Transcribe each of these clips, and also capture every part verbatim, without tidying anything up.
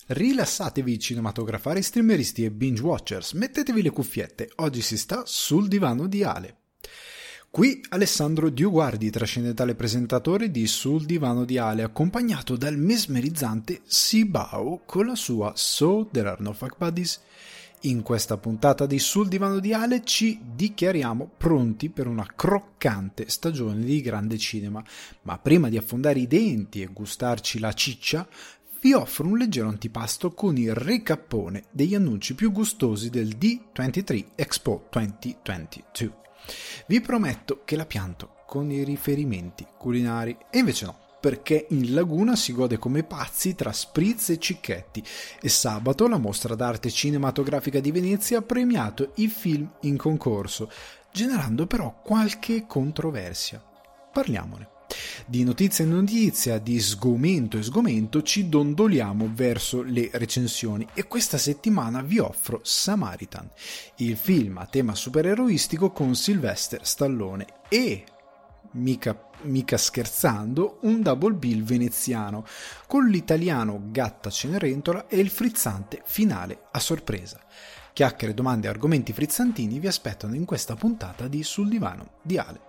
Rilassatevi cinematografari, streameristi e binge watchers, mettetevi le cuffiette, oggi si sta sul divano di Ale. Qui Alessandro Dioguardi, trascendentale presentatore di Sul divano di Ale, accompagnato dal mesmerizzante Sibao con la sua So There Are No Fuck Buddies. In questa puntata di Sul divano di Ale ci dichiariamo pronti per una croccante stagione di grande cinema, ma prima di affondare i denti e gustarci la ciccia, vi offro un leggero antipasto con il recappone degli annunci più gustosi del D ventitré Expo duemilaventidue. Vi prometto che la pianto con i riferimenti culinari, e invece no, perché in Laguna si gode come pazzi tra spritz e cicchetti, e sabato la mostra d'arte cinematografica di Venezia ha premiato i film in concorso, generando però qualche controversia. Parliamone. Di notizia in notizia, di sgomento e sgomento ci dondoliamo verso le recensioni, e questa settimana vi offro Samaritan, il film a tema supereroistico con Sylvester Stallone e, mica, mica scherzando, un double bill veneziano con l'italiano Gatta Cenerentola e il frizzante finale a sorpresa. Chiacchiere, domande e argomenti frizzantini vi aspettano in questa puntata di Sul divano di Ale.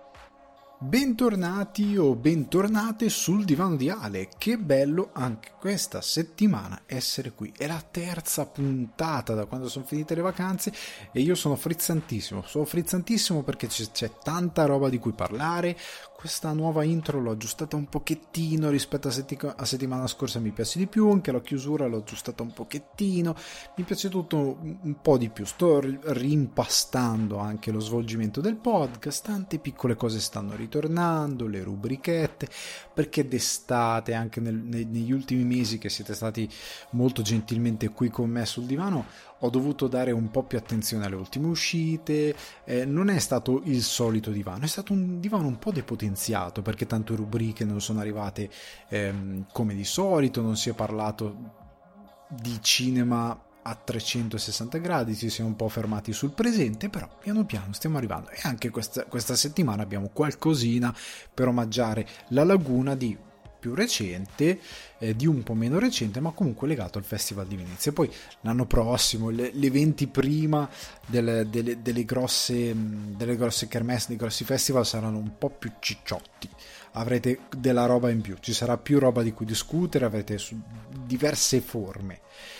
Bentornati o bentornate sul divano di Ale, che bello anche questa settimana essere qui, è la terza puntata da quando sono finite le vacanze e io sono frizzantissimo, sono frizzantissimo perché c'è, c'è tanta roba di cui parlare. Questa nuova intro l'ho aggiustata un pochettino rispetto a, setti- a settimana scorsa, mi piace di più, anche la chiusura l'ho aggiustata un pochettino, mi piace tutto un po' di più, sto rimpastando anche lo svolgimento del podcast, tante piccole cose stanno ritornando, le rubrichette, perché d'estate, anche nel, nei, negli ultimi mesi che siete stati molto gentilmente qui con me sul divano, ho dovuto dare un po' più attenzione alle ultime uscite, eh, non è stato il solito divano, è stato un divano un po' depotenziato, perché tante rubriche non sono arrivate ehm, come di solito, non si è parlato di cinema a trecentosessanta gradi, ci siamo un po' fermati sul presente, però piano piano stiamo arrivando, e anche questa, questa settimana abbiamo qualcosina per omaggiare la Laguna di più recente, eh, di un po' meno recente, ma comunque legato al Festival di Venezia. Poi l'anno prossimo, le, gli eventi prima delle, delle, delle grosse delle grosse kermesse, dei grossi festival saranno un po' più cicciotti, avrete della roba in più, ci sarà più roba di cui discutere, avrete su diverse forme,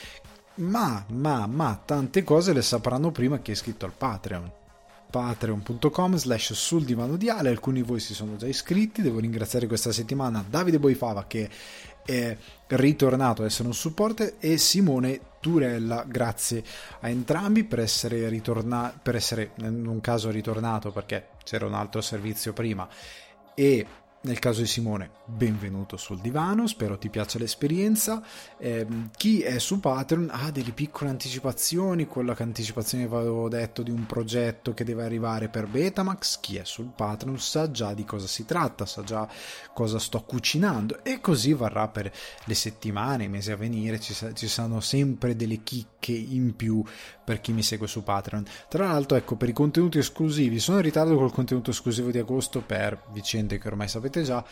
ma ma ma tante cose le sapranno prima chi è iscritto al Patreon. patreon punto com slash sul divano di Ale. Alcuni di voi si sono già iscritti, devo ringraziare questa settimana Davide Boifava, che è ritornato ad essere un supporter, e Simone Turella. Grazie a entrambi per essere ritornato, per essere in un caso ritornato perché c'era un altro servizio prima, e nel caso di Simone, benvenuto sul divano, spero ti piaccia l'esperienza. Eh, chi è su Patreon ha delle piccole anticipazioni, quella che anticipazione che avevo detto di un progetto che deve arrivare per Betamax. Chi è sul Patreon sa già di cosa si tratta, sa già cosa sto cucinando, e così varrà per le settimane, i mesi a venire, ci, ci saranno sempre delle chicche in più per chi mi segue su Patreon. Tra l'altro, ecco, per i contenuti esclusivi, sono in ritardo col contenuto esclusivo di agosto per vicende che ormai sapete già,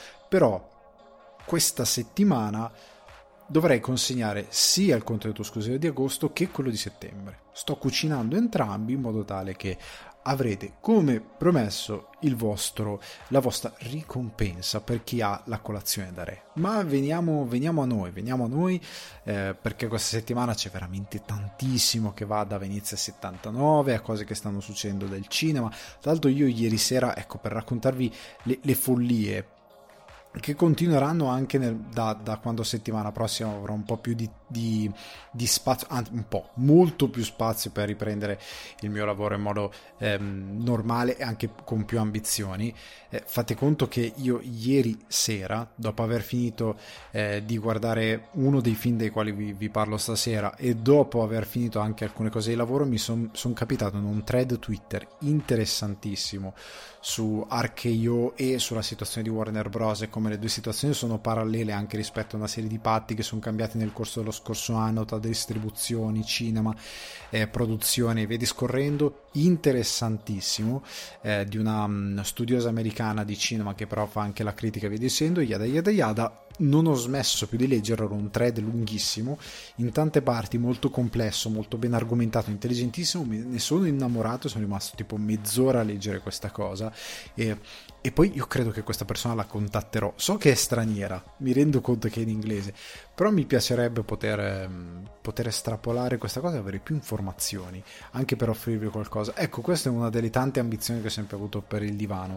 però questa settimana dovrei consegnare sia il contenuto esclusivo di agosto che quello di settembre. Sto cucinando entrambi in modo tale che avrete, come promesso, il vostro, la vostra ricompensa per chi ha la colazione da re. Ma veniamo, veniamo a noi, veniamo a noi eh, perché questa settimana c'è veramente tantissimo che va da Venezia settantanove a cose che stanno succedendo del cinema. Tra l'altro io ieri sera, ecco, per raccontarvi le, le follie che continueranno anche nel, da, da quando settimana prossima avrò un po' più di, di, di spazio, anzi un po', molto più spazio per riprendere il mio lavoro in modo ehm, normale e anche con più ambizioni. Eh, fate conto che io ieri sera, dopo aver finito eh, di guardare uno dei film dei quali vi, vi parlo stasera, e dopo aver finito anche alcune cose di lavoro, mi sono son capitato in un thread Twitter interessantissimo su Archeio e sulla situazione di Warner Bros. E come le due situazioni sono parallele anche rispetto a una serie di patti che sono cambiati nel corso dello scorso anno tra distribuzioni, cinema, eh, produzioni e via discorrendo. Interessantissimo, eh, di una um, studiosa americana di cinema che però fa anche la critica e via dicendo, yada yada yada. non ho smesso più di leggere, era un thread lunghissimo, in tante parti, molto complesso, molto ben argomentato, intelligentissimo, me ne sono innamorato, sono rimasto tipo mezz'ora a leggere questa cosa e, e poi io credo che questa persona la contatterò, so che è straniera, mi rendo conto che è in inglese, però mi piacerebbe poter, poter estrapolare questa cosa e avere più informazioni, anche per offrirvi qualcosa. Ecco, questa è una delle tante ambizioni che ho sempre avuto per il divano.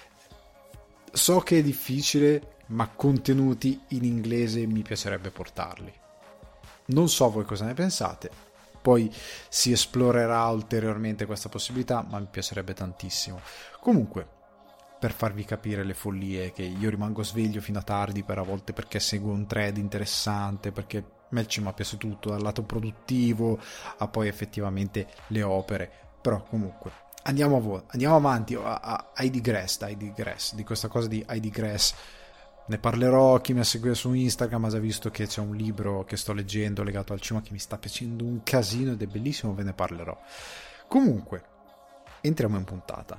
So che è difficile, ma contenuti in inglese mi piacerebbe portarli. Non so voi cosa ne pensate, poi si esplorerà ulteriormente questa possibilità, ma mi piacerebbe tantissimo. Comunque, per farvi capire le follie che io rimango sveglio fino a tardi per a volte perché seguo un thread interessante, perché a me il cinema piace tutto, dal lato produttivo a poi effettivamente le opere, però comunque andiamo, a vo- andiamo avanti. a, a, I digress, I digress di questa cosa di I digress ne parlerò. Chi mi segue su Instagram ha già visto che c'è un libro che sto leggendo legato al cinema che mi sta piacendo un casino ed è bellissimo, ve ne parlerò. Comunque entriamo in puntata.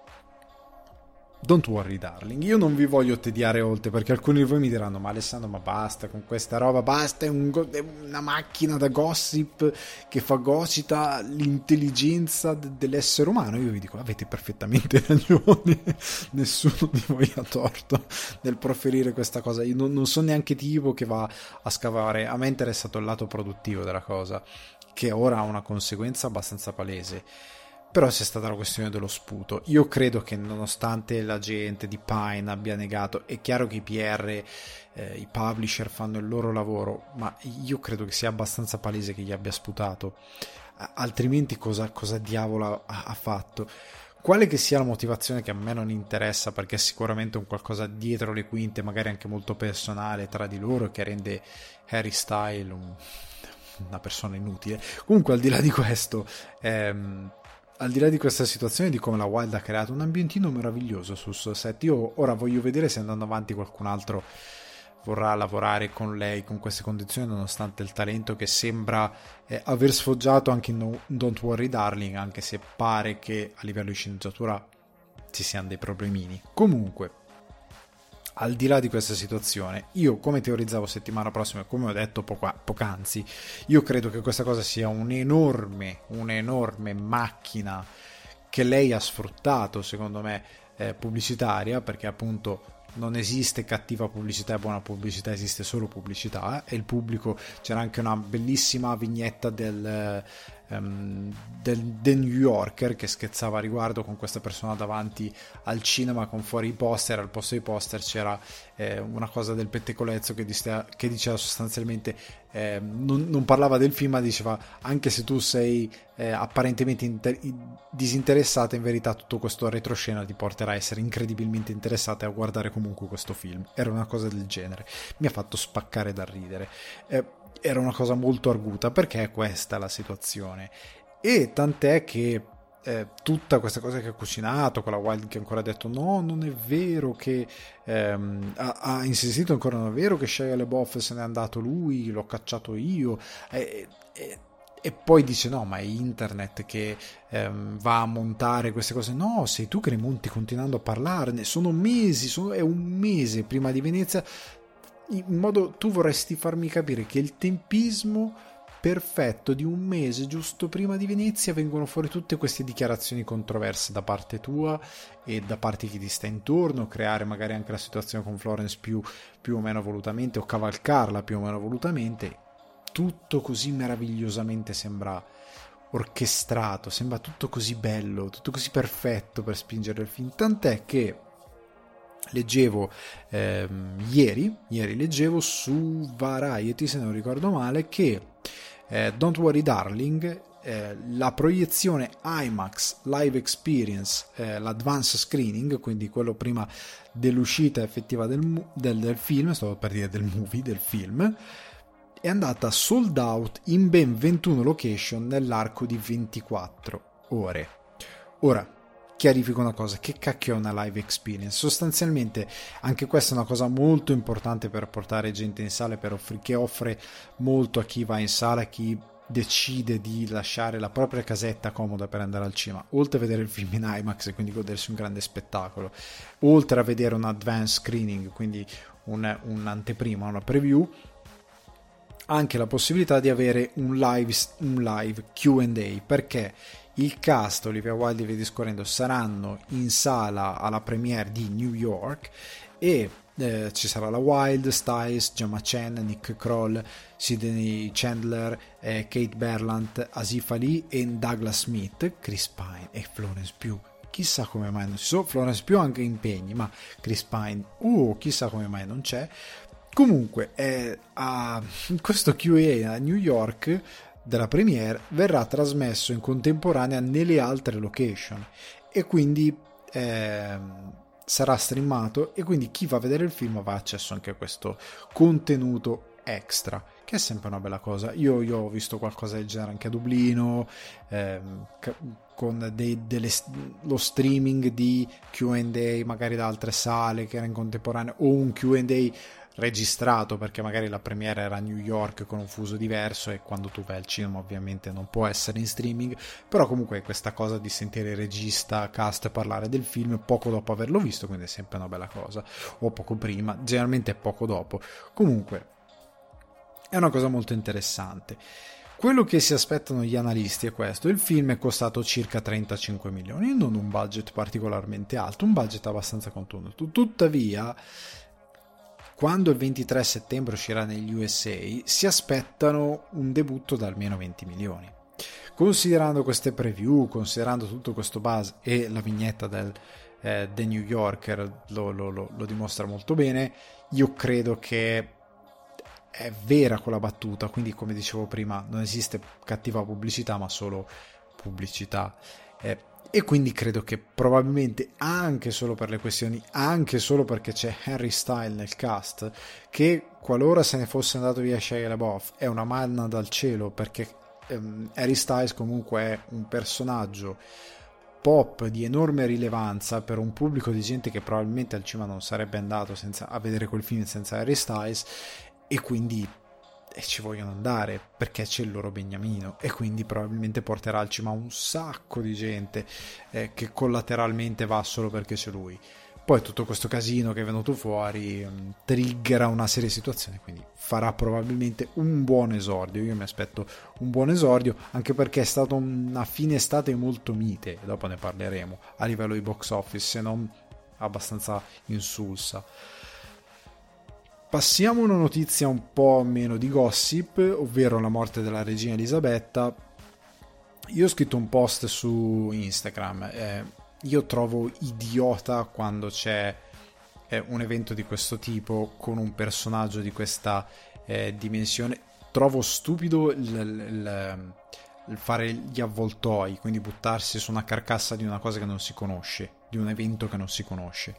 Don't worry darling, io non vi voglio tediare oltre, perché alcuni di voi mi diranno: ma Alessandro, ma basta con questa roba, basta, è, un go- è una macchina da gossip che fagocita l'intelligenza de- dell'essere umano. Io vi dico, avete perfettamente ragione, nessuno di voi ha torto nel proferire questa cosa. Io non, non sono neanche tipo che va a scavare, a me è interessato il lato produttivo della cosa, che ora ha una conseguenza abbastanza palese. Però c'è stata la questione dello sputo. Io credo che nonostante la gente di Pine abbia negato, è chiaro che i P R, eh, i publisher fanno il loro lavoro, ma io credo che sia abbastanza palese che gli abbia sputato, altrimenti cosa, cosa diavolo ha, ha fatto? Quale che sia la motivazione, che a me non interessa, perché è sicuramente un qualcosa dietro le quinte, magari anche molto personale tra di loro, che rende Harry Styles un, una persona inutile. Comunque, al di là di questo, ehm, al di là di questa situazione, di come la Wild ha creato un ambientino meraviglioso sul suo set, io ora voglio vedere se andando avanti qualcun altro vorrà lavorare con lei con queste condizioni, nonostante il talento che sembra eh, aver sfoggiato anche in no, Don't Worry Darling, anche se pare che a livello di sceneggiatura ci siano dei problemini. Comunque, al di là di questa situazione, io, come teorizzavo settimana prossima e come ho detto poca, poc'anzi, io credo che questa cosa sia un'enorme, un'enorme macchina che lei ha sfruttato, secondo me, eh, pubblicitaria, perché appunto non esiste cattiva pubblicità e buona pubblicità, esiste solo pubblicità, eh? E il pubblico, c'era anche una bellissima vignetta del, um, del, del New Yorker che scherzava a riguardo, con questa persona davanti al cinema con fuori i poster, al posto dei poster c'era eh, una cosa del pettegolezzo che, diste, che diceva sostanzialmente eh, non, non parlava del film, ma diceva: anche se tu sei eh, apparentemente inter- disinteressata, in verità tutto questo retroscena ti porterà a essere incredibilmente interessata e a guardare comunque questo film. Era una cosa del genere, mi ha fatto spaccare da ridere, eh, era una cosa molto arguta, perché è questa la situazione, e tant'è che eh, tutta questa cosa che ha cucinato con la Wild, che ancora ha detto no, non è vero, che ehm, ha, ha insistito ancora, non è vero che Shia LaBeouf se n'è andato lui, l'ho cacciato io, e, e, e poi dice no, ma è internet che ehm, va a montare queste cose. No, sei tu che ne monti continuando a parlarne, sono mesi, sono, è un mese prima di Venezia, in modo, tu vorresti farmi capire che il tempismo perfetto di un mese giusto prima di Venezia vengono fuori tutte queste dichiarazioni controverse da parte tua e da parte di chi ti sta intorno, creare magari anche la situazione con Florence più, più o meno volutamente, o cavalcarla più o meno volutamente, tutto così meravigliosamente sembra orchestrato, sembra tutto così bello, tutto così perfetto per spingere il film, tant'è che leggevo ehm, ieri, ieri leggevo su Variety, se non ricordo male, che eh, Don't Worry Darling, eh, la proiezione IMAX Live Experience, eh, l'advance screening, quindi quello prima dell'uscita effettiva del, del, del film, stavo per dire del movie, del film, è andata sold out in ben ventuno location nell'arco di ventiquattro ore. Ora, chiarifico una cosa: che cacchio è una live experience? Sostanzialmente anche questa è una cosa molto importante per portare gente in sala, per offri- che offre molto a chi va in sala, a chi decide di lasciare la propria casetta comoda per andare al cinema, oltre a vedere il film in IMAX e quindi godersi un grande spettacolo, oltre a vedere un advanced screening, quindi un, un'anteprima, una preview, anche la possibilità di avere un live, un live Q and A, perché il cast, Olivia Wilde e via discorrendo, saranno in sala alla premiere di New York e eh, ci sarà la Wilde, Styles, Gemma Chan, Nick Kroll, Sydney Chandler, eh, Kate Berlant, Asif Ali e Douglas Smith, Chris Pine e Florence Pugh. Chissà come mai non ci sono, Florence Pugh anche impegni, ma Chris Pine, uh, chissà come mai non c'è. Comunque, eh, a questo Q and A a New York della premiere verrà trasmesso in contemporanea nelle altre location e quindi eh, sarà streamato, e quindi chi va a vedere il film avrà accesso anche a questo contenuto extra, che è sempre una bella cosa. Io, io ho visto qualcosa del genere anche a Dublino, ehm, con dei, delle, lo streaming di Q and A magari da altre sale che era in contemporanea, o un Q and A registrato perché magari la premiere era a New York con un fuso diverso e quando tu vai al cinema ovviamente non può essere in streaming, però comunque questa cosa di sentire il regista, cast parlare del film poco dopo averlo visto, quindi è sempre una bella cosa, o poco prima, generalmente poco dopo. Comunque è una cosa molto interessante. Quello che si aspettano gli analisti è questo: il film è costato circa trentacinque milioni, non un budget particolarmente alto, un budget abbastanza contenuto. Tuttavia, quando il ventitré settembre uscirà negli U S A, si aspettano un debutto da almeno venti milioni. Considerando queste preview, considerando tutto questo buzz, e la vignetta del eh, The New Yorker lo, lo, lo, lo dimostra molto bene, io credo che è vera quella battuta, quindi come dicevo prima non esiste cattiva pubblicità ma solo pubblicità, eh, e quindi credo che probabilmente anche solo per le questioni, anche solo perché c'è Harry Styles nel cast, che qualora se ne fosse andato via Shia LaBeouf è una manna dal cielo, perché ehm, Harry Styles comunque è un personaggio pop di enorme rilevanza per un pubblico di gente che probabilmente al cinema non sarebbe andato senza, a vedere quel film senza Harry Styles, e quindi e ci vogliono andare perché c'è il loro beniamino, e quindi probabilmente porterà al cinema un sacco di gente eh, che collateralmente va solo perché c'è lui. Poi tutto questo casino che è venuto fuori um, triggera una serie di situazioni, quindi farà probabilmente un buon esordio. Io mi aspetto un buon esordio, anche perché è stata una fine estate molto mite, dopo ne parleremo, a livello di box office, se non abbastanza insulsa. Passiamo a una notizia un po' meno di gossip, ovvero la morte della regina Elisabetta. Io ho scritto un post su Instagram, eh, io trovo idiota quando c'è eh, un evento di questo tipo con un personaggio di questa eh, dimensione. Trovo stupido il, il, il fare gli avvoltoi, quindi buttarsi su una carcassa di una cosa che non si conosce, di un evento che non si conosce,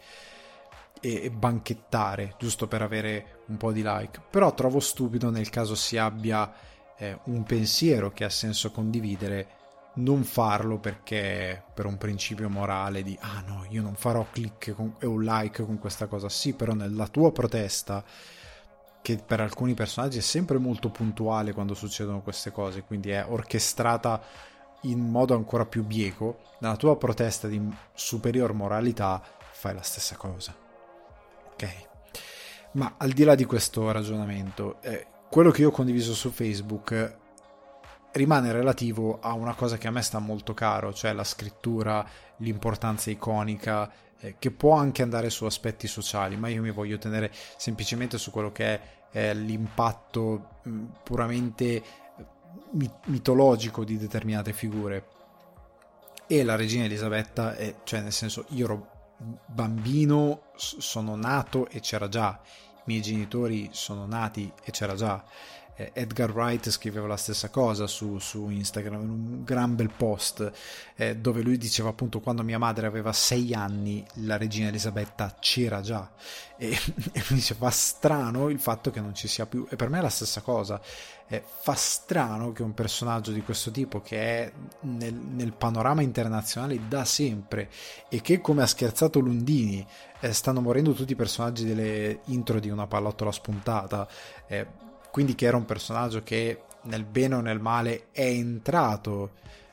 e banchettare giusto per avere un po' di like. Però trovo stupido, nel caso si abbia eh, un pensiero che ha senso condividere, non farlo perché per un principio morale di ah no, io non farò click con, e un like con questa cosa. Sì, però nella tua protesta, che per alcuni personaggi è sempre molto puntuale quando succedono queste cose, quindi è orchestrata in modo ancora più bieco, nella tua protesta di superior moralità fai la stessa cosa. Ok, ma al di là di questo ragionamento, eh, quello che io ho condiviso su Facebook eh, rimane relativo a una cosa che a me sta molto caro, cioè la scrittura, l'importanza iconica, eh, che può anche andare su aspetti sociali, ma io mi voglio tenere semplicemente su quello che è eh, l'impatto mh, puramente mit- mitologico di determinate figure. E la regina Elisabetta, è, cioè nel senso, io ero bambino, sono nato e c'era già, i miei genitori sono nati e c'era già. eh, Edgar Wright scriveva la stessa cosa su, su Instagram in un gran bel post eh, dove lui diceva appunto quando mia madre aveva sei anni la regina Elisabetta c'era già, e, e mi dice fa strano il fatto che non ci sia più, e per me è la stessa cosa. Eh, fa strano che un personaggio di questo tipo, che è nel, nel panorama internazionale da sempre, e che, come ha scherzato Lundini, eh, stanno morendo tutti i personaggi delle intro di Una pallottola spuntata, eh, quindi che era un personaggio che nel bene o nel male è entrato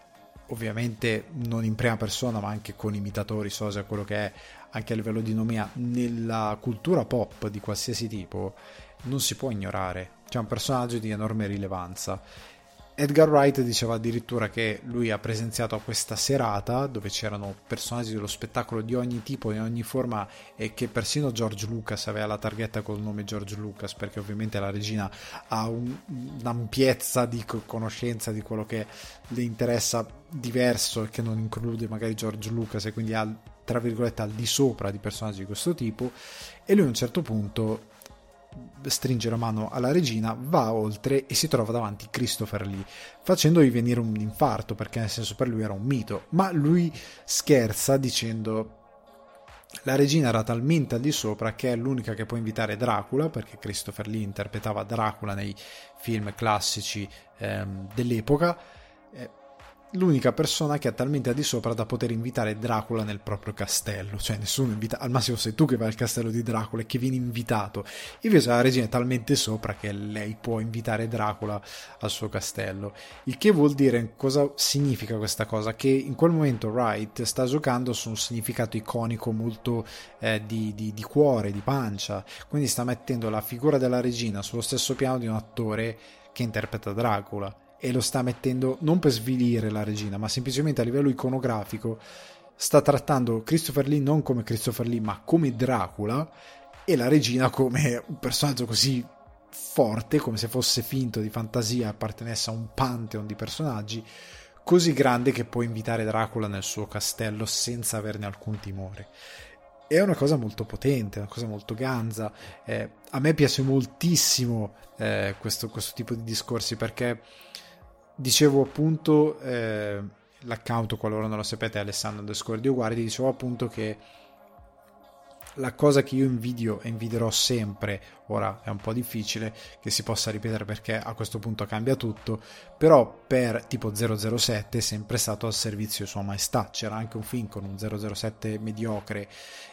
ovviamente non in prima persona ma anche con imitatori, sosia, quello che è, anche a livello di nomea, nella cultura pop di qualsiasi tipo non si può ignorare, c'è un personaggio di enorme rilevanza. Edgar Wright diceva addirittura che lui ha presenziato a questa serata dove c'erano personaggi dello spettacolo di ogni tipo, di ogni forma, e che persino George Lucas aveva la targhetta col nome George Lucas, perché ovviamente la regina ha un, un'ampiezza di conoscenza di quello che le interessa diverso e che non include magari George Lucas, e quindi ha, tra virgolette, al di sopra di personaggi di questo tipo. E lui a un certo punto stringe la mano alla regina, va oltre e si trova davanti Christopher Lee, facendogli venire un infarto, perché nel senso per lui era un mito, ma lui scherza dicendo la regina era talmente al di sopra che è l'unica che può invitare Dracula, perché Christopher Lee interpretava Dracula nei film classici ehm, dell'epoca, eh, l'unica persona che è talmente al di sopra da poter invitare Dracula nel proprio castello, cioè nessuno invita, al massimo sei tu che vai al castello di Dracula e che vieni invitato. Invece la regina è talmente sopra che lei può invitare Dracula al suo castello, il che vuol dire, cosa significa questa cosa? Che in quel momento Wright sta giocando su un significato iconico molto eh, di, di, di cuore, di pancia, quindi sta mettendo la figura della regina sullo stesso piano di un attore che interpreta Dracula, e lo sta mettendo non per svilire la regina, ma semplicemente a livello iconografico sta trattando Christopher Lee non come Christopher Lee ma come Dracula, e la regina come un personaggio così forte, come se fosse finto di fantasia, appartenesse a un pantheon di personaggi così grande che può invitare Dracula nel suo castello senza averne alcun timore. È una cosa molto potente, una cosa molto ganza. Eh, a me piace moltissimo eh, questo, questo tipo di discorsi, perché dicevo appunto, eh, l'account, qualora non lo sapete, è Alessandro underscore Dioguardi, dicevo appunto che la cosa che io invidio e invidierò sempre, ora è un po' difficile che si possa ripetere perché a questo punto cambia tutto, però per tipo zero zero sette è sempre stato al servizio di Sua Maestà. C'era anche un film con un zero zero sette mediocre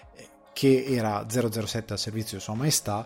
che era zero zero sette al servizio di Sua Maestà,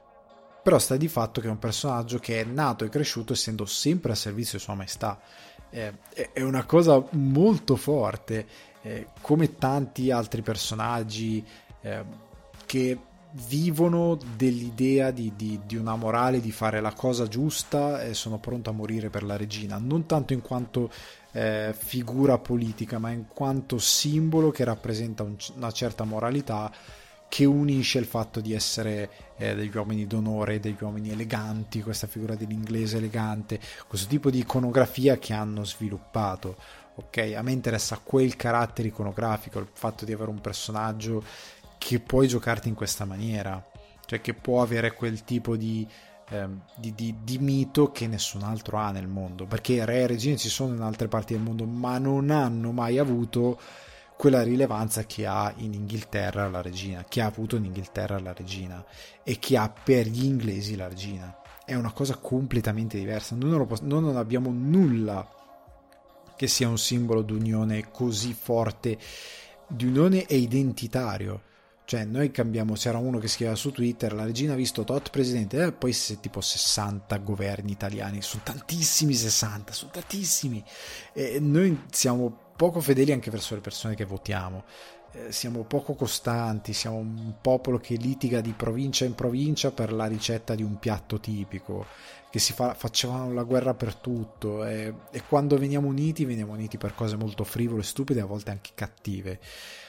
però sta di fatto che è un personaggio che è nato e cresciuto essendo sempre al servizio di Sua Maestà. Eh, è una cosa molto forte, eh, come tanti altri personaggi eh, che vivono dell'idea di, di, di una morale, di fare la cosa giusta, e sono pronto a morire per la regina, non tanto in quanto eh, figura politica, ma in quanto simbolo che rappresenta un, una certa moralità, che unisce il fatto di essere eh, degli uomini d'onore, degli uomini eleganti, questa figura dell'inglese elegante, questo tipo di iconografia che hanno sviluppato. Ok, a me interessa quel carattere iconografico, il fatto di avere un personaggio che puoi giocarti in questa maniera, cioè che può avere quel tipo di, eh, di, di, di mito che nessun altro ha nel mondo, perché re e regine ci sono in altre parti del mondo, ma non hanno mai avuto quella rilevanza che ha in Inghilterra la regina, che ha avuto in Inghilterra la regina e che ha per gli inglesi la regina. È una cosa completamente diversa. Noi non, lo poss- noi non abbiamo nulla che sia un simbolo d'unione così forte, di unione e identitario. Cioè noi cambiamo, c'era uno che scriveva su Twitter, la regina ha visto tot presidente, e poi se tipo sessanta governi italiani, sono tantissimi sessanta, sono tantissimi, e noi siamo poco fedeli anche verso le persone che votiamo, eh, siamo poco costanti, siamo un popolo che litiga di provincia in provincia per la ricetta di un piatto tipico, che si fa, facevano la guerra per tutto, e, e quando veniamo uniti veniamo uniti per cose molto frivole, stupide, a volte anche cattive,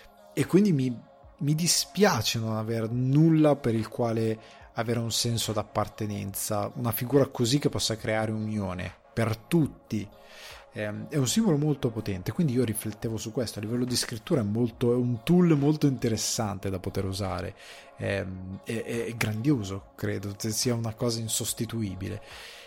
e quindi mi, mi dispiace non aver nulla per il quale avere un senso d'appartenenza, una figura così che possa creare unione per tutti. È un simbolo molto potente, quindi io riflettevo su questo. A livello di scrittura è, molto, è un tool molto interessante da poter usare, è, è, è grandioso, credo sia una cosa insostituibile,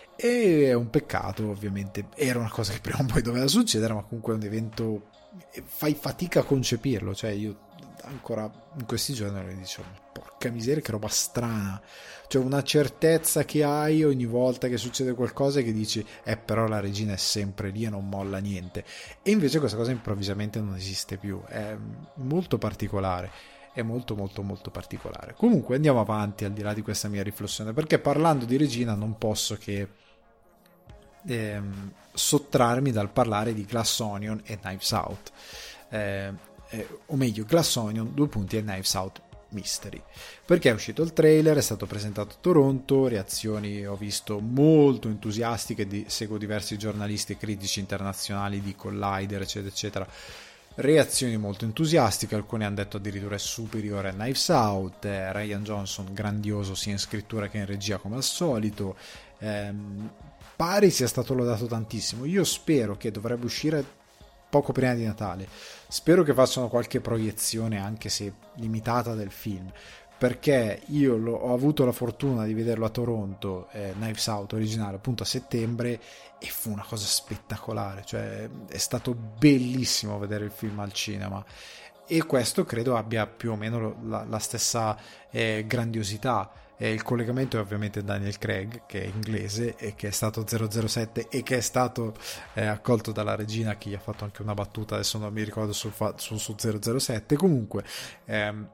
e è un peccato, ovviamente era una cosa che prima o poi doveva succedere, ma comunque è un evento, fai fatica a concepirlo, cioè io ancora in questi giorni mi dicevo, porca miseria, che roba strana, cioè una certezza che hai ogni volta che succede qualcosa, che dici eh però la regina è sempre lì e non molla niente, e invece questa cosa improvvisamente non esiste più. È molto particolare, è molto molto molto particolare. Comunque andiamo avanti, al di là di questa mia riflessione, perché parlando di regina non posso che ehm, sottrarmi dal parlare di Glass Onion e Knives Out, eh, eh, o meglio Glass Onion due punti e Knives Out Mystery, perché è uscito il trailer, è stato presentato a Toronto, reazioni ho visto molto entusiastiche, di, seguo diversi giornalisti e critici internazionali di Collider eccetera eccetera, reazioni molto entusiastiche, alcuni hanno detto addirittura è superiore a Knives Out, eh, Rian Johnson grandioso sia in scrittura che in regia come al solito, ehm, pare sia stato lodato tantissimo. Io spero che dovrebbe uscire poco prima di Natale, spero che facciano qualche proiezione anche se limitata del film, perché io lo, ho avuto la fortuna di vederlo a Toronto, eh, Knives Out originale appunto a settembre, e fu una cosa spettacolare, cioè è stato bellissimo vedere il film al cinema, e questo credo abbia più o meno la, la stessa eh, grandiosità. E il collegamento è ovviamente Daniel Craig, che è inglese e che è stato zero zero sette e che è stato eh, accolto dalla regina, che gli ha fatto anche una battuta, adesso non mi ricordo sul, su, su zero zero sette. Comunque ehm,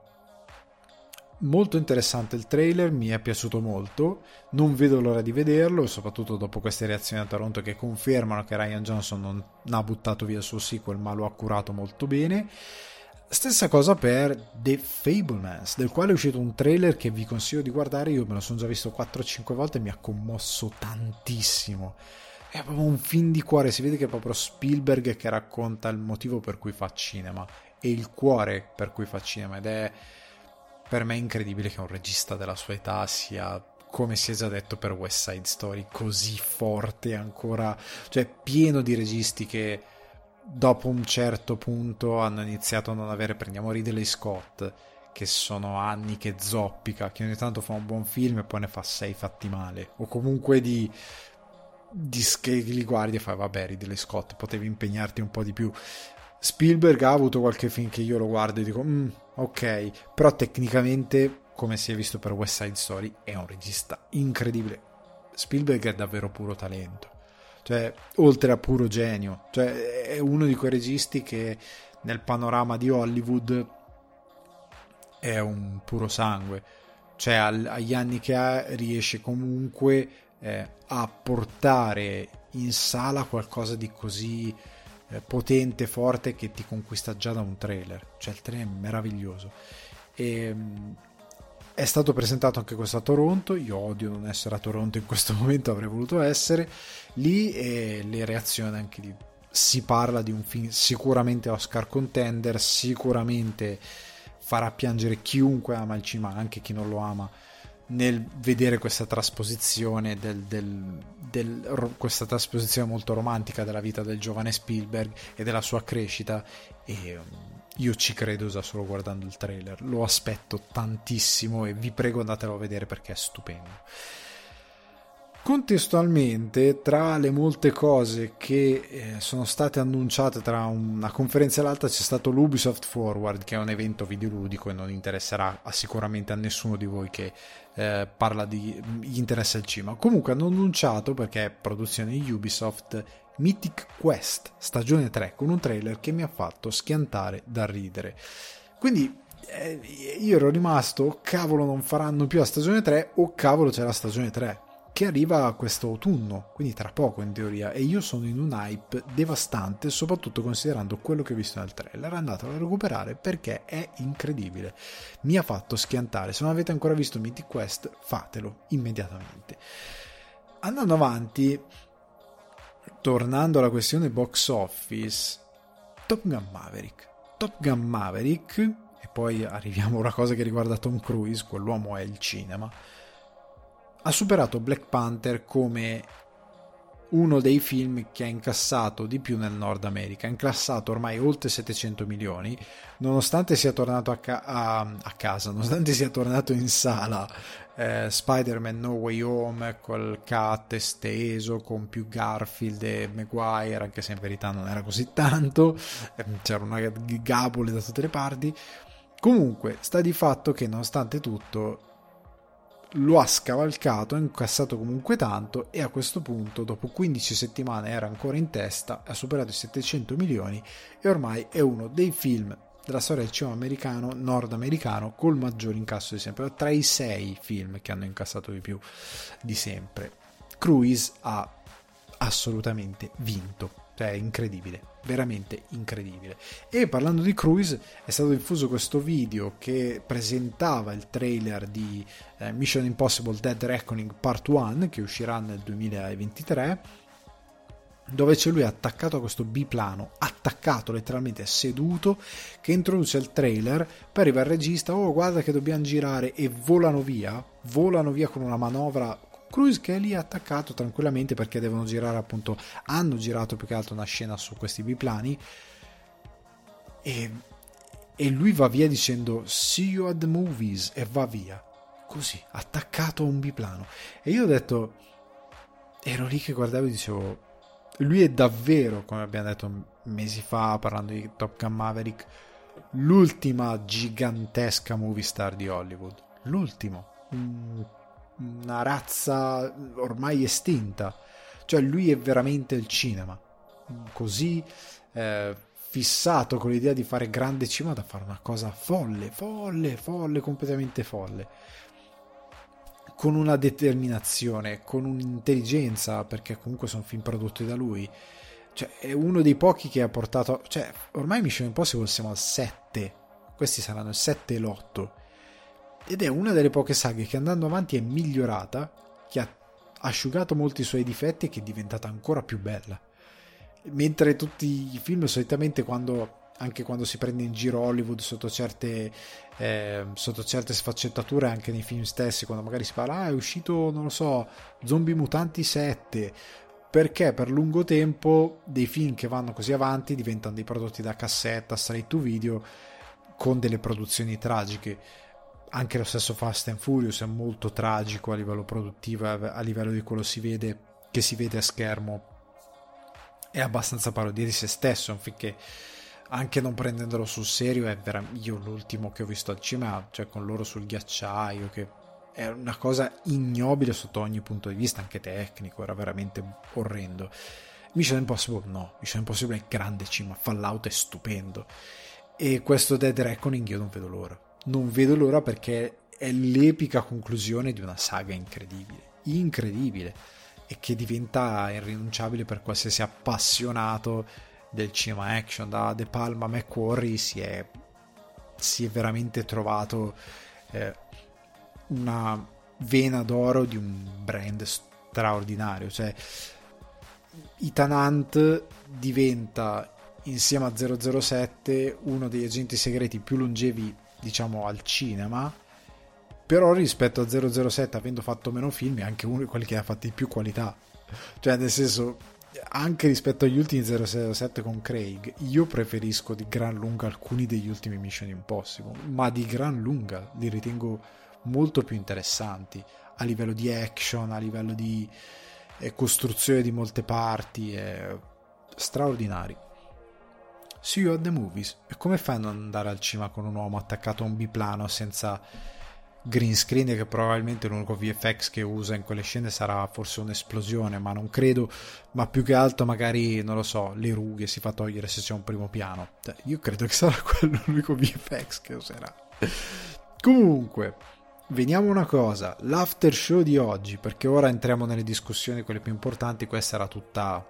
molto interessante il trailer, mi è piaciuto molto, non vedo l'ora di vederlo, soprattutto dopo queste reazioni a Toronto che confermano che Rian Johnson non ha buttato via il suo sequel ma lo ha curato molto bene. Stessa cosa per The Fabelmans, del quale è uscito un trailer che vi consiglio di guardare, io me lo sono già visto quattro cinque volte e mi ha commosso tantissimo. È proprio un film di cuore, si vede che è proprio Spielberg che racconta il motivo per cui fa cinema e il cuore per cui fa cinema, ed è per me incredibile che un regista della sua età sia, come si è già detto per West Side Story, così forte ancora, cioè pieno di registi che dopo un certo punto hanno iniziato a non avere, prendiamo Ridley Scott, che sono anni che zoppica, che ogni tanto fa un buon film e poi ne fa sei fatti male, o comunque di, di che li guardi e fai vabbè Ridley Scott, potevi impegnarti un po' di più. Spielberg ha avuto qualche film che io lo guardo e dico mm, ok, però tecnicamente, come si è visto per West Side Story, è un regista incredibile. Spielberg è davvero puro talento, cioè oltre a puro genio, cioè è uno di quei registi che nel panorama di Hollywood è un puro sangue, cioè al, agli anni che ha riesce comunque eh, a portare in sala qualcosa di così eh, potente, forte, che ti conquista già da un trailer, cioè il trailer è meraviglioso. E è stato presentato anche questo a Toronto, io odio non essere a Toronto in questo momento, avrei voluto essere lì, e le reazioni anche lì, si parla di un film sicuramente Oscar contender, sicuramente farà piangere chiunque ama il cinema, anche chi non lo ama, nel vedere questa trasposizione del, del, del, questa trasposizione molto romantica della vita del giovane Spielberg e della sua crescita, e io ci credo già solo guardando il trailer, lo aspetto tantissimo e vi prego andatelo a vedere perché è stupendo. Contestualmente, tra le molte cose che eh, sono state annunciate tra una conferenza e l'altra, c'è stato l'Ubisoft Forward, che è un evento videoludico e non interesserà a, sicuramente a nessuno di voi che eh, parla di gli interessa il cinema. Comunque hanno annunciato, perché è produzione di Ubisoft, Mythic Quest stagione tre, con un trailer che mi ha fatto schiantare da ridere. Quindi eh, io ero rimasto, oh, cavolo, non faranno più la stagione tre, o oh, cavolo, c'è la stagione tre che arriva questo autunno, quindi tra poco in teoria, e io sono in un hype devastante, soprattutto considerando quello che ho visto nel trailer. Andatelo a recuperare perché è incredibile, mi ha fatto schiantare. Se non avete ancora visto Mythic Quest, fatelo immediatamente. Andando avanti, tornando alla questione box office, Top Gun Maverick Top Gun Maverick e poi arriviamo a una cosa che riguarda Tom Cruise, quell'uomo è il cinema, ha superato Black Panther come uno dei film che ha incassato di più nel Nord America. Ha incassato ormai oltre settecento milioni, nonostante sia tornato a, ca- a, a casa, nonostante sia tornato in sala eh, Spider-Man No Way Home col cut esteso con più Garfield e Maguire, anche se in verità non era così tanto, eh, c'era una gabole da tutte le parti. Comunque sta di fatto che nonostante tutto lo ha scavalcato, ha incassato comunque tanto, e a questo punto dopo quindici settimane era ancora in testa, ha superato i settecento milioni e ormai è uno dei film della storia del cinema americano, nordamericano, col maggior incasso di sempre, tra i sei film che hanno incassato di più di sempre. Cruise ha assolutamente vinto. Cioè è incredibile, veramente incredibile. E parlando di Cruise, è stato diffuso questo video che presentava il trailer di eh, Mission Impossible Dead Reckoning Part uno, che uscirà nel duemilaventitré, dove c'è lui attaccato a questo biplano, attaccato letteralmente seduto, che introduce il trailer, poi arriva il regista, oh guarda che dobbiamo girare, e volano via, volano via con una manovra. Cruise che è lì attaccato tranquillamente, perché devono girare, appunto hanno girato più che altro una scena su questi biplani, e, e lui va via dicendo see you at the movies, e va via così, attaccato a un biplano. E io ho detto, ero lì che guardavo e dicevo, lui è davvero, come abbiamo detto mesi fa parlando di Top Gun Maverick, l'ultima gigantesca movie star di Hollywood, l'ultimo, mm. una razza ormai estinta. Cioè lui è veramente il cinema, così eh, fissato con l'idea di fare grande cinema da fare una cosa folle, folle, folle, completamente folle, con una determinazione, con un'intelligenza, perché comunque sono film prodotti da lui. Cioè è uno dei pochi che ha portato, cioè ormai Mission Impossible siamo al sette, questi saranno il sette e l'otto, ed è una delle poche saghe che andando avanti è migliorata, che ha asciugato molti suoi difetti e che è diventata ancora più bella. Mentre tutti i film solitamente, quando anche quando si prende in giro Hollywood sotto certe eh, sotto certe sfaccettature, anche nei film stessi, quando magari si parla ah, è uscito, non lo so, Zombie Mutanti sette, perché per lungo tempo dei film che vanno così avanti diventano dei prodotti da cassetta, straight to video, con delle produzioni tragiche. Anche lo stesso Fast and Furious è molto tragico a livello produttivo, a livello di quello si vede, che si vede a schermo, è abbastanza parodia di se stesso, finché anche non prendendolo sul serio è veramente, io l'ultimo che ho visto al cinema, cioè con loro sul ghiacciaio, che è una cosa ignobile sotto ogni punto di vista, anche tecnico, era veramente orrendo. Mission Impossible no, Mission Impossible è grande cinema, Fallout è stupendo, e questo Dead Reckoning io non vedo l'ora. Non vedo l'ora perché è l'epica conclusione di una saga incredibile, incredibile, e che diventa irrinunciabile per qualsiasi appassionato del cinema action. Da De Palma a McQuarrie si è, si è veramente trovato eh, una vena d'oro di un brand straordinario. Cioè Ethan Hunt diventa, insieme a zero zero sette, uno degli agenti segreti più longevi, diciamo, al cinema, però rispetto a zero zero sette, avendo fatto meno film, è anche uno di quelli che ha fatto di più qualità. Cioè nel senso, anche rispetto agli ultimi zero zero sette con Craig, io preferisco di gran lunga alcuni degli ultimi Mission Impossible, ma di gran lunga li ritengo molto più interessanti a livello di action, a livello di eh, costruzione di molte parti, eh, straordinari. See you at the movies. E come fai a non andare al cinema con un uomo attaccato a un biplano senza green screen, che probabilmente l'unico V F X che usa in quelle scene sarà forse un'esplosione, ma non credo, ma più che altro magari, non lo so, le rughe si fa togliere se c'è un primo piano. Io credo che sarà quello l'unico V F X che userà. Comunque, veniamo a una cosa, l'after show di oggi, perché ora entriamo nelle discussioni quelle più importanti. Questa era tutta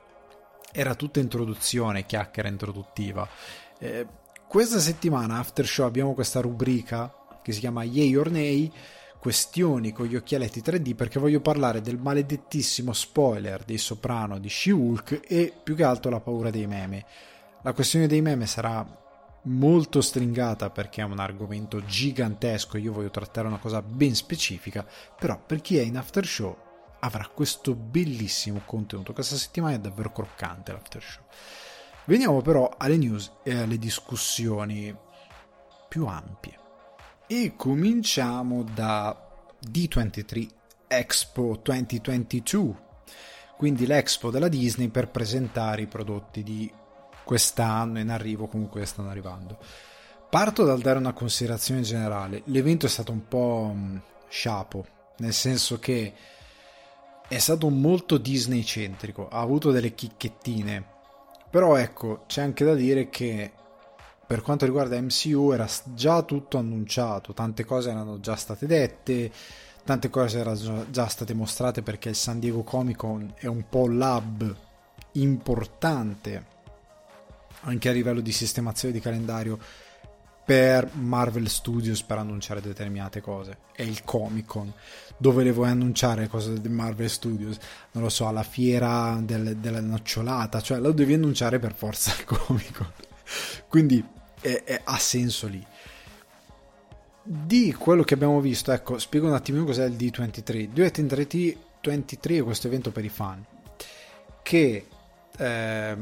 era tutta introduzione, chiacchiera introduttiva. Eh, questa settimana after show abbiamo questa rubrica che si chiama Yay or Nay, questioni con gli occhialetti tre D, perché voglio parlare del maledettissimo spoiler dei Soprano di She-Hulk e più che altro la paura dei meme. La questione dei meme sarà molto stringata perché è un argomento gigantesco, io voglio trattare una cosa ben specifica, però per chi è in after show avrà questo bellissimo contenuto. Questa settimana è davvero croccante l'after show. Veniamo però alle news e alle discussioni più ampie. E cominciamo da D ventitré Expo duemilaventidue, quindi l'Expo della Disney per presentare i prodotti di quest'anno in arrivo, comunque che stanno arrivando. Parto dal dare una considerazione generale. L'evento è stato un po' sciapo, nel senso che è stato molto Disney centrico, ha avuto delle chicchettine, però ecco, c'è anche da dire che per quanto riguarda M C U era già tutto annunciato, tante cose erano già state dette, tante cose erano già state mostrate, perché il San Diego Comic Con è un po' l'hub importante anche a livello di sistemazione di calendario per Marvel Studios per annunciare determinate cose. È il Comic Con. Dove le vuoi annunciare le cose di Marvel Studios? Non lo so, alla fiera del, della nocciolata, cioè lo devi annunciare per forza al Comic Con. Quindi è, è, ha senso lì. Di quello che abbiamo visto, ecco, spiego un attimino cos'è il D ventitré. Il D ventitré è questo evento per i fan che eh,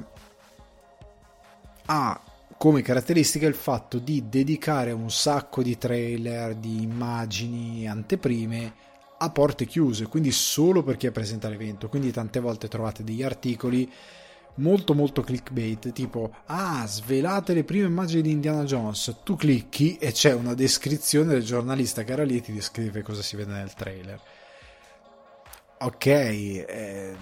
ha come caratteristica il fatto di dedicare un sacco di trailer, di immagini, anteprime a porte chiuse, quindi solo per chi è presente all'evento. Quindi tante volte trovate degli articoli molto molto clickbait, tipo ah, svelate le prime immagini di Indiana Jones, tu clicchi e c'è una descrizione del giornalista che era lì e ti descrive cosa si vede nel trailer. Ok, eh,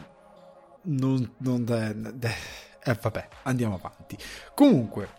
non, non eh, eh, vabbè, andiamo avanti. Comunque,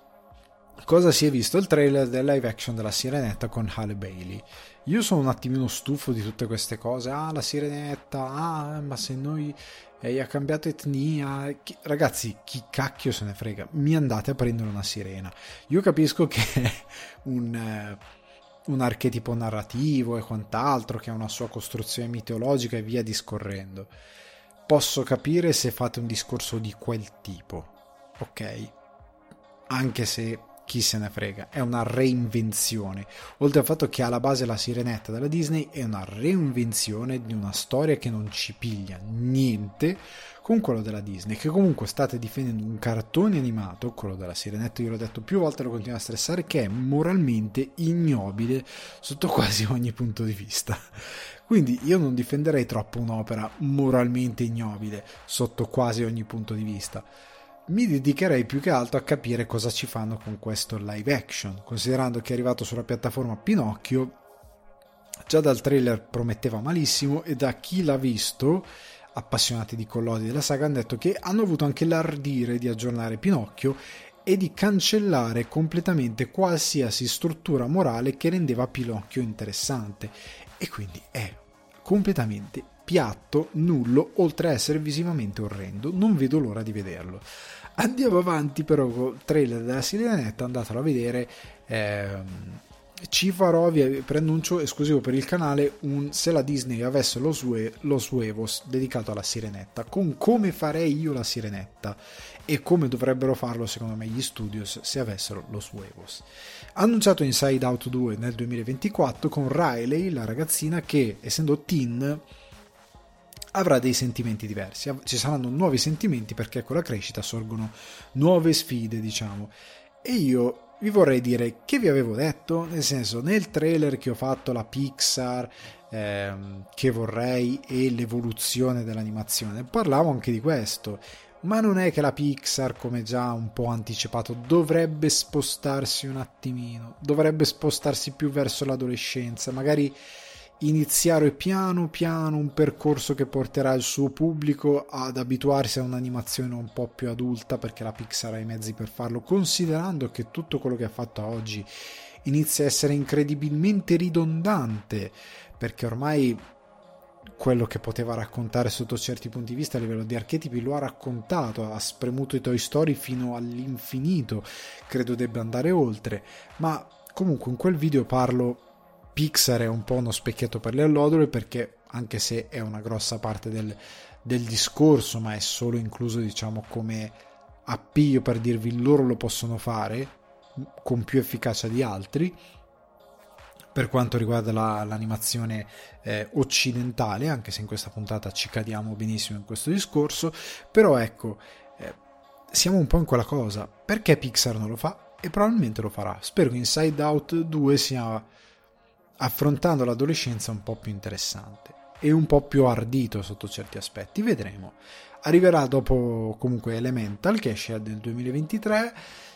cosa si è visto? Il trailer del live action della Sirenetta con Halle Bailey. Io sono un attimino stufo di tutte queste cose. Ah, la Sirenetta, ah, ma se noi eh, ha cambiato etnia. Chi... Ragazzi, chi cacchio se ne frega? Mi andate a prendere una sirena. Io capisco che è un, eh, un archetipo narrativo e quant'altro, che ha una sua costruzione mitologica e via discorrendo. Posso capire se fate un discorso di quel tipo, ok? Anche se chi se ne frega, è una reinvenzione. Oltre al fatto che alla base la Sirenetta della Disney è una reinvenzione di una storia che non ci piglia niente con quello della Disney, che comunque state difendendo un cartone animato, quello della Sirenetta, io l'ho detto più volte, lo continuo a stressare, che è moralmente ignobile sotto quasi ogni punto di vista. Quindi io non difenderei troppo un'opera moralmente ignobile sotto quasi ogni punto di vista. Mi dedicherei più che altro a capire cosa ci fanno con questo live action, considerando che è arrivato sulla piattaforma Pinocchio, già dal trailer prometteva malissimo, e da chi l'ha visto, appassionati di collodi della saga, hanno detto che hanno avuto anche l'ardire di aggiornare Pinocchio e di cancellare completamente qualsiasi struttura morale che rendeva Pinocchio interessante, e quindi è completamente piatto, nullo, oltre a essere visivamente orrendo. Non vedo l'ora di vederlo. Andiamo avanti però con il trailer della Sirenetta, andatelo a vedere. ehm, ci farò, vi preannuncio, esclusivo per il canale, un se la Disney avesse lo, Sue, lo Suevos dedicato alla Sirenetta, con come farei io la Sirenetta e come dovrebbero farlo secondo me gli studios se avessero lo Suevos. Annunciato Inside Out due nel duemilaventiquattro con Riley, la ragazzina che, essendo teen, avrà dei sentimenti diversi, ci saranno nuovi sentimenti perché con la crescita sorgono nuove sfide, diciamo. E io vi vorrei dire che vi avevo detto, nel senso, nel trailer che ho fatto, la Pixar ehm, che vorrei e l'evoluzione dell'animazione, parlavo anche di questo, ma non è che la Pixar, come già un po' anticipato, dovrebbe spostarsi un attimino, dovrebbe spostarsi più verso l'adolescenza, magari iniziare piano piano un percorso che porterà il suo pubblico ad abituarsi a un'animazione un po' più adulta, perché la Pixar ha i mezzi per farlo, considerando che tutto quello che ha fatto oggi inizia a essere incredibilmente ridondante, perché ormai quello che poteva raccontare sotto certi punti di vista a livello di archetipi lo ha raccontato, ha spremuto i Toy Story fino all'infinito, credo debba andare oltre, ma comunque in quel video parlo. Pixar è un po' uno specchietto per le allodole, perché anche se è una grossa parte del, del discorso, ma è solo incluso, diciamo, come appiglio per dirvi loro lo possono fare con più efficacia di altri per quanto riguarda la, l'animazione eh, occidentale, anche se in questa puntata ci cadiamo benissimo in questo discorso, però ecco, eh, siamo un po' in quella cosa, perché Pixar non lo fa e probabilmente lo farà. Spero che Inside Out due sia, affrontando l'adolescenza, un po' più interessante e un po' più ardito sotto certi aspetti, vedremo. Arriverà dopo comunque Elemental, che esce nel duemilaventitré.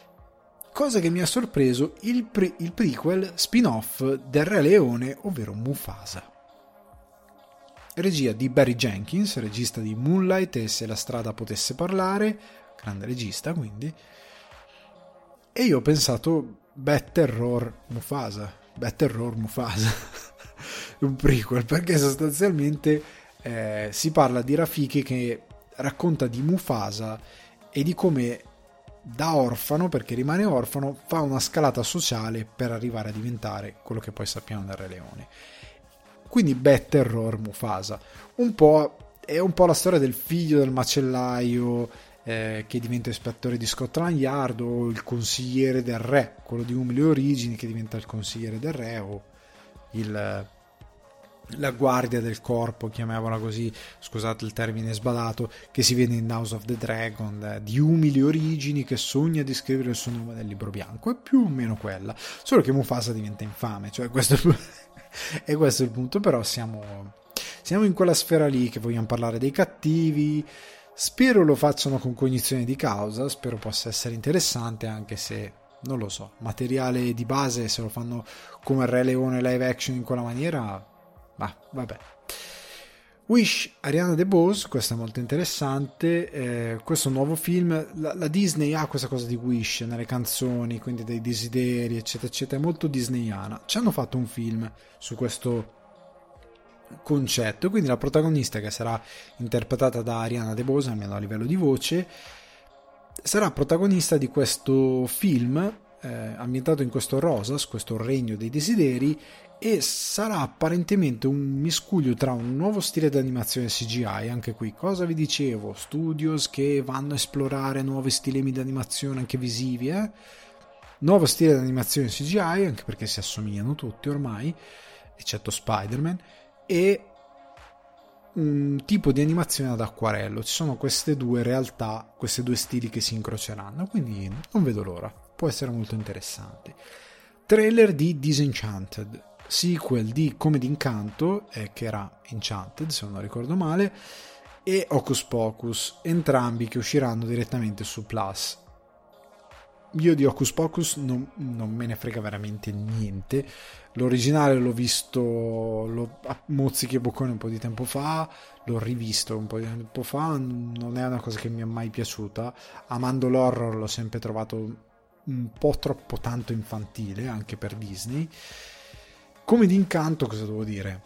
Cosa che mi ha sorpreso, il, pre- il prequel spin-off del Re Leone, ovvero Mufasa, regia di Barry Jenkins, regista di Moonlight e Se la strada potesse parlare, grande regista quindi, e io ho pensato Bad Terror Mufasa Bad Terror Mufasa un prequel, perché sostanzialmente eh, si parla di Rafiki che racconta di Mufasa e di come da orfano, perché rimane orfano, fa una scalata sociale per arrivare a diventare quello che poi sappiamo del Re Leone. Quindi Bad Terror Mufasa. Un po' è un po' la storia del figlio del macellaio eh, che diventa ispettore di Scotland Yard, o il consigliere del re, quello di umili origini che diventa il consigliere del re, o il la guardia del corpo, chiamiamola così, scusate il termine sbadato, che si vede in House of the Dragon, eh, di umili origini, che sogna di scrivere il suo nome nel libro bianco. È più o meno quella, solo che Mufasa diventa infame, cioè questo è, questo è il punto. Però siamo siamo in quella sfera lì, che vogliamo parlare dei cattivi. Spero lo facciano con cognizione di causa, spero possa essere interessante, anche se non lo so, materiale di base, se lo fanno come il Re Leone live action in quella maniera, ma vabbè. Wish, Ariana DeBose, questo è molto interessante. Eh, questo nuovo film, la, la Disney ha questa cosa di Wish nelle canzoni, quindi dei desideri eccetera eccetera, è molto disneyana. Ci hanno fatto un film su questo concetto, quindi la protagonista, che sarà interpretata da Ariana DeBose, almeno a livello di voce, sarà protagonista di questo film eh, ambientato in questo Rosas, questo regno dei desideri, e sarà apparentemente un miscuglio tra un nuovo stile di animazione C G I. Anche qui, cosa vi dicevo, studios che vanno a esplorare nuovi stili di animazione anche visivi, eh? Nuovo stile di animazione C G I, anche perché si assomigliano tutti ormai, eccetto Spider-Man, e un tipo di animazione ad acquarello. Ci sono queste due realtà, questi due stili che si incroceranno, quindi non vedo l'ora, può essere molto interessante. Trailer di Disenchanted, sequel di Come d'Incanto, eh, che era Enchanted se non ricordo male, e Hocus Pocus, entrambi che usciranno direttamente su Plus. Io di Hocus Pocus non, non me ne frega veramente niente. L'originale l'ho visto, lo a mozzichi e boccone un po' di tempo fa, l'ho rivisto un po' di tempo fa, non è una cosa che mi è mai piaciuta. Amando l'horror, l'ho sempre trovato un po' troppo tanto infantile, anche per Disney. Come d'Incanto, cosa devo dire?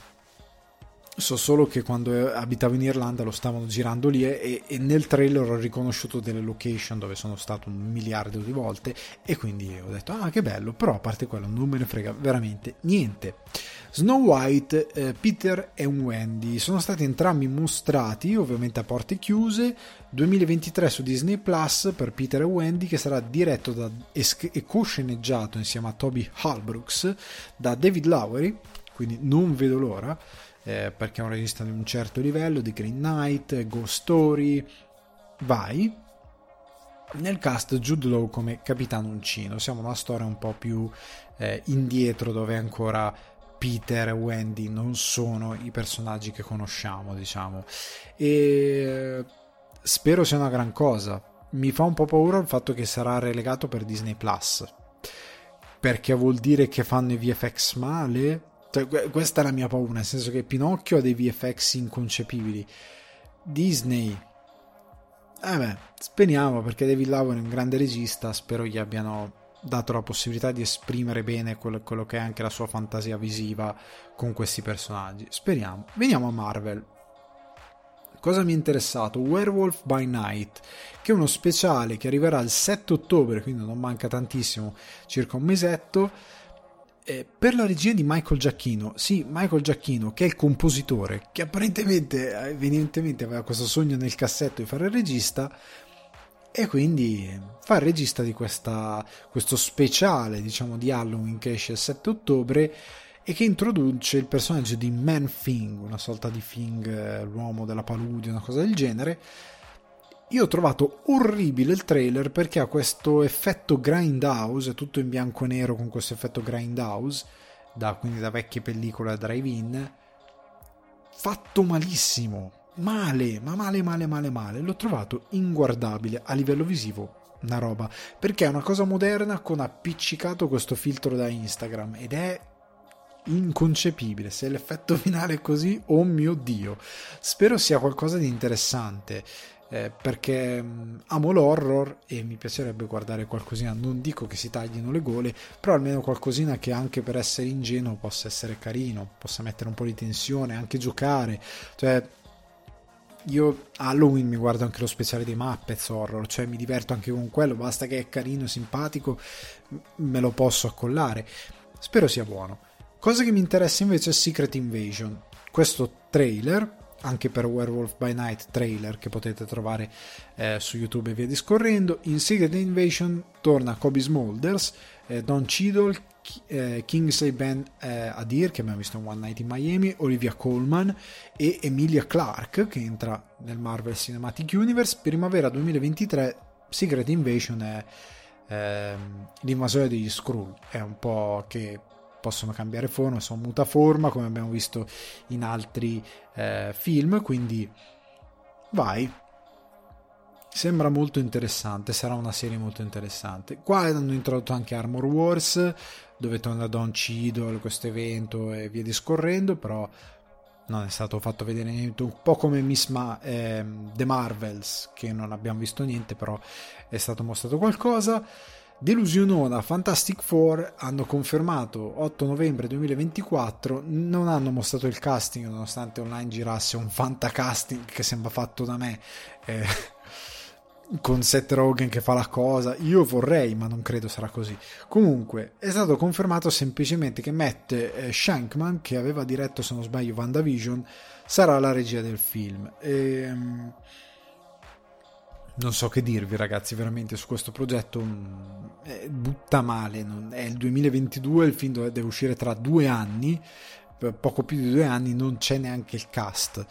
So solo che quando abitavo in Irlanda lo stavano girando lì, e, e nel trailer ho riconosciuto delle location dove sono stato un miliardo di volte, e quindi ho detto ah che bello, però a parte quello non me ne frega veramente niente. Snow White, eh, Peter e Wendy sono stati entrambi mostrati, ovviamente a porte chiuse, duemilaventitré su Disney Plus per Peter e Wendy, che sarà diretto da, e, e co-sceneggiato insieme a Toby Halbrooks da David Lowery, quindi non vedo l'ora. Eh, perché è un regista di un certo livello, di Green Knight, Ghost Story, vai. Nel cast Jude Law come Capitano Uncino. Siamo una storia un po' più eh, indietro, dove ancora Peter e Wendy non sono i personaggi che conosciamo, diciamo, e spero sia una gran cosa. Mi fa un po' paura il fatto che sarà relegato per Disney Plus, perché vuol dire che fanno i V F X male. Questa è la mia paura, nel senso che Pinocchio ha dei V F X inconcepibili. Disney, eh beh, speriamo, perché David Lowery è un grande regista, spero gli abbiano dato la possibilità di esprimere bene quello, quello che è anche la sua fantasia visiva con questi personaggi, speriamo. Veniamo a Marvel. Cosa mi è interessato? Werewolf by Night, che è uno speciale che arriverà il sette ottobre, quindi non manca tantissimo, circa un mesetto, per la regia di Michael Giacchino. Sì, Michael Giacchino, che è il compositore, che apparentemente evidentemente aveva questo sogno nel cassetto di fare il regista, e quindi fa il regista di questa, questo speciale, diciamo, di Halloween, che esce il sette ottobre, e che introduce il personaggio di Man-Thing, una sorta di Thing, l'uomo della palude, una cosa del genere. Io ho trovato orribile il trailer, perché ha questo effetto Grindhouse, è tutto in bianco e nero con questo effetto Grindhouse, da, quindi da vecchie pellicole a drive-in, fatto malissimo, male, ma male male male male, l'ho trovato inguardabile a livello visivo, una roba, perché è una cosa moderna con appiccicato questo filtro da Instagram, ed è inconcepibile. Se l'effetto finale è così, oh mio Dio, spero sia qualcosa di interessante. eh, perché mh, amo l'horror e mi piacerebbe guardare qualcosina, non dico che si taglino le gole, però almeno qualcosina che anche per essere ingenuo possa essere carino, possa mettere un po' di tensione, anche giocare, cioè io Halloween mi guardo anche lo speciale dei Muppets horror, cioè mi diverto anche con quello, basta che è carino, simpatico, me lo posso accollare, spero sia buono. Cosa che mi interessa invece è Secret Invasion, questo trailer anche per Werewolf by Night trailer che potete trovare eh, su YouTube e via discorrendo. In Secret Invasion torna Cobie Smulders, eh, Don Cheadle, eh, Kingsley Ben eh, Adir, che abbiamo visto in One Night in Miami, Olivia Colman e Emilia Clarke, che entra nel Marvel Cinematic Universe. Primavera duemilaventitré Secret Invasion è eh, l'invasione degli Skrull, è un po' che possono cambiare forma, sono mutaforma come abbiamo visto in altri eh, film, quindi vai, sembra molto interessante, sarà una serie molto interessante. Qua hanno introdotto anche Armor Wars, dove torna Don Cheadle, questo evento e via discorrendo, però non è stato fatto vedere niente, un po' come Miss Ma- eh, The Marvels, che non abbiamo visto niente, però è stato mostrato qualcosa. Delusionona, Fantastic Four hanno confermato otto novembre duemilaventiquattro, non hanno mostrato il casting nonostante online girasse un fantacasting che sembra fatto da me, eh, con Seth Rogen che fa la cosa, io vorrei ma non credo sarà così. Comunque è stato confermato semplicemente che Matt eh, Shankman, che aveva diretto se non sbaglio WandaVision, sarà la regia del film. E, non so che dirvi ragazzi, veramente su questo progetto eh, butta male, non, è il duemilaventidue, il film deve uscire tra due anni, poco più di due anni, non c'è neanche il cast.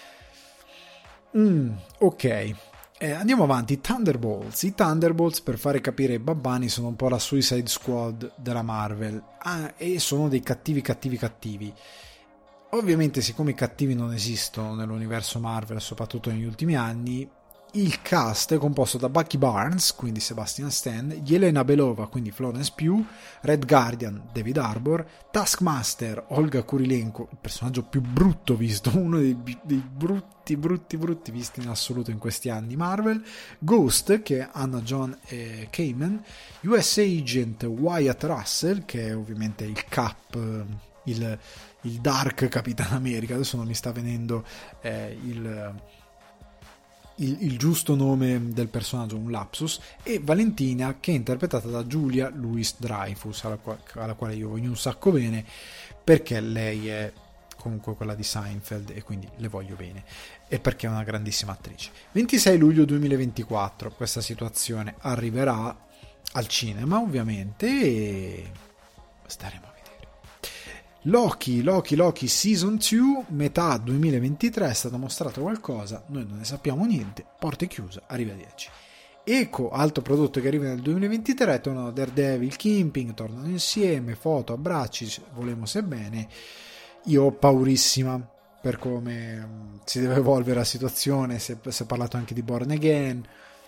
Mm, ok, eh, andiamo avanti. Thunderbolts. I Thunderbolts, per fare capire ai babbani, sono un po' la Suicide Squad della Marvel, ah, e sono dei cattivi cattivi cattivi. Ovviamente, siccome i cattivi non esistono nell'universo Marvel, soprattutto negli ultimi anni, il cast è composto da Bucky Barnes, quindi Sebastian Stan, Yelena Belova, quindi Florence Pugh, Red Guardian, David Harbour, Taskmaster, Olga Kurilenko, il personaggio più brutto visto, uno dei, dei brutti, brutti, brutti visti in assoluto in questi anni Marvel, Ghost, che è Anna John eh, Kamen, U S Agent Wyatt Russell, che è ovviamente il Cap, il, il Dark Capitan America, adesso non mi sta venendo eh, il... Il, il giusto nome del personaggio, un lapsus, e Valentina, che è interpretata da Julia Louis-Dreyfus, alla, qua, alla quale io voglio un sacco bene perché lei è comunque quella di Seinfeld e quindi le voglio bene e perché è una grandissima attrice. ventisei luglio duemilaventiquattro questa situazione arriverà al cinema ovviamente e staremo a vedere. Loki, Loki, Loki Season due, metà duemilaventitré è stato mostrato qualcosa, noi non ne sappiamo niente, porte chiuse, arrivederci. Eco, altro prodotto che arriva nel duemilaventitré, tornano Daredevil, Kingpin, tornano insieme, foto, abbracci, volemo sebbene. Io ho paurissima per come si deve evolvere la situazione, si è, si è parlato anche di Born Again.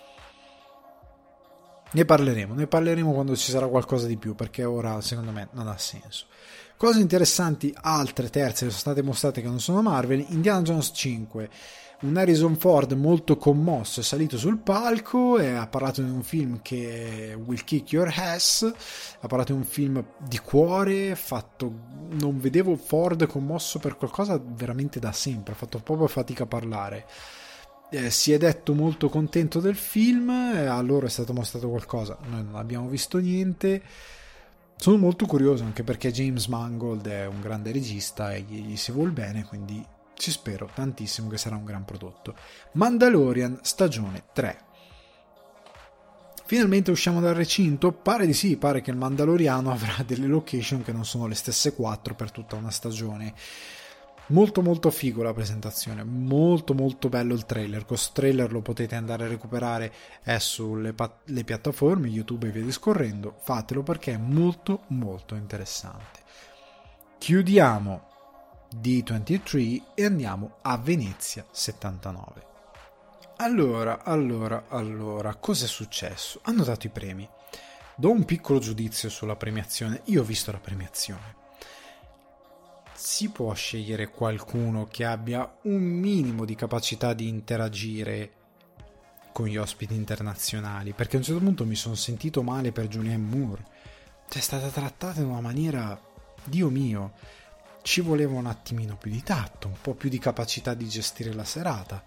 Ne parleremo, ne parleremo quando ci sarà qualcosa di più, perché ora secondo me non ha senso. Cose interessanti, altre terze che sono state mostrate che non sono Marvel. Indiana Jones cinque, un Harrison Ford molto commosso è salito sul palco e ha parlato di un film che will kick your ass, ha parlato di un film di cuore fatto, non vedevo Ford commosso per qualcosa veramente da sempre, ha fatto proprio fatica a parlare. Eh, si è detto molto contento del film, eh, a loro è stato mostrato qualcosa, noi non abbiamo visto niente. Sono molto curioso anche perché James Mangold è un grande regista e gli, gli si vuol bene, quindi ci spero tantissimo che sarà un gran prodotto. Mandalorian stagione tre. Finalmente usciamo dal recinto? Pare di sì, pare che il Mandaloriano avrà delle location che non sono le stesse quattro per tutta una stagione. Molto molto figo la presentazione, molto molto bello il trailer. Questo trailer lo potete andare a recuperare, è sulle pa- le piattaforme YouTube e via discorrendo, fatelo perché è molto molto interessante. Chiudiamo D ventitré e andiamo a Venezia settantanove. Allora, allora, allora, cosa è successo? Hanno dato i premi. Do un piccolo giudizio sulla premiazione. Io ho visto la premiazione. Si può scegliere qualcuno che abbia un minimo di capacità di interagire con gli ospiti internazionali, perché a un certo punto mi sono sentito male per Julianne Moore. Cioè, è stata trattata in una maniera, Dio mio, ci voleva un attimino più di tatto, un po' più di capacità di gestire la serata.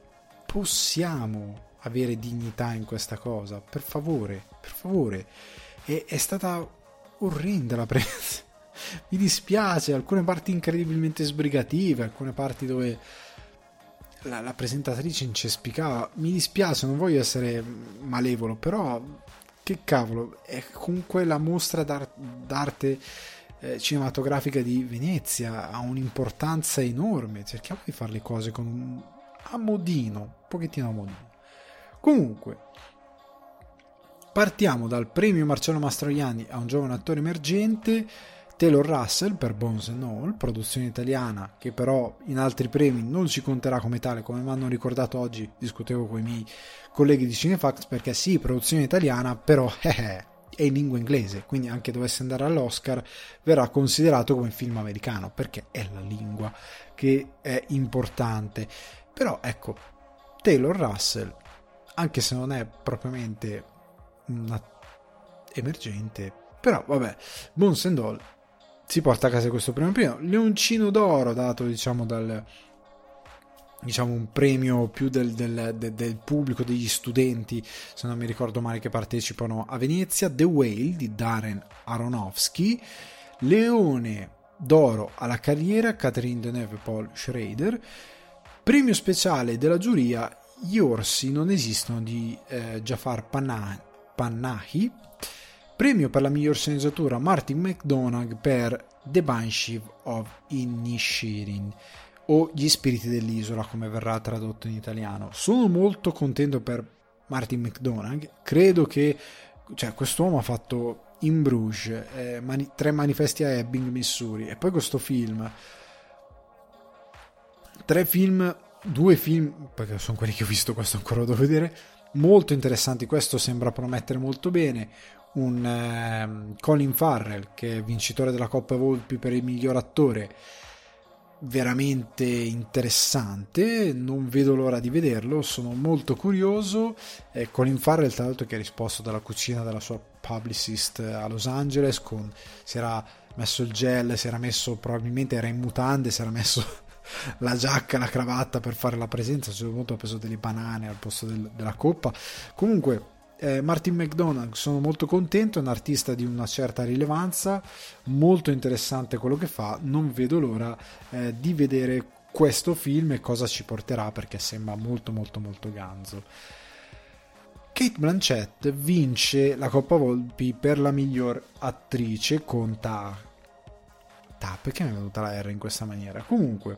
Possiamo avere dignità in questa cosa, per favore, per favore. E è stata orrenda la presenza. Mi dispiace, alcune parti incredibilmente sbrigative, alcune parti dove la, la presentatrice incespicava. Mi dispiace, non voglio essere malevolo, però che cavolo, è comunque la mostra d'ar- d'arte eh, cinematografica di Venezia, ha un'importanza enorme. Cerchiamo di fare le cose con un a modino, un pochettino a modino. Comunque, partiamo dal premio Marcello Mastroianni a un giovane attore emergente, Taylor Russell per Bones and All, produzione italiana che però in altri premi non ci conterà come tale, come mi hanno ricordato oggi, discutevo con i miei colleghi di Cinefax, perché sì, produzione italiana, però eh, è in lingua inglese, quindi anche dovesse andare all'Oscar verrà considerato come film americano, perché è la lingua che è importante. Però ecco, Taylor Russell, anche se non è propriamente una emergente, però vabbè, Bones and All si porta a casa questo primo premio, leoncino d'oro dato diciamo dal diciamo un premio più del, del, del, del pubblico, degli studenti, se non mi ricordo male, che partecipano a Venezia. The Whale di Darren Aronofsky, leone d'oro alla carriera Catherine Deneuve e Paul Schrader. Premio speciale della giuria Gli orsi non esistono di eh, Jafar Panahi, Panahi. Premio per la miglior sceneggiatura Martin McDonagh per The Banshee of Inisherin, o Gli spiriti dell'isola come verrà tradotto in italiano. Sono molto contento per Martin McDonagh, credo che cioè, quest'uomo ha fatto In Bruges, eh, mani- tre manifesti a Ebbing, Missouri, e poi questo film, tre film, due film, perché sono quelli che ho visto, questo ancora lo devo vedere, molto interessanti. Questo sembra promettere molto bene. Un eh, Colin Farrell, che è vincitore della Coppa Volpi per il miglior attore, veramente interessante, non vedo l'ora di vederlo, sono molto curioso. eh, Colin Farrell, tra l'altro, che ha risposto dalla cucina della sua publicist a Los Angeles, con, si era messo il gel, si era messo, probabilmente era in mutande, si era messo la giacca, la cravatta per fare la presenza. A un certo punto ha preso delle banane al posto del, della coppa. Comunque eh, Martin McDonagh, sono molto contento, è un artista di una certa rilevanza, molto interessante quello che fa, non vedo l'ora eh, di vedere questo film e cosa ci porterà, perché sembra molto molto molto ganzo. Cate Blanchett vince la Coppa Volpi per la miglior attrice con Ta Ta perché mi è venuta la R in questa maniera? Comunque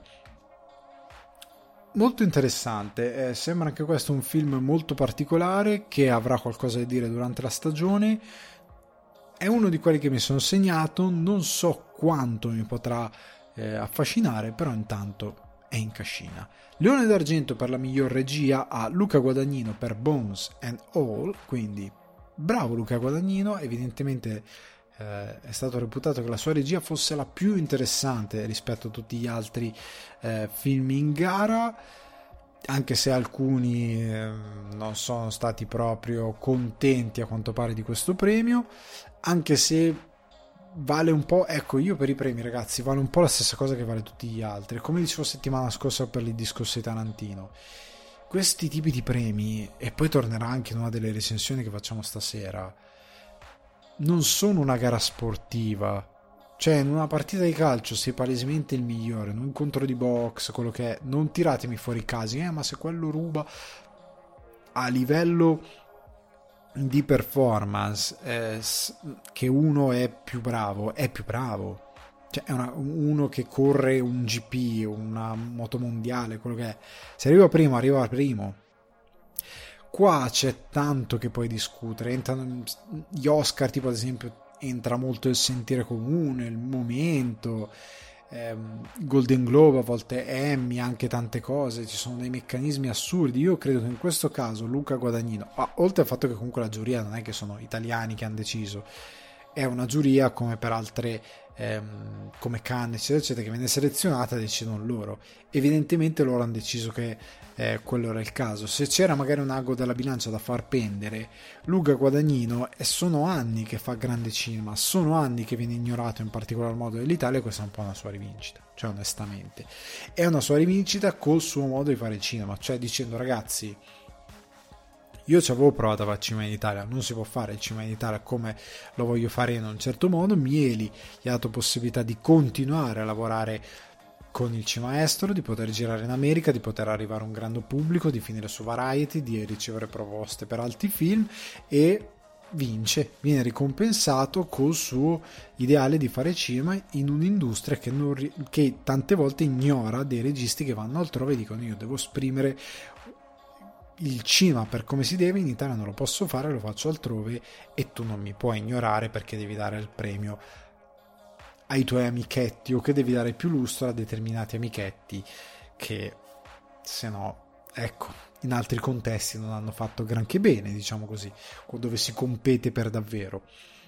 molto interessante, eh, sembra anche questo un film molto particolare che avrà qualcosa da dire durante la stagione. È uno di quelli che mi sono segnato, non so quanto mi potrà eh, affascinare, però intanto è in cascina. Leone d'argento per la miglior regia a Luca Guadagnino per Bones and All, quindi bravo Luca Guadagnino, evidentemente eh, è stato reputato che la sua regia fosse la più interessante rispetto a tutti gli altri eh, film in gara, anche se alcuni eh, non sono stati proprio contenti a quanto pare di questo premio, anche se vale un po', ecco, io per i premi, ragazzi, vale un po' la stessa cosa che vale tutti gli altri. Come dicevo settimana scorsa per il discorso di Tarantino, questi tipi di premi, e poi tornerà anche in una delle recensioni che facciamo stasera, non sono una gara sportiva. Cioè, in una partita di calcio sei palesemente il migliore, in un incontro di box, quello che è, non tiratemi fuori i casi, eh, ma se quello ruba a livello di performance, eh, che uno è più bravo, è più bravo, cioè è una, uno che corre un G P, una moto mondiale, quello che è, se arriva primo arriva primo. Qua c'è tanto che puoi discutere, entrano gli Oscar, tipo ad esempio entra molto il sentire comune, il momento, ehm, Golden Globe, a volte Emmy, anche tante cose, ci sono dei meccanismi assurdi. Io credo che in questo caso Luca Guadagnino, ah, oltre al fatto che comunque la giuria non è che sono italiani che hanno deciso, è una giuria come per altre ehm, come Cannes eccetera eccetera, che viene selezionata, decidono loro. Evidentemente loro hanno deciso che eh, quello era il caso. Se c'era magari un ago della bilancia da far pendere, Luca Guadagnino, e sono anni che fa grande cinema, sono anni che viene ignorato in particolar modo dall'Italia, e questa è un po' una sua rivincita, cioè onestamente è una sua rivincita col suo modo di fare cinema, cioè dicendo ragazzi, io ci avevo provato a fare cinema in Italia, non si può fare il cinema in Italia come lo voglio fare in un certo modo. Mieli gli ha dato possibilità di continuare a lavorare con il cinema estero, di poter girare in America, di poter arrivare a un grande pubblico, di finire su Variety, di ricevere proposte per altri film, e vince, viene ricompensato col suo ideale di fare cinema in un'industria che, non, che tante volte ignora dei registi che vanno altrove e dicono io devo esprimere il cinema per come si deve, in Italia non lo posso fare, lo faccio altrove e tu non mi puoi ignorare perché devi dare il premio ai tuoi amichetti, o che devi dare più lustro a determinati amichetti che se no, ecco, in altri contesti non hanno fatto granché bene, diciamo così, dove si compete per davvero.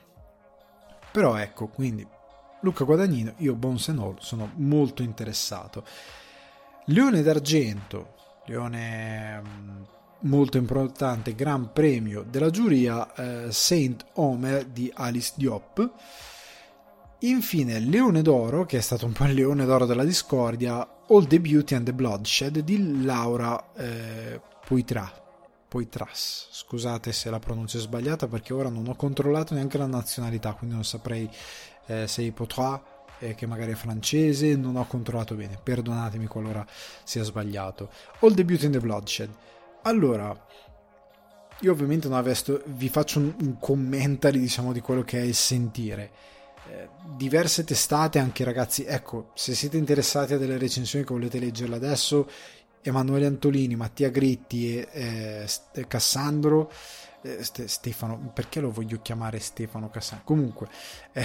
Però ecco, quindi Luca Guadagnino, io Bones and All sono molto interessato. Leone d'argento, leone molto importante, gran premio della giuria, eh, Saint Omer di Alice Diop. Infine Leone d'oro, che è stato un po' il leone d'oro della discordia, All the Beauty and the Bloodshed di Laura eh, Poitras. Poitras, scusate se la pronuncia è sbagliata perché ora non ho controllato neanche la nazionalità, quindi non saprei eh, se è Poitras, eh, che magari è francese, non ho controllato bene, perdonatemi qualora sia sbagliato. All the Beauty and the Bloodshed. Allora, io ovviamente non avevo, vi faccio un, un commentary, diciamo, di quello che è il sentire. Eh, diverse testate, anche ragazzi, ecco, se siete interessati a delle recensioni che volete leggerle adesso, Emanuele Antolini, Mattia Gritti e eh, Cassandro, eh, Ste- Stefano, perché lo voglio chiamare Stefano Cassandro? Comunque, eh,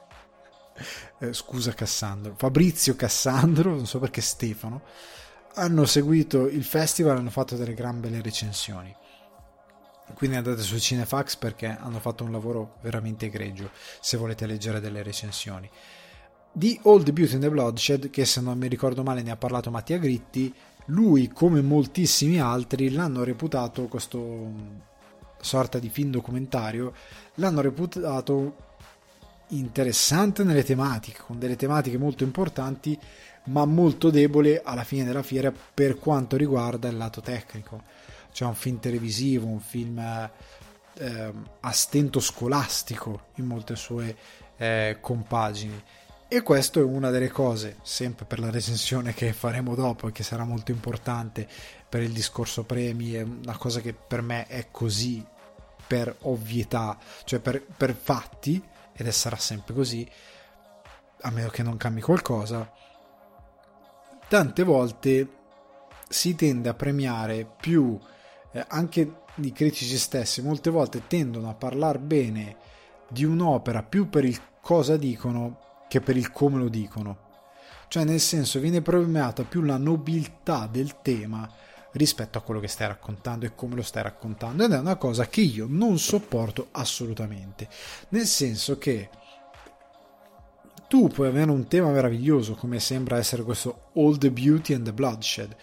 eh, scusa Cassandro, Fabrizio Cassandro, non so perché Stefano, hanno seguito il festival, hanno fatto delle gran belle recensioni, quindi andate su Cinefax perché hanno fatto un lavoro veramente egregio se volete leggere delle recensioni di All the Beauty and the Bloodshed, che se non mi ricordo male ne ha parlato Mattia Gritti. Lui, come moltissimi altri, l'hanno reputato, questo sorta di film documentario, l'hanno reputato interessante nelle tematiche, con delle tematiche molto importanti, ma molto debole alla fine della fiera per quanto riguarda il lato tecnico. C'è un film televisivo, un film eh, a stento scolastico in molte sue eh, compagini, e questo è una delle cose, sempre per la recensione che faremo dopo e che sarà molto importante per il discorso premi, è una cosa che per me è così per ovvietà, cioè per, per fatti, ed è sarà sempre così a meno che non cambi qualcosa. Tante volte si tende a premiare più eh, anche i critici stessi, molte volte tendono a parlare bene di un'opera più per il cosa dicono che per il come lo dicono, cioè nel senso viene premiata più la nobiltà del tema rispetto a quello che stai raccontando e come lo stai raccontando, ed è una cosa che io non sopporto assolutamente, nel senso che tu puoi avere un tema meraviglioso come sembra essere questo All the Beauty and the Bloodshed,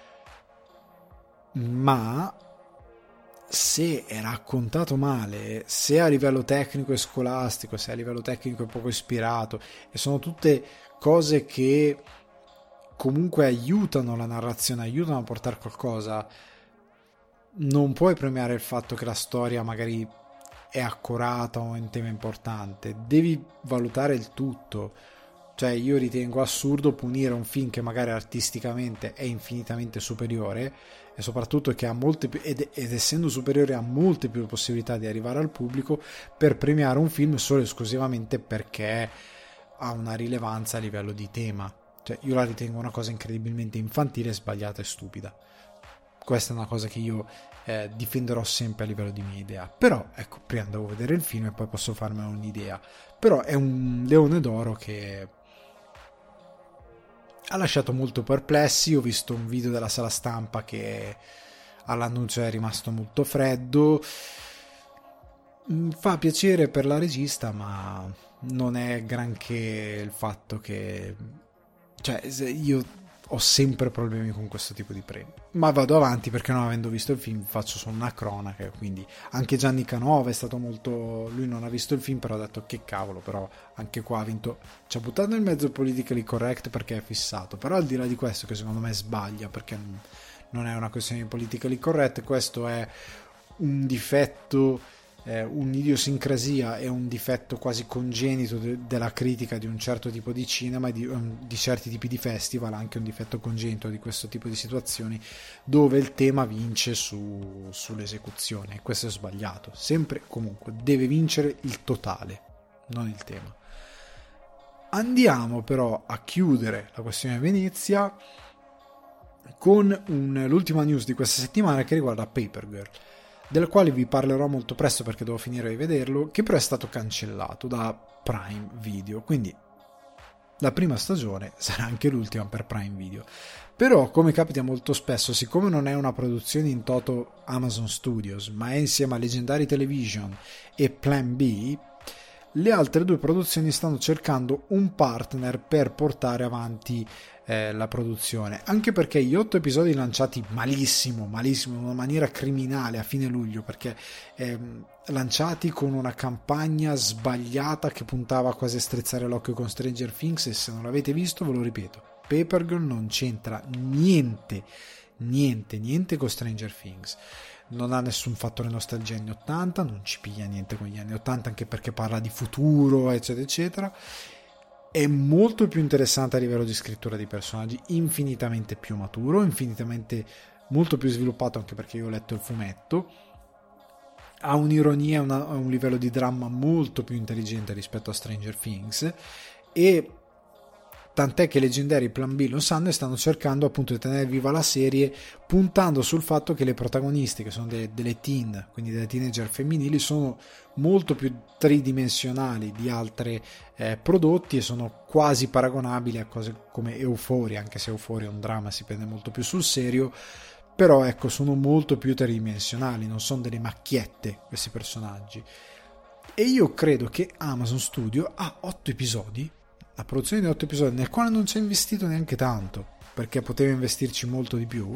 ma se è raccontato male, se a livello tecnico e scolastico, se a livello tecnico è poco ispirato, e sono tutte cose che comunque aiutano la narrazione, aiutano a portare qualcosa, non puoi premiare il fatto che la storia magari è accurata o è un tema importante, devi valutare il tutto. Cioè io ritengo assurdo punire un film che magari artisticamente è infinitamente superiore, e soprattutto che ha molte più, ed, ed essendo superiore ha molte più possibilità di arrivare al pubblico, per premiare un film solo e esclusivamente perché ha una rilevanza a livello di tema. Cioè io la ritengo una cosa incredibilmente infantile, sbagliata e stupida. Questa è una cosa che io eh, difenderò sempre a livello di mia idea, però ecco, prima devo vedere il film e poi posso farmene un'idea. Però è un leone d'oro che ha lasciato molto perplessi. Ho visto un video della sala stampa che all'annuncio è rimasto molto freddo. fa piacere per la regista, ma non è granché il fatto che, cioè, io ho sempre problemi con questo tipo di premi, ma vado avanti perché non avendo visto il film faccio solo una cronaca. Quindi anche Gianni Canova è stato molto, lui non ha visto il film però ha detto che cavolo, però anche qua ha vinto, ci ha buttato nel mezzo politically correct perché è fissato, però al di là di questo, che secondo me sbaglia perché non è una questione di politically correct, questo è un difetto, eh, un'idiosincrasia e un difetto quasi congenito de- della critica di un certo tipo di cinema e di, um, di certi tipi di festival, anche un difetto congenito di questo tipo di situazioni dove il tema vince su, sull'esecuzione, e questo è sbagliato. Sempre, comunque, deve vincere il totale, non il tema. Andiamo però a chiudere la questione Venezia con un, l'ultima news di questa settimana che riguarda Paper Girl, del quale vi parlerò molto presto perché devo finire di vederlo, che però è stato cancellato da Prime Video, quindi la prima stagione sarà anche l'ultima per Prime Video. Però, come capita molto spesso, siccome non è una produzione in toto Amazon Studios, ma è insieme a Legendary Television e Plan B, le altre due produzioni stanno cercando un partner per portare avanti eh, la produzione, anche perché gli otto episodi lanciati malissimo, malissimo, in una maniera criminale a fine luglio, perché ehm, lanciati con una campagna sbagliata che puntava quasi a strizzare l'occhio con Stranger Things, e se non l'avete visto ve lo ripeto, Paper Girl non c'entra niente, niente, niente con Stranger Things. Non ha nessun fattore nostalgia anni ottanta, non ci piglia niente con gli anni ottanta, anche perché parla di futuro, eccetera, eccetera. È molto più interessante a livello di scrittura di personaggi, infinitamente più maturo, infinitamente molto più sviluppato, anche perché io ho letto il fumetto. Ha un'ironia e un livello di dramma molto più intelligente rispetto a Stranger Things, e tant'è che Leggendari Plan B lo sanno e stanno cercando appunto di tenere viva la serie, puntando sul fatto che le protagoniste, che sono de- delle teen, quindi delle teenager femminili, sono molto più tridimensionali di altri eh, prodotti e sono quasi paragonabili a cose come Euphoria, anche se Euphoria è un dramma, si prende molto più sul serio, però ecco, sono molto più tridimensionali, non sono delle macchiette questi personaggi. E io credo che Amazon Studio ha otto episodi, la produzione di otto episodi, nel quale non ci ha investito neanche tanto, perché poteva investirci molto di più,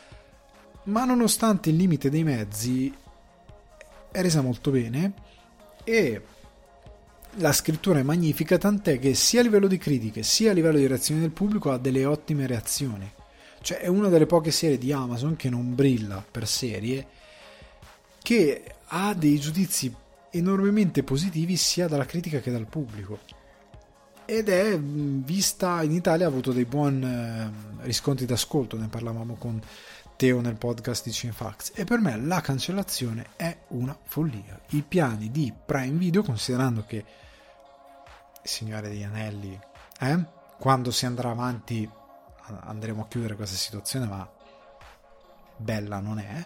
ma nonostante il limite dei mezzi è resa molto bene e la scrittura è magnifica, tant'è che sia a livello di critiche sia a livello di reazioni del pubblico ha delle ottime reazioni. Cioè è una delle poche serie di Amazon che non brilla per serie, che ha dei giudizi enormemente positivi sia dalla critica che dal pubblico, ed è vista in Italia, ha avuto dei buoni eh, riscontri d'ascolto, ne parlavamo con Teo nel podcast di Cinefax, e per me la cancellazione è una follia. I piani di Prime Video, considerando che il Signore degli Anelli, eh, quando si andrà avanti andremo a chiudere questa situazione, ma bella non è,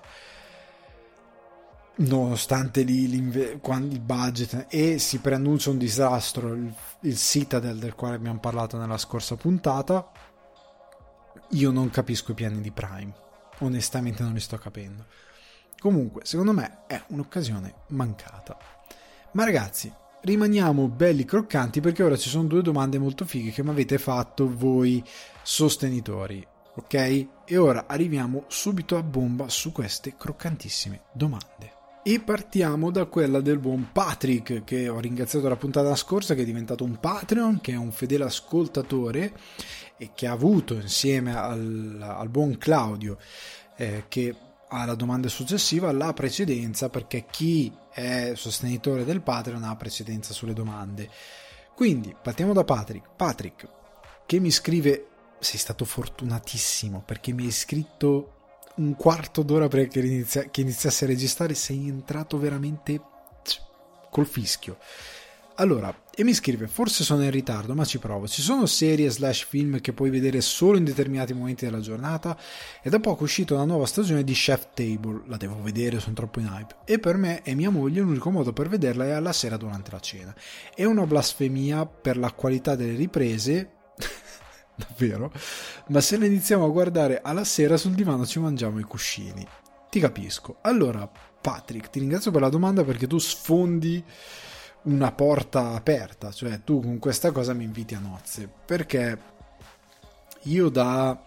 nonostante il budget, e si preannuncia un disastro, il, il Citadel del quale abbiamo parlato nella scorsa puntata. Io non capisco i piani di Prime, onestamente non li sto capendo. Comunque secondo me è un'occasione mancata. Ma ragazzi, rimaniamo belli croccanti, perché ora ci sono due domande molto fighe che mi avete fatto voi sostenitori, ok? E ora arriviamo subito a bomba su queste croccantissime domande. E partiamo da quella del buon Patrick, che ho ringraziato la puntata scorsa, che è diventato un Patreon, che è un fedele ascoltatore e che ha avuto insieme al, al buon Claudio, eh, che ha la domanda successiva, la precedenza, perché chi è sostenitore del Patreon ha precedenza sulle domande. Quindi partiamo da Patrick. Patrick, che mi scrive: sei stato fortunatissimo perché mi hai scritto un quarto d'ora prima che, inizia, che iniziasse a registrare, sei entrato veramente col fischio. Allora, e mi scrive: forse sono in ritardo, ma ci provo. Ci sono serie slash film che puoi vedere solo in determinati momenti della giornata, e da poco è uscita una nuova stagione di Chef Table, la devo vedere, sono troppo in hype, e per me e mia moglie l'unico modo per vederla è alla sera durante la cena. È una blasfemia per la qualità delle riprese, davvero, ma se la iniziamo a guardare alla sera sul divano ci mangiamo i cuscini. ti capisco. Allora, Patrick, ti ringrazio per la domanda, perché tu sfondi una porta aperta, cioè tu con questa cosa mi inviti a nozze, perché io da,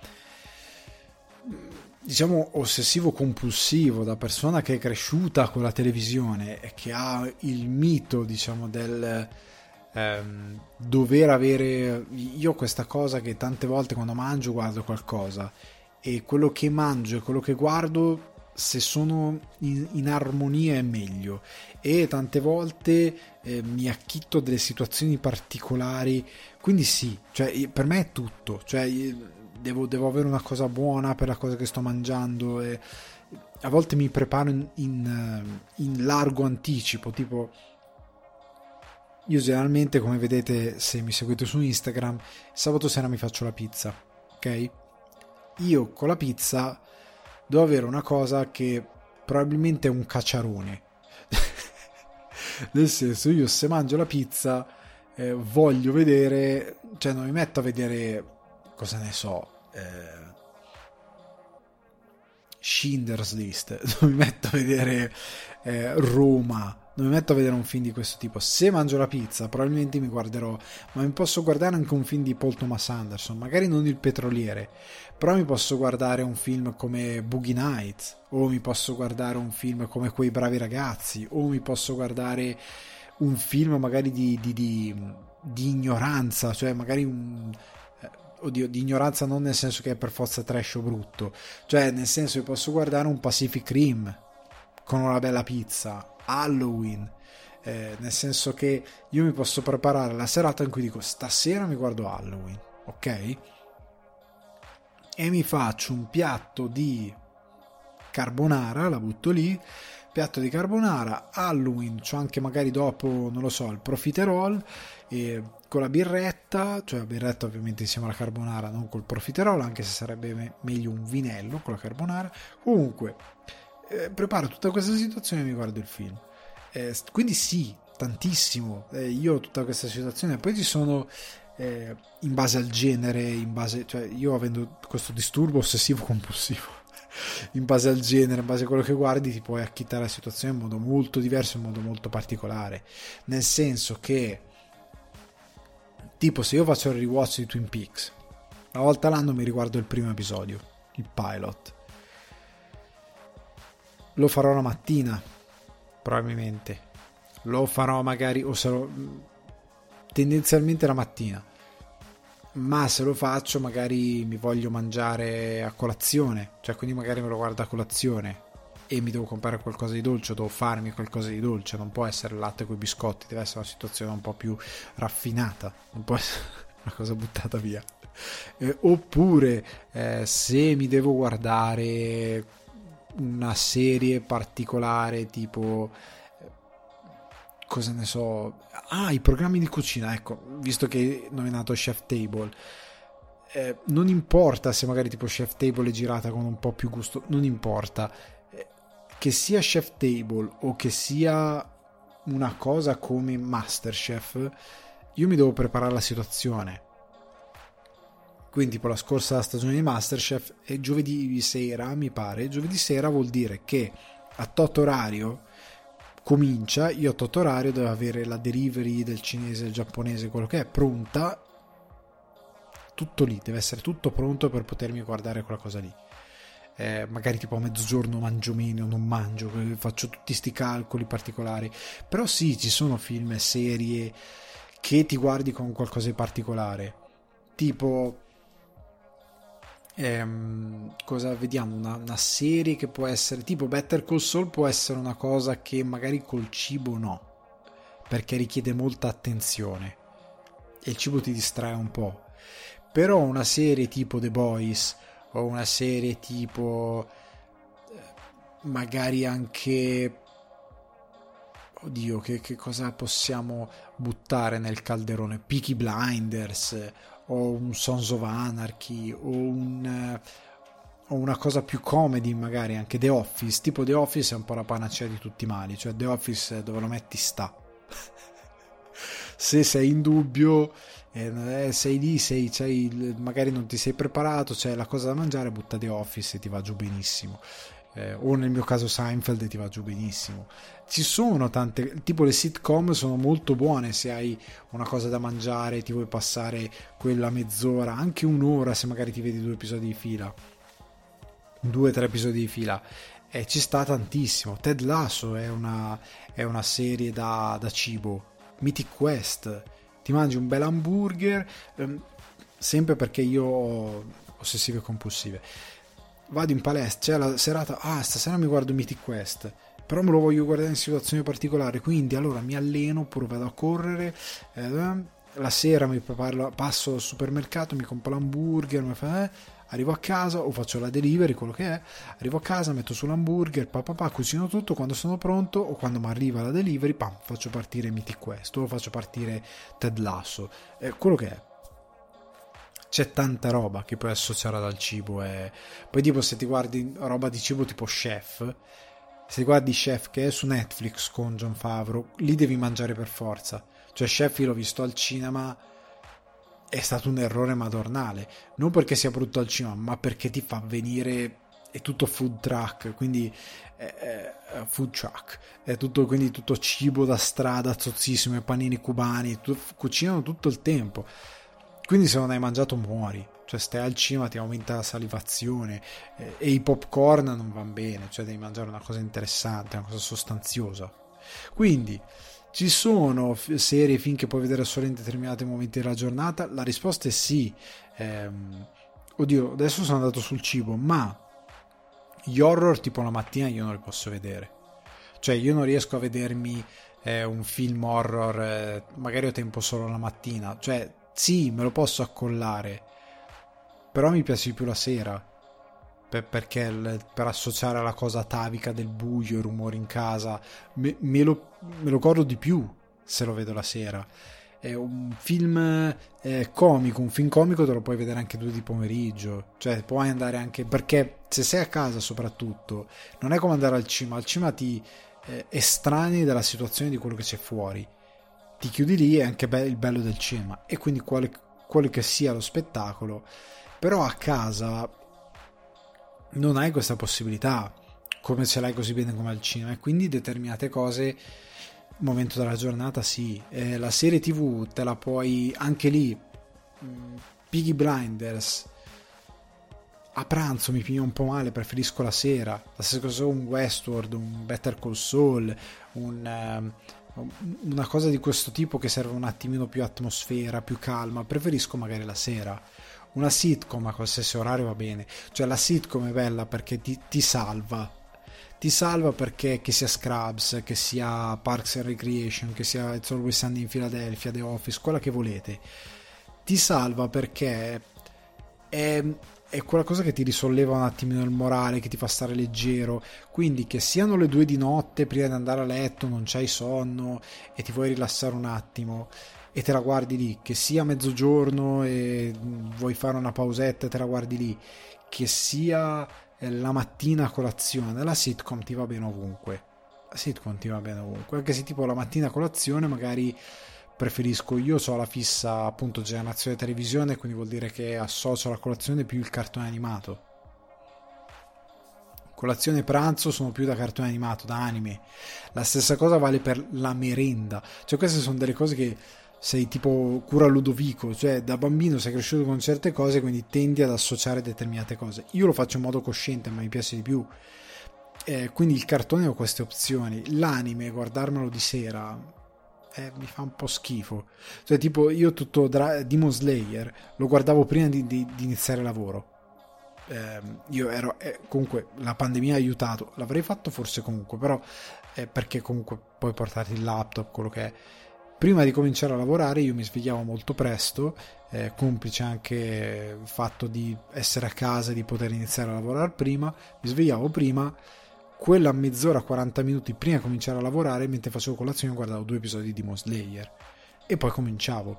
diciamo, ossessivo compulsivo, da persona che è cresciuta con la televisione e che ha il mito, diciamo, del ehm, dover avere, io ho questa cosa che tante volte quando mangio guardo qualcosa, e quello che mangio e quello che guardo, se sono in, in armonia, è meglio, e tante volte eh, mi acchitto delle situazioni particolari, quindi sì, cioè per me è tutto, cioè devo, devo avere una cosa buona per la cosa che sto mangiando, e a volte mi preparo in, in, in largo anticipo, tipo io generalmente, come vedete se mi seguite su Instagram, sabato sera mi faccio la pizza, ok? Io con la pizza devo avere una cosa che probabilmente è un cacciarone. Nel senso, io se mangio la pizza eh, voglio vedere, cioè non mi metto a vedere, cosa ne so, eh, Schindler's List, non mi metto a vedere eh, Roma, non mi metto a vedere un film di questo tipo. Se mangio la pizza probabilmente mi guarderò, ma mi posso guardare anche un film di Paul Thomas Anderson, magari non Il Petroliere, però mi posso guardare un film come Boogie Nights, o mi posso guardare un film come Quei bravi ragazzi, o mi posso guardare un film magari di, di, di, di ignoranza, cioè magari un oddio, di ignoranza non nel senso che è per forza trash o brutto, cioè nel senso che posso guardare un Pacific Rim con una bella pizza, Halloween, eh, nel senso che io mi posso preparare la serata in cui dico stasera mi guardo Halloween, ok? E mi faccio un piatto di carbonara, la butto lì, piatto di carbonara, Halloween, c'ho anche magari dopo, non lo so, il profiterol, e con la birretta, cioè la birretta ovviamente insieme alla carbonara, non col profiterol, anche se sarebbe me- meglio un vinello con la carbonara. Comunque eh, preparo tutta questa situazione e mi guardo il film, eh, quindi sì, tantissimo, eh, io ho tutta questa situazione. Poi ci sono eh, in base al genere, in base, cioè io avendo questo disturbo ossessivo compulsivo, in base al genere, in base a quello che guardi, ti puoi acchittare la situazione in modo molto diverso, in modo molto particolare, nel senso che tipo se io faccio il rewatch di Twin Peaks, una volta l'anno mi riguardo il primo episodio, il pilot, lo farò la mattina probabilmente, lo farò magari o sarò tendenzialmente la mattina, ma se lo faccio magari mi voglio mangiare a colazione, cioè quindi magari me lo guardo a colazione e mi devo comprare qualcosa di dolce, devo farmi qualcosa di dolce, non può essere il latte con i biscotti, deve essere una situazione un po' più raffinata, non può essere una cosa buttata via. Eh, oppure eh, se mi devo guardare una serie particolare tipo cosa ne so, ah, i programmi di cucina, ecco, visto che hai nominato Chef Table, eh, non importa se magari tipo Chef Table è girata con un po' più gusto, non importa, eh, che sia Chef Table o che sia una cosa come MasterChef, io mi devo preparare la situazione. Quindi tipo la scorsa stagione di MasterChef è giovedì sera, mi pare, giovedì sera vuol dire che a tot orario comincia, io a tot orario devo avere la delivery del cinese, del giapponese, quello che è, pronta, tutto lì, deve essere tutto pronto per potermi guardare quella cosa lì. Eh, magari tipo a mezzogiorno mangio meno, non mangio, faccio tutti sti calcoli particolari, però sì, ci sono film e serie che ti guardi con qualcosa di particolare, tipo Ehm, cosa vediamo, una, una serie che può essere tipo Better Call Saul, può essere una cosa che magari col cibo no, perché richiede molta attenzione e il cibo ti distrae un po', però una serie tipo The Boys o una serie tipo magari anche oddio che, che cosa possiamo buttare nel calderone, Peaky Blinders o un Sons of Anarchy o, un, o una cosa più comedy, magari anche The Office, tipo The Office è un po' la panacea di tutti i mali, cioè The Office dove lo metti sta. Se sei in dubbio eh, sei lì, sei, c'hai, magari non ti sei preparato, c'è la cosa da mangiare, butta The Office e ti va giù benissimo. eh, o nel mio caso Seinfeld, e ti va giù benissimo. Ci sono tante, tipo le sitcom sono molto buone se hai una cosa da mangiare, ti vuoi passare quella mezz'ora, anche un'ora, se magari ti vedi due episodi di fila, due o tre episodi di fila, e ci sta tantissimo. Ted Lasso è una, è una serie da, da cibo. Mythic Quest, ti mangi un bel hamburger, ehm, sempre perché io ho ossessive compulsive, vado in palestra, c'è la serata, ah stasera mi guardo Mythic Quest, però me lo voglio guardare in situazioni particolari, quindi allora mi alleno oppure vado a correre, eh, la sera mi preparo, passo al supermercato, mi compro l'hamburger, mi fa, eh, arrivo a casa o faccio la delivery, quello che è, arrivo a casa, metto sull'hamburger, pa, pa, pa, cucino tutto, quando sono pronto o quando mi arriva la delivery, pam, faccio partire Mythic Quest o faccio partire Ted Lasso, eh, quello che è. C'è tanta roba che puoi associare dal cibo, e poi tipo se ti guardi roba di cibo tipo Chef, se ti guardi Chef che è su Netflix con Jon Favreau, lì devi mangiare per forza. Cioè Chef io l'ho visto al cinema, è stato un errore madornale, non perché sia brutto al cinema, ma perché ti fa venire, è tutto food truck, quindi è, è, food truck è tutto, quindi tutto cibo da strada, zozzissimo, e panini cubani, tu, cucinano tutto il tempo, quindi se non hai mangiato muori, cioè stai al cinema, ti aumenta la salivazione, eh, e i popcorn non vanno bene, cioè devi mangiare una cosa interessante, una cosa sostanziosa. Quindi ci sono serie, film che puoi vedere solo in determinati momenti della giornata? La risposta è sì. Ehm, oddio, adesso sono andato sul cibo, ma gli horror tipo la mattina io non li posso vedere. Cioè io non riesco a vedermi eh, un film horror, eh, magari ho tempo solo la mattina. Cioè sì, me lo posso accollare, però mi piace di più la sera. Per, perché per associare alla cosa atavica del buio, i rumori in casa, me, me, lo, me lo godo di più se lo vedo la sera. È un film eh, comico, un film comico te lo puoi vedere anche due di pomeriggio, cioè puoi andare anche, perché se sei a casa soprattutto non è come andare al cinema, al cinema ti eh, estranei dalla situazione di quello che c'è fuori, ti chiudi lì, è anche be- il bello del cinema, e quindi quale, quale che sia lo spettacolo, però a casa non hai questa possibilità come ce l'hai così bene come al cinema, e quindi determinate cose momento della giornata sì. Eh, la serie tv te la puoi anche lì, mh, Peaky Blinders a pranzo mi piglia un po' male, preferisco la sera. La stessa cosa un Westworld, un Better Call Saul, un, um, una cosa di questo tipo che serve un attimino più atmosfera, più calma, preferisco magari la sera. Una sitcom a qualsiasi orario va bene, cioè la sitcom è bella perché ti, ti salva, ti salva perché che sia Scrubs, che sia Parks and Recreation, che sia It's Always Sunny in Philadelphia, The Office, quella che volete, ti salva perché è, è quella cosa che ti risolleva un attimino il morale, che ti fa stare leggero, quindi che siano le due di notte prima di andare a letto, non c'hai sonno e ti vuoi rilassare un attimo e te la guardi lì, che sia mezzogiorno e vuoi fare una pausetta e te la guardi lì, che sia la mattina a colazione, la sitcom ti va bene ovunque. La sitcom ti va bene ovunque, anche se tipo la mattina a colazione magari preferisco, io so la fissa appunto generazione televisione, quindi vuol dire che associo alla colazione più il cartone animato. Colazione e pranzo sono più da cartone animato, da anime. La stessa cosa vale per la merenda, cioè queste sono delle cose che sei tipo cura Ludovico, cioè da bambino sei cresciuto con certe cose, quindi tendi ad associare determinate cose. Io lo faccio in modo cosciente, ma mi piace di più, eh, quindi il cartone ho queste opzioni. L'anime, guardarmelo di sera, eh, mi fa un po' schifo, cioè tipo io tutto Dra- Demon Slayer lo guardavo prima di, di, di iniziare lavoro. Eh, io ero eh, comunque la pandemia ha aiutato, l'avrei fatto forse comunque, però eh, perché comunque puoi portarti il laptop, quello che è. Prima di cominciare a lavorare io mi svegliavo molto presto, eh, complice anche il fatto di essere a casa e di poter iniziare a lavorare prima, mi svegliavo prima, quella mezz'ora, quaranta minuti prima di cominciare a lavorare, mentre facevo colazione guardavo due episodi di Demon Slayer e poi cominciavo.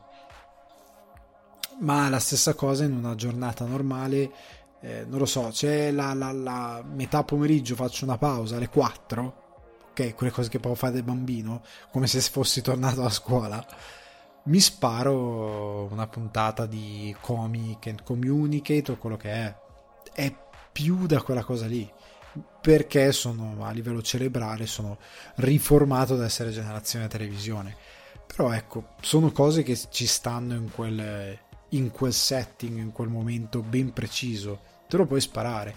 Ma la stessa cosa in una giornata normale, eh, non lo so, c'è la, la, la metà pomeriggio, faccio una pausa alle quattro, ok, quelle cose che proprio fa del bambino, come se fossi tornato a scuola, mi sparo una puntata di Comic and Communicate o quello che è, è più da quella cosa lì, perché sono a livello cerebrale sono riformato da essere generazione televisione. Però ecco, sono cose che ci stanno in quel, in quel setting, in quel momento ben preciso, te lo puoi sparare.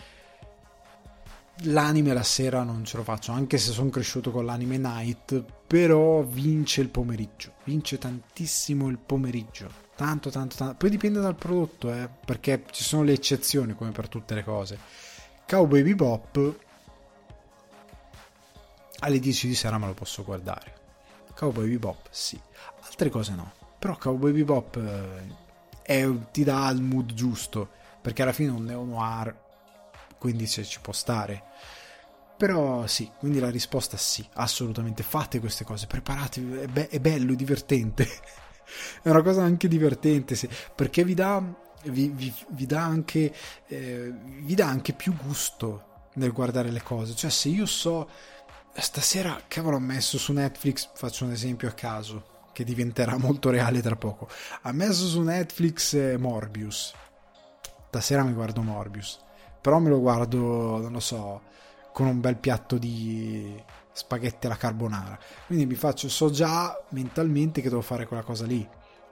L'anime la sera non ce lo faccio, anche se sono cresciuto con l'anime night, però vince il pomeriggio, vince tantissimo il pomeriggio, tanto tanto tanto, poi dipende dal prodotto, eh, perché ci sono le eccezioni come per tutte le cose. Cowboy Bebop alle dieci di sera me lo posso guardare, Cowboy Bebop sì, altre cose no, però Cowboy Bebop eh, è, ti dà il mood giusto, perché alla fine è un neo-noir, quindi se ci può stare. Però sì, quindi la risposta sì, assolutamente, fate queste cose, preparatevi, è, be- è bello, è divertente. È una cosa anche divertente, sì, perché vi dà vi, vi, vi dà anche eh, vi dà anche più gusto nel guardare le cose. Cioè, se io so stasera, cavolo, ho messo su Netflix, faccio un esempio a caso che diventerà molto reale tra poco, ha messo su Netflix eh, Morbius, stasera mi guardo Morbius, però me lo guardo, non lo so, con un bel piatto di spaghetti alla carbonara, quindi mi faccio, so già mentalmente che devo fare quella cosa lì,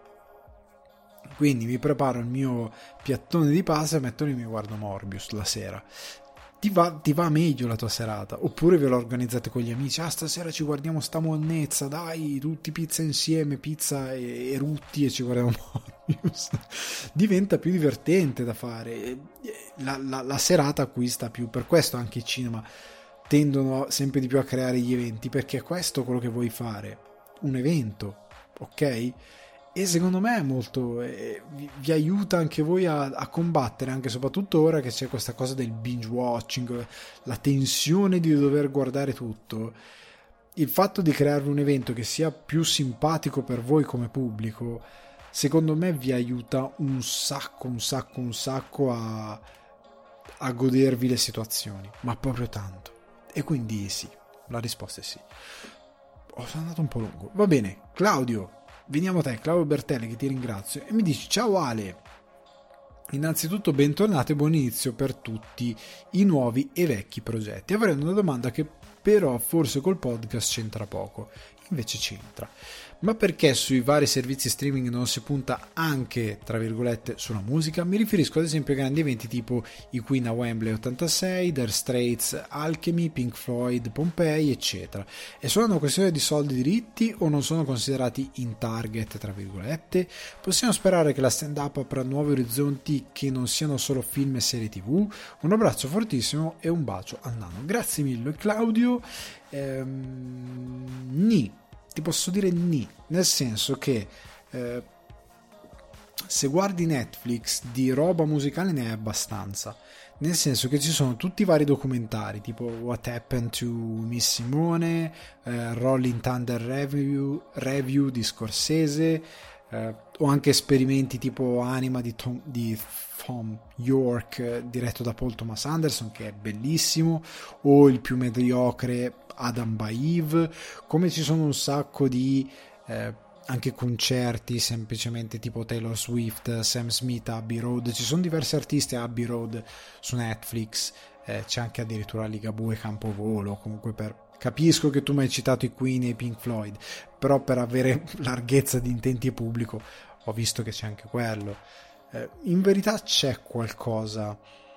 quindi mi preparo il mio piattone di pasta e metto lì e mi guardo Morbius la sera. Ti va, ti va meglio la tua serata, oppure ve lo organizzate con gli amici, ah stasera ci guardiamo sta monnezza, dai, tutti pizza insieme, pizza e, e rutti, e ci guardiamo Morbius. Diventa più divertente da fare, la, la, la serata acquista più, per questo anche i cinema tendono sempre di più a creare gli eventi, perché questo è quello che vuoi fare, un evento, ok? E secondo me è molto eh, vi, vi aiuta anche voi a, a combattere, anche soprattutto ora che c'è questa cosa del binge watching, la tensione di dover guardare tutto. Il fatto di creare un evento che sia più simpatico per voi come pubblico, secondo me vi aiuta un sacco, un sacco, un sacco a, a godervi le situazioni, ma proprio tanto. E quindi sì, la risposta è sì. Oh, sono andato un po' lungo. Va bene, Claudio, veniamo a te, Claudio Bertelli, che ti ringrazio, e mi dici: ciao Ale, innanzitutto bentornato e buon inizio per tutti i nuovi e vecchi progetti. Avrei una domanda che però forse col podcast c'entra poco, invece c'entra. Ma perché sui vari servizi streaming non si punta anche, tra virgolette, sulla musica? Mi riferisco ad esempio a grandi eventi tipo i Queen a Wembley ottantasei, Dire Straits, Alchemy, Pink Floyd, Pompei, eccetera. È solo una questione di soldi diritti o non sono considerati in target, tra virgolette? Possiamo sperare che la stand-up apra nuovi orizzonti che non siano solo film e serie tv? Un abbraccio fortissimo e un bacio al nano. Grazie mille Claudio. Ehm, ni. Ti posso dire ni, nel senso che eh, se guardi Netflix di roba musicale ne hai abbastanza, nel senso che ci sono tutti i vari documentari tipo What Happened to Miss Simone, eh, Rolling Thunder Review, Review di Scorsese, eh, o anche esperimenti tipo Anima di Tom, di Tom York eh, diretto da Paul Thomas Anderson, che è bellissimo, o il più mediocre Adam Baive, come ci sono un sacco di eh, anche concerti semplicemente tipo Taylor Swift, Sam Smith, Abbey Road, ci sono diversi artisti a Abbey Road su Netflix, eh, c'è anche addirittura Ligabue Campovolo, comunque per capisco che tu mi hai citato i Queen e i Pink Floyd, però per avere larghezza di intenti e pubblico ho visto che c'è anche quello. Eh, in verità c'è qualcosa.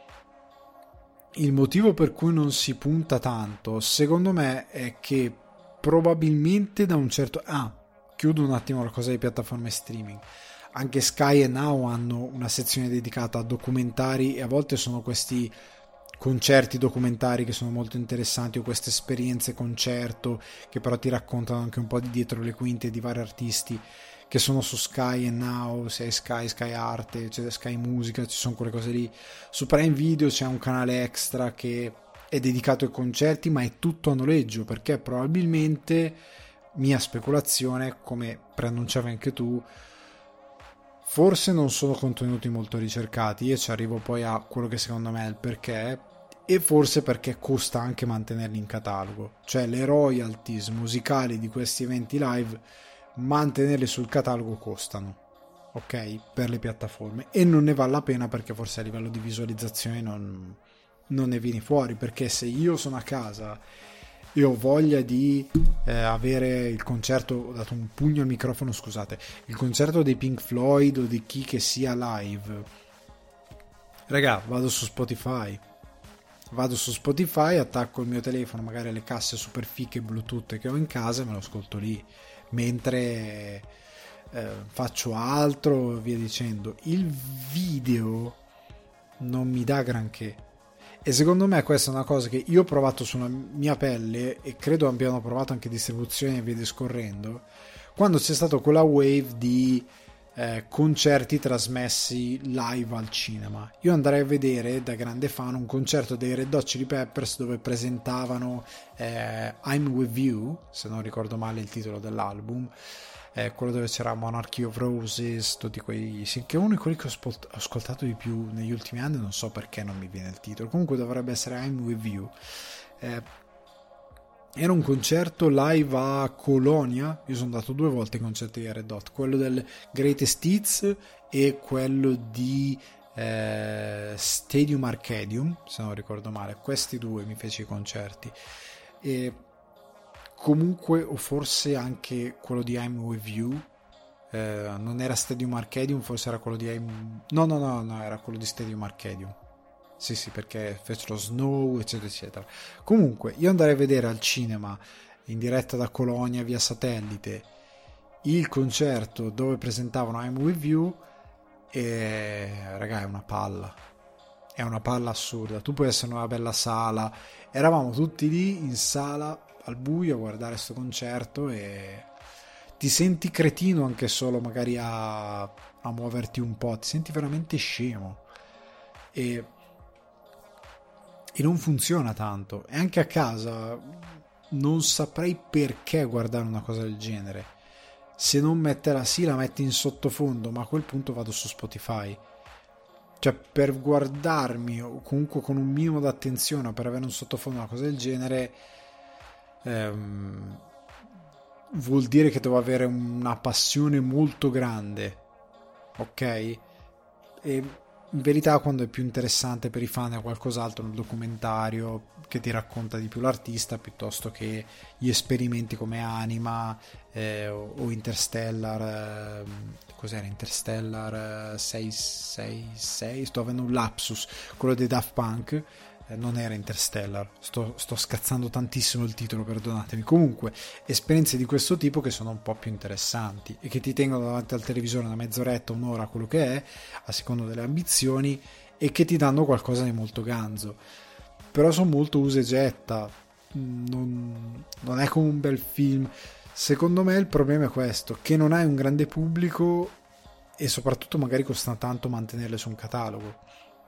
Il motivo per cui non si punta tanto, secondo me, è che probabilmente da un certo... Ah, chiudo un attimo la cosa di piattaforme streaming. Anche Sky e Now hanno una sezione dedicata a documentari e a volte sono questi concerti documentari che sono molto interessanti, o queste esperienze concerto che però ti raccontano anche un po' di dietro le quinte di vari artisti che sono su Sky e Now, se hai Sky, Sky Arte, c'è Sky Musica, ci sono quelle cose lì. Su Prime Video c'è un canale extra che è dedicato ai concerti, ma è tutto a noleggio, perché probabilmente, mia speculazione, come preannunciavi anche tu, forse non sono contenuti molto ricercati, e ci arrivo poi a quello che secondo me è il perché, e forse perché costa anche mantenerli in catalogo, cioè le royalties musicali di questi eventi live, mantenerli sul catalogo costano, ok, per le piattaforme, e non ne vale la pena, perché forse a livello di visualizzazione non, non ne vieni fuori, perché se io sono a casa e ho voglia di eh, avere il concerto, ho dato un pugno al microfono, scusate, il concerto dei Pink Floyd o di chi che sia live, raga, vado su Spotify vado su Spotify, attacco il mio telefono, magari alle casse super fiche Bluetooth che ho in casa, e me lo ascolto lì mentre eh, faccio altro, via dicendo. Il video non mi dà granché, e secondo me questa è una cosa che io ho provato sulla mia pelle, e credo abbiano provato anche distribuzione e via discorrendo, quando c'è stato quella wave di eh, concerti trasmessi live al cinema. Io andrei a vedere, da grande fan, un concerto dei Red Hot Chili Peppers dove presentavano eh, I'm With You, se non ricordo male il titolo dell'album, eh, quello dove c'era Monarchy of Roses, tutti quei, sì, che è uno di quelli che ho ascoltato di più negli ultimi anni, non so perché non mi viene il titolo, comunque dovrebbe essere I'm With You. eh, Era un concerto live a Colonia. Io sono andato due volte ai concerti di Red Hot, quello del Greatest Hits e quello di eh, Stadium Arcadium, se non ricordo male. Questi due mi feci i concerti, e comunque, o forse anche quello di I'm With You, eh, non era Stadium Arcadium, forse era quello di I'm... no no no no era quello di Stadium Arcadium. Sì, sì, perché fecero Snow, eccetera, eccetera. Comunque, io andrei a vedere al cinema, in diretta da Colonia, via satellite, il concerto dove presentavano I'm With You, e, raga, è una palla. È una palla assurda. Tu puoi essere in una bella sala. Eravamo tutti lì, in sala, al buio, a guardare sto concerto, e ti senti cretino anche solo magari a, a muoverti un po'. Ti senti veramente scemo. E... e non funziona tanto, e anche a casa non saprei perché guardare una cosa del genere, se non metterla, sì, la metti in sottofondo, ma a quel punto vado su Spotify, cioè per guardarmi, o comunque con un minimo d'attenzione, per avere un sottofondo, una cosa del genere, ehm, vuol dire che devo avere una passione molto grande, ok? E in verità, quando è più interessante per i fan è qualcos'altro, un documentario che ti racconta di più l'artista, piuttosto che gli esperimenti come Anima eh, o, o Interstellar. Eh, cos'era Interstellar sei sei sei? Sto avendo un lapsus, quello dei Daft Punk. Eh, non era Interstellar, sto, sto scazzando tantissimo il titolo, perdonatemi. Comunque, esperienze di questo tipo che sono un po' più interessanti e che ti tengono davanti al televisore una mezz'oretta, un'ora, quello che è, a seconda delle ambizioni, e che ti danno qualcosa di molto ganzo. Però sono molto usa e getta, non, non è come un bel film. Secondo me il problema è questo, che non hai un grande pubblico, e soprattutto magari costa tanto mantenerle su un catalogo.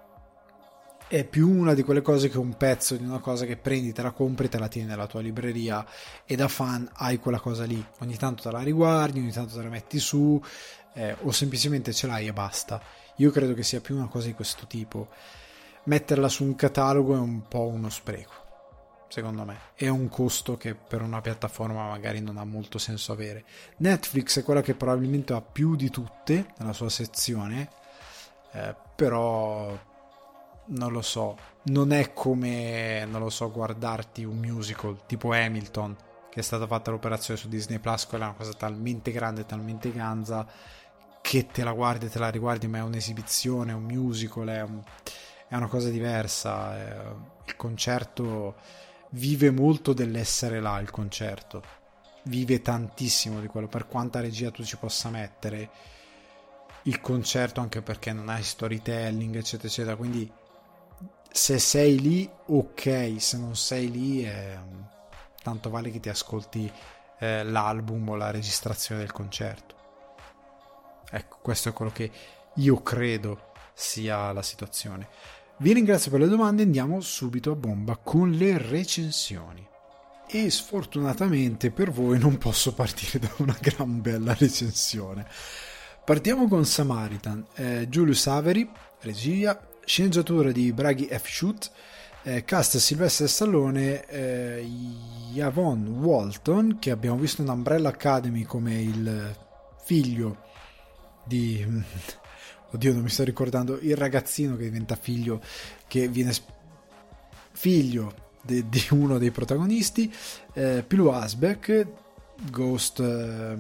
È più una di quelle cose che un pezzo di una cosa che prendi, te la compri, te la tieni nella tua libreria, e da fan hai quella cosa lì, ogni tanto te la riguardi, ogni tanto te la metti su, eh, o semplicemente ce l'hai e basta. Io credo che sia più una cosa di questo tipo. Metterla su un catalogo è un po' uno spreco, secondo me, è un costo che per una piattaforma magari non ha molto senso avere. Netflix è quella che probabilmente ha più di tutte nella sua sezione, eh, però non lo so, non è come, non lo so, guardarti un musical tipo Hamilton, che è stata fatta l'operazione su Disney Plus. Quella è una cosa talmente grande, talmente ganza, che te la guardi e te la riguardi, ma è un'esibizione, è un musical, è, un, è una cosa diversa. È, il concerto vive molto dell'essere là, il concerto vive tantissimo di quello, per quanta regia tu ci possa mettere il concerto, anche perché non hai storytelling, eccetera eccetera, quindi se sei lì ok, se non sei lì eh, tanto vale che ti ascolti eh, l'album o la registrazione del concerto. Ecco, questo è quello che io credo sia la situazione. Vi ringrazio per le domande, andiamo subito a bomba con le recensioni. E sfortunatamente per voi non posso partire da una gran bella recensione. Partiamo con Samaritan, eh, Julius Avery, regia, sceneggiatura di Bragi F. Shoot, eh, cast Sylvester Stallone, eh, Yvonne Walton, che abbiamo visto in Umbrella Academy come il figlio di... oddio, non mi sto ricordando, il ragazzino che diventa figlio, che viene figlio de, di uno dei protagonisti, eh, Pilou Asbæk, Ghost, eh,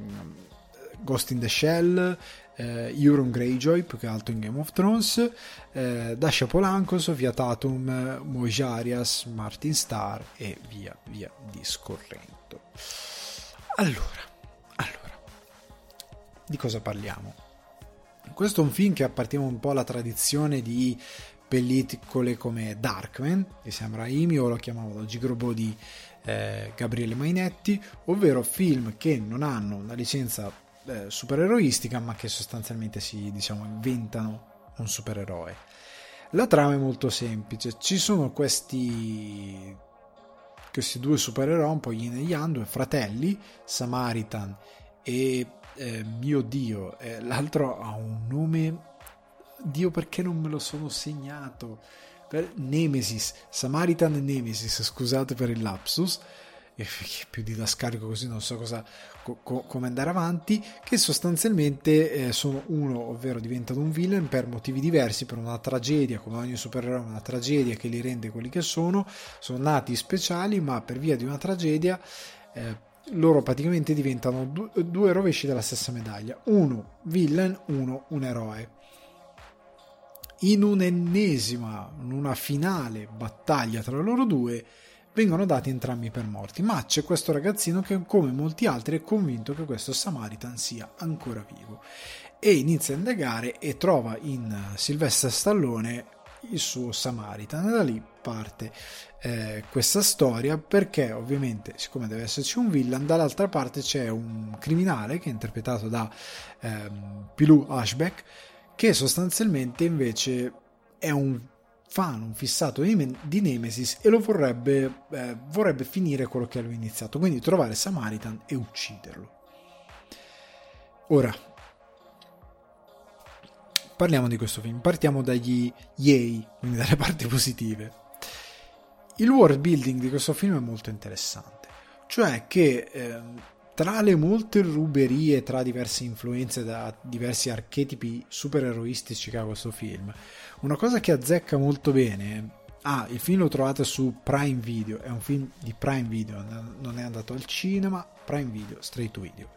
Ghost in the Shell, eh, Euron Greyjoy, più che altro in Game of Thrones, eh, Dasha Polanco, Sofia Tatum, Moise Arias, Martin Starr e via via discorrendo. Allora, allora, di cosa parliamo? Questo è un film che appartiene un po' alla tradizione di pellicole come Darkman di Sam Raimi, o lo chiamavano Gigrobo di eh, Gabriele Mainetti, ovvero film che non hanno una licenza eh, supereroistica, ma che sostanzialmente si, diciamo, inventano un supereroe. La trama è molto semplice: ci sono questi questi due supereroi, un po' yin e yang, due fratelli, Samaritan e eh, mio Dio, eh, l'altro ha un nome, Dio perché non me lo sono segnato, per Nemesis, Samaritan e Nemesis, scusate per il lapsus, e più didascalico così non so cosa, co- co- come andare avanti, che sostanzialmente eh, sono uno, ovvero diventano un villain per motivi diversi, per una tragedia, come ogni supereroe, una tragedia che li rende quelli che sono, sono nati speciali, ma per via di una tragedia eh, loro praticamente diventano du- due rovesci della stessa medaglia, uno villain, uno un eroe. In un'ennesima, in una finale battaglia tra loro due, vengono dati entrambi per morti, ma c'è questo ragazzino che, come molti altri, è convinto che questo Samaritan sia ancora vivo e inizia a indagare e trova in Sylvester Stallone il suo Samaritan, e da lì parte eh, questa storia, perché ovviamente, siccome deve esserci un villain, dall'altra parte c'è un criminale che è interpretato da ehm, Pilou Asbæk, che sostanzialmente invece è un fan, un fissato di, di Nemesis, e lo vorrebbe eh, vorrebbe finire quello che aveva iniziato, quindi trovare Samaritan e ucciderlo. Ora parliamo di questo film, partiamo dagli yay, quindi dalle parti positive. Il world building di questo film è molto interessante, cioè che eh, tra le molte ruberie, tra diverse influenze da diversi archetipi supereroistici che ha questo film, una cosa che azzecca molto bene, ah, il film lo trovate su Prime Video, è un film di Prime Video, non è andato al cinema, Prime Video, straight to video.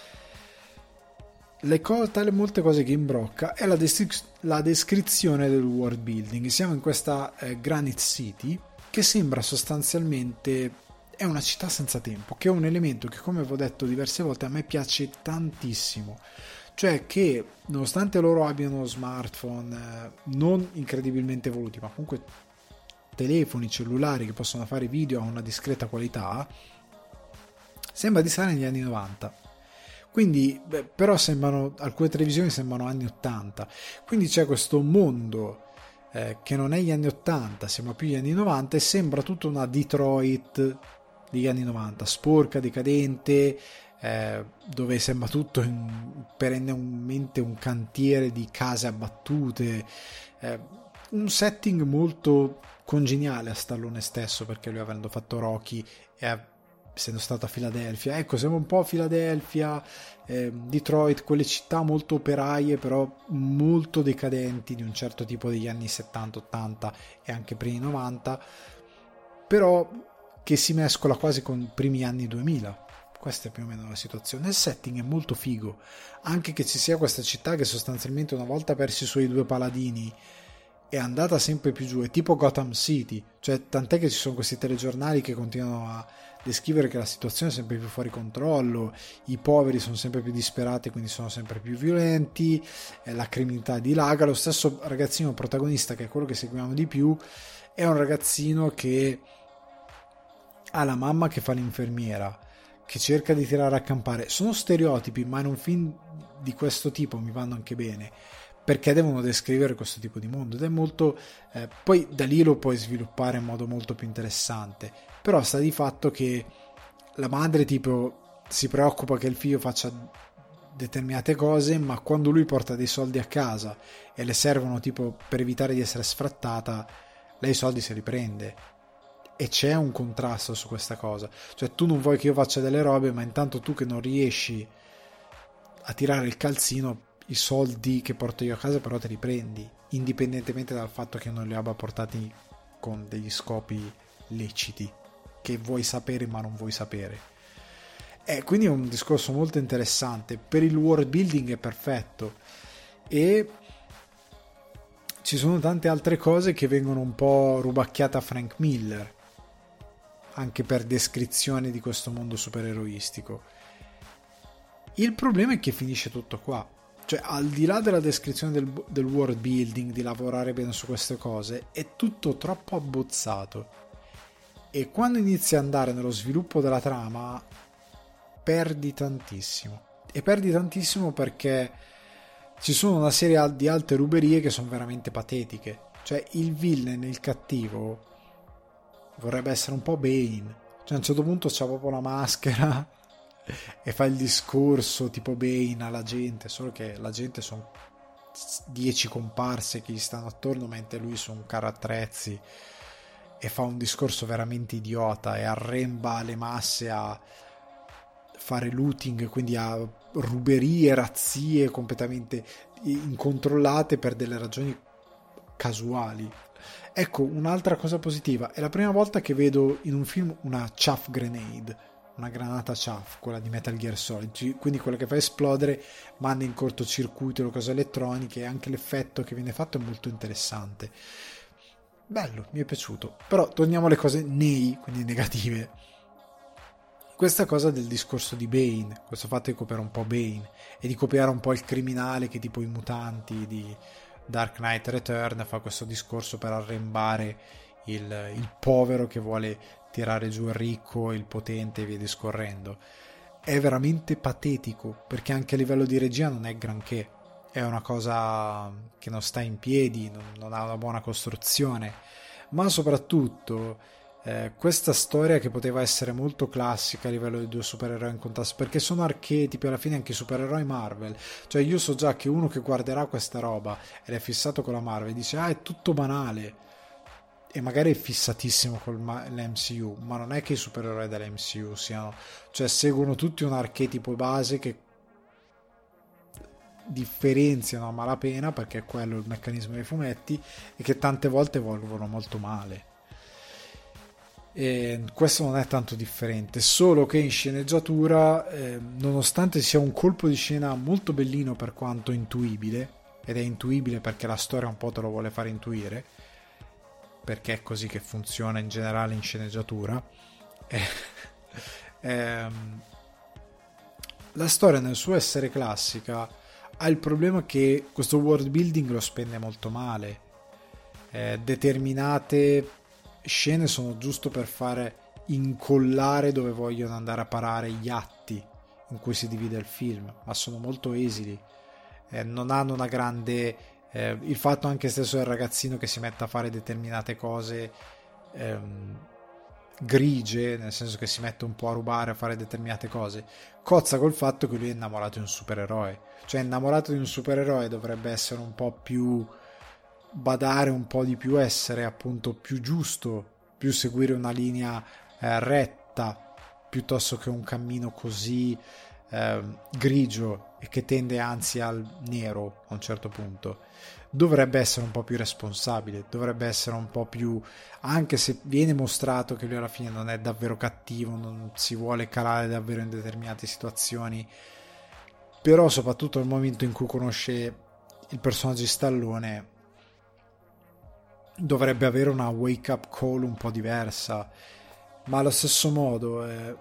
Le cose, tra le molte cose che imbrocca è la, descri- la descrizione del world building. Siamo in questa eh, Granite City che sembra sostanzialmente è una città senza tempo, che è un elemento che, come vi ho detto diverse volte, a me piace tantissimo, cioè che nonostante loro abbiano smartphone eh, non incredibilmente evoluti, ma comunque telefoni cellulari che possono fare video a una discreta qualità, sembra di stare negli anni novanta. Quindi beh, però sembrano, alcune televisioni sembrano anni ottanta, quindi c'è questo mondo eh, che non è gli anni ottanta, sembra più gli anni novanta, e sembra tutta una Detroit degli anni novanta, sporca, decadente, eh, dove sembra tutto in, perennemente un cantiere di case abbattute, eh, un setting molto congeniale a Stallone stesso, perché lui, avendo fatto Rocky e essendo stato a Filadelfia, ecco, sembra un po' a Filadelfia, eh, Detroit, quelle città molto operaie però molto decadenti di un certo tipo degli anni settanta ottanta e anche primi novanta, però che si mescola quasi con i primi anni duemila. Questa è più o meno la situazione. Il setting è molto figo, anche che ci sia questa città che sostanzialmente, una volta persi i suoi due paladini, è andata sempre più giù, è tipo Gotham City, cioè tant'è che ci sono questi telegiornali che continuano a descrivere che la situazione è sempre più fuori controllo, i poveri sono sempre più disperati, quindi sono sempre più violenti, la criminalità dilaga. Lo stesso ragazzino protagonista, che è quello che seguiamo di più, è un ragazzino che ha la mamma che fa l'infermiera, che cerca di tirare a campare. Sono stereotipi, ma in un film di questo tipo mi vanno anche bene, perché devono descrivere questo tipo di mondo, ed è molto eh, poi da lì lo puoi sviluppare in modo molto più interessante. Però sta di fatto che la madre tipo si preoccupa che il figlio faccia determinate cose, ma quando lui porta dei soldi a casa e le servono tipo per evitare di essere sfrattata, lei i soldi se li prende. E c'è un contrasto su questa cosa, cioè tu non vuoi che io faccia delle robe, ma intanto tu che non riesci a tirare il calzino, i soldi che porto io a casa però te li prendi, indipendentemente dal fatto che non li abbia portati con degli scopi leciti che vuoi sapere ma non vuoi sapere. E quindi è un discorso molto interessante. Per il world building è perfetto, e ci sono tante altre cose che vengono un po' rubacchiate a Frank Miller, anche per descrizione di questo mondo supereroistico. Il problema è che finisce tutto qua. Cioè, al di là della descrizione del, del world building, di lavorare bene su queste cose, è tutto troppo abbozzato, e quando inizi ad andare nello sviluppo della trama perdi tantissimo, e perdi tantissimo perché ci sono una serie di altre ruberie che sono veramente patetiche. Cioè, il villain, il cattivo, vorrebbe essere un po' Bane. Cioè, a un certo punto c'ha proprio la maschera e fa il discorso tipo Bane alla gente, solo che la gente sono dieci comparse che gli stanno attorno, mentre lui su un carro attrezzi, e fa un discorso veramente idiota e arremba le masse a fare looting, quindi a ruberie, razzie completamente incontrollate per delle ragioni casuali. Ecco, un'altra cosa positiva: è la prima volta che vedo in un film una chaff grenade, una granata chaff, quella di Metal Gear Solid, quindi quella che fa esplodere, manda in cortocircuito le cose elettroniche, e anche l'effetto che viene fatto è molto interessante. Bello, mi è piaciuto. Però torniamo alle cose nei, quindi negative. Questa cosa del discorso di Bane, questo fatto di copiare un po' Bane e di copiare un po' il criminale che tipo i mutanti di Dark Knight Return fa questo discorso per arrembare il, il povero che vuole tirare giù il ricco, il potente e via discorrendo, è veramente patetico, perché anche a livello di regia non è granché, è una cosa che non sta in piedi, non, non ha una buona costruzione, ma soprattutto eh, questa storia che poteva essere molto classica a livello di due supereroi in contrasto, perché sono archetipi alla fine anche i supereroi Marvel. Cioè, io so già che uno che guarderà questa roba ed è fissato con la Marvel dice ah, è tutto banale, e magari è fissatissimo con l'M C U, ma non è che i supereroi dell'M C U siano, cioè seguono tutti un archetipo base che differenziano a malapena, perché è quello il meccanismo dei fumetti, e che tante volte evolvono molto male. E questo non è tanto differente, solo che in sceneggiatura, eh, nonostante sia un colpo di scena molto bellino per quanto intuibile, ed è intuibile perché la storia un po' te lo vuole fare intuire, perché è così che funziona in generale in sceneggiatura, eh, ehm, la storia nel suo essere classica ha il problema che questo world building lo spende molto male. Eh, determinate scene sono giusto per fare incollare dove vogliono andare a parare gli atti in cui si divide il film, ma sono molto esili, eh, non hanno una grande eh, il fatto anche stesso del ragazzino che si mette a fare determinate cose ehm, grigie, nel senso che si mette un po' a rubare, a fare determinate cose, cozza col fatto che lui è innamorato di un supereroe. Cioè, innamorato di un supereroe dovrebbe essere un po' più badare un po' di più, essere appunto più giusto, più seguire una linea eh, retta, piuttosto che un cammino così eh, grigio e che tende anzi al nero a un certo punto. Dovrebbe essere un po' più responsabile, dovrebbe essere un po' più, anche se viene mostrato che lui alla fine non è davvero cattivo, non si vuole calare davvero in determinate situazioni, però soprattutto nel momento in cui conosce il personaggio di Stallone dovrebbe avere una wake up call un po' diversa. Ma allo stesso modo eh,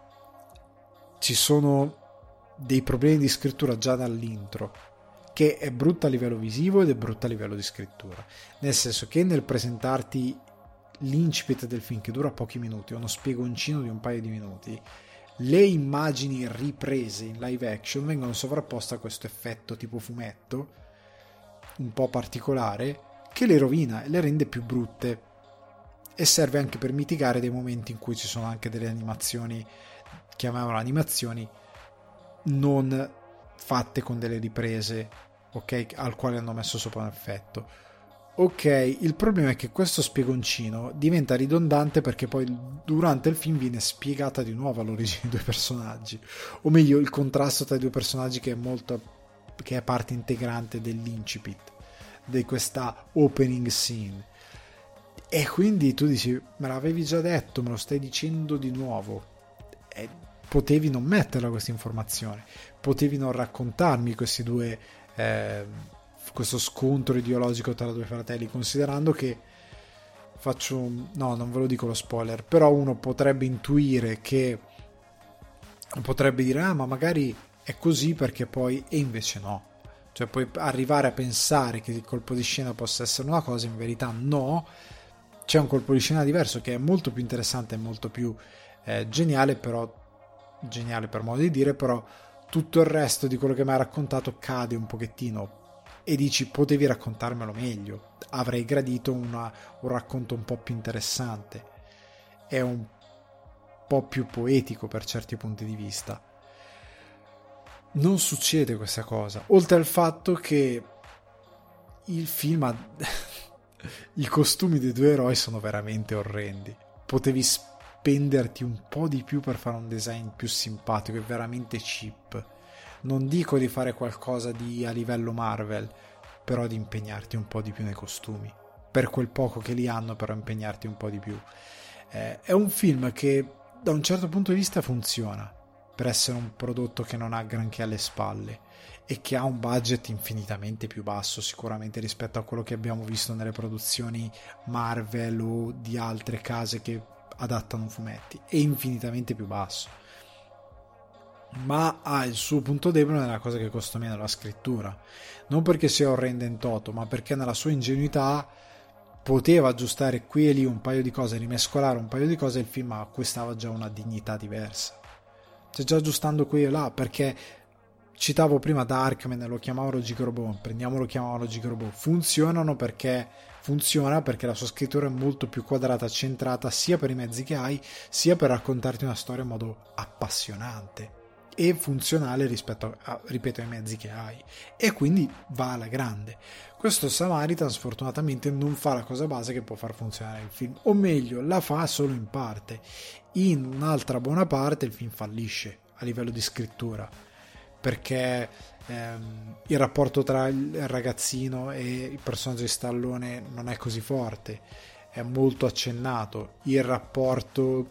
ci sono dei problemi di scrittura già dall'intro, che è brutta a livello visivo ed è brutta a livello di scrittura, nel senso che nel presentarti l'incipit del film, che dura pochi minuti, uno spiegoncino di un paio di minuti, le immagini riprese in live action vengono sovrapposte a questo effetto tipo fumetto un po' particolare, che le rovina e le rende più brutte, e serve anche per mitigare dei momenti in cui ci sono anche delle animazioni, chiamiamole animazioni, non fatte con delle riprese, ok, al quale hanno messo sopra un effetto. Ok, il problema è che questo spiegoncino diventa ridondante perché poi durante il film viene spiegata di nuovo l'origine dei due personaggi, o meglio il contrasto tra i due personaggi, che è molto, che è parte integrante dell'incipit di questa opening scene, E quindi tu dici, me l'avevi già detto, me lo stai dicendo di nuovo. E potevi non metterla questa informazione, potevi non raccontarmi questi due, eh, questo scontro ideologico tra due fratelli, considerando che faccio, no, non ve lo dico lo spoiler, però uno potrebbe intuire che, potrebbe dire, ah, ma magari è così perché poi, e invece no. Cioè puoi arrivare a pensare che il colpo di scena possa essere una cosa, in verità no, c'è un colpo di scena diverso che è molto più interessante e molto più eh, geniale, però geniale per modo di dire, però tutto il resto di quello che mi hai raccontato cade un pochettino e dici, potevi raccontarmelo meglio, avrei gradito una, un racconto un po' più interessante, è un po' più poetico per certi punti di vista. Non succede questa cosa, oltre al fatto che il film ha i costumi dei due eroi sono veramente orrendi, potevi spenderti un po' di più per fare un design più simpatico, è veramente cheap. Non dico di fare qualcosa di a livello Marvel, però di impegnarti un po' di più nei costumi, per quel poco che li hanno, però impegnarti un po' di più. Eh, è un film che da un certo punto di vista funziona per essere un prodotto che non ha granché alle spalle e che ha un budget infinitamente più basso sicuramente rispetto a quello che abbiamo visto nelle produzioni Marvel o di altre case che adattano fumetti, è infinitamente più basso, ma ha il suo punto debole nella cosa che costa meno, la scrittura, non perché sia orrenda in toto, ma perché nella sua ingenuità poteva aggiustare qui e lì un paio di cose, rimescolare un paio di cose e il film acquistava già una dignità diversa. Cioè già aggiustando qui e là, perché citavo prima Darkman, lo chiamavano Gigrobot, prendiamolo, chiamavano Gigrobot, funzionano perché funziona perché la sua scrittura è molto più quadrata, centrata sia per i mezzi che hai, sia per raccontarti una storia in modo appassionante e funzionale rispetto a, ripeto, ai mezzi che hai, e quindi va alla grande. Questo Samaritan sfortunatamente non fa la cosa base che può far funzionare il film, o meglio la fa solo in parte. In un'altra buona parte il film fallisce a livello di scrittura, perché ehm, il rapporto tra il ragazzino e il personaggio di Stallone non è così forte, è molto accennato, il rapporto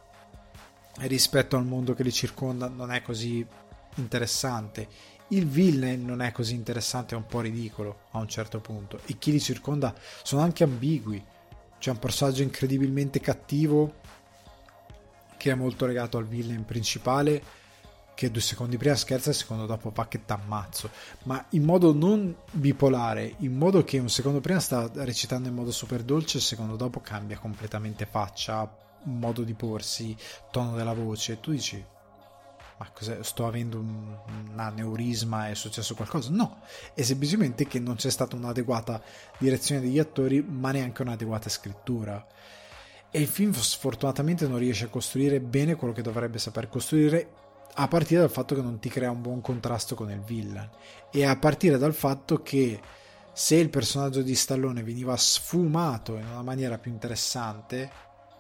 rispetto al mondo che li circonda non è così interessante, il villain non è così interessante, è un po' ridicolo a un certo punto, e chi li circonda sono anche ambigui. C'è un personaggio incredibilmente cattivo che è molto legato al villain principale, che due secondi prima scherza e secondo dopo va che t'ammazzo, ma in modo non bipolare, in modo che un secondo prima sta recitando in modo super dolce e il secondo dopo cambia completamente faccia, modo di porsi, tono della voce. Tu dici, ma cos'è? Sto avendo un, un aneurisma, è successo qualcosa? No, è semplicemente che non c'è stata un'adeguata direzione degli attori, ma neanche un'adeguata scrittura, e il film sfortunatamente non riesce a costruire bene quello che dovrebbe saper costruire, a partire dal fatto che non ti crea un buon contrasto con il villain, e a partire dal fatto che se il personaggio di Stallone veniva sfumato in una maniera più interessante,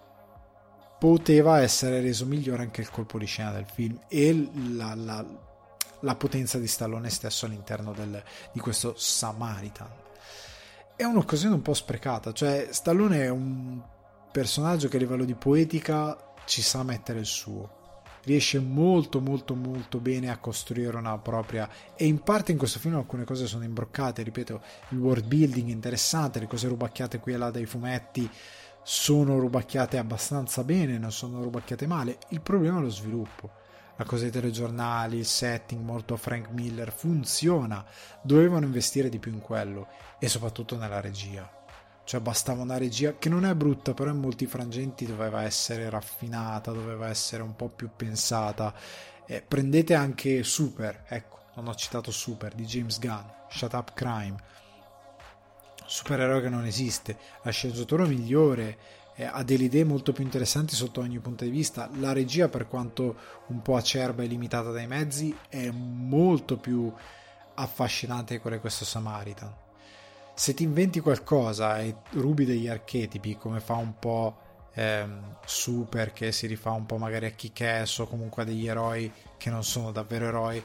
poteva essere reso migliore anche il colpo di scena del film e la, la, la potenza di Stallone stesso all'interno del, di questo Samaritan. È un'occasione un po' sprecata, cioè Stallone è un personaggio che a livello di poetica ci sa mettere il suo, riesce molto molto molto bene a costruire una propria, e in parte in questo film alcune cose sono imbroccate, ripeto, il world building è interessante, le cose rubacchiate qui e là dai fumetti sono rubacchiate abbastanza bene, non sono rubacchiate male. Il problema è lo sviluppo, la cosa dei telegiornali, il setting molto Frank Miller funziona, dovevano investire di più in quello e soprattutto nella regia. Cioè bastava una regia che non è brutta, però in molti frangenti doveva essere raffinata, doveva essere un po' più pensata. Eh, prendete anche Super, ecco, non ho citato Super, di James Gunn, Shut Up Crime, supereroe che non esiste, la sceneggiatura migliore, eh, ha delle idee molto più interessanti sotto ogni punto di vista, la regia, per quanto un po' acerba e limitata dai mezzi, è molto più affascinante di quella di questo Samaritan. Se ti inventi qualcosa e rubi degli archetipi, come fa un po' ehm, Super, che si rifà un po' magari a Kick-Ass o comunque a degli eroi che non sono davvero eroi,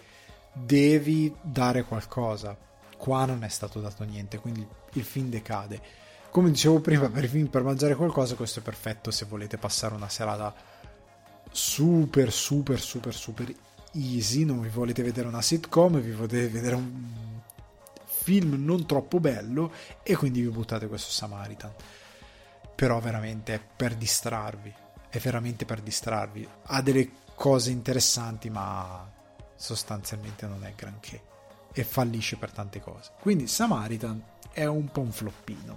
devi dare qualcosa. Qua non è stato dato niente, quindi il film decade. come dicevo prima, per i film per mangiare qualcosa questo è perfetto se volete passare una serata super super super super easy, non vi volete vedere una sitcom, vi volete vedere un film non troppo bello e quindi vi buttate questo Samaritan. Però veramente è per distrarvi, è veramente per distrarvi, ha delle cose interessanti ma sostanzialmente non è granché e fallisce per tante cose. Quindi Samaritan è un po' un floppino,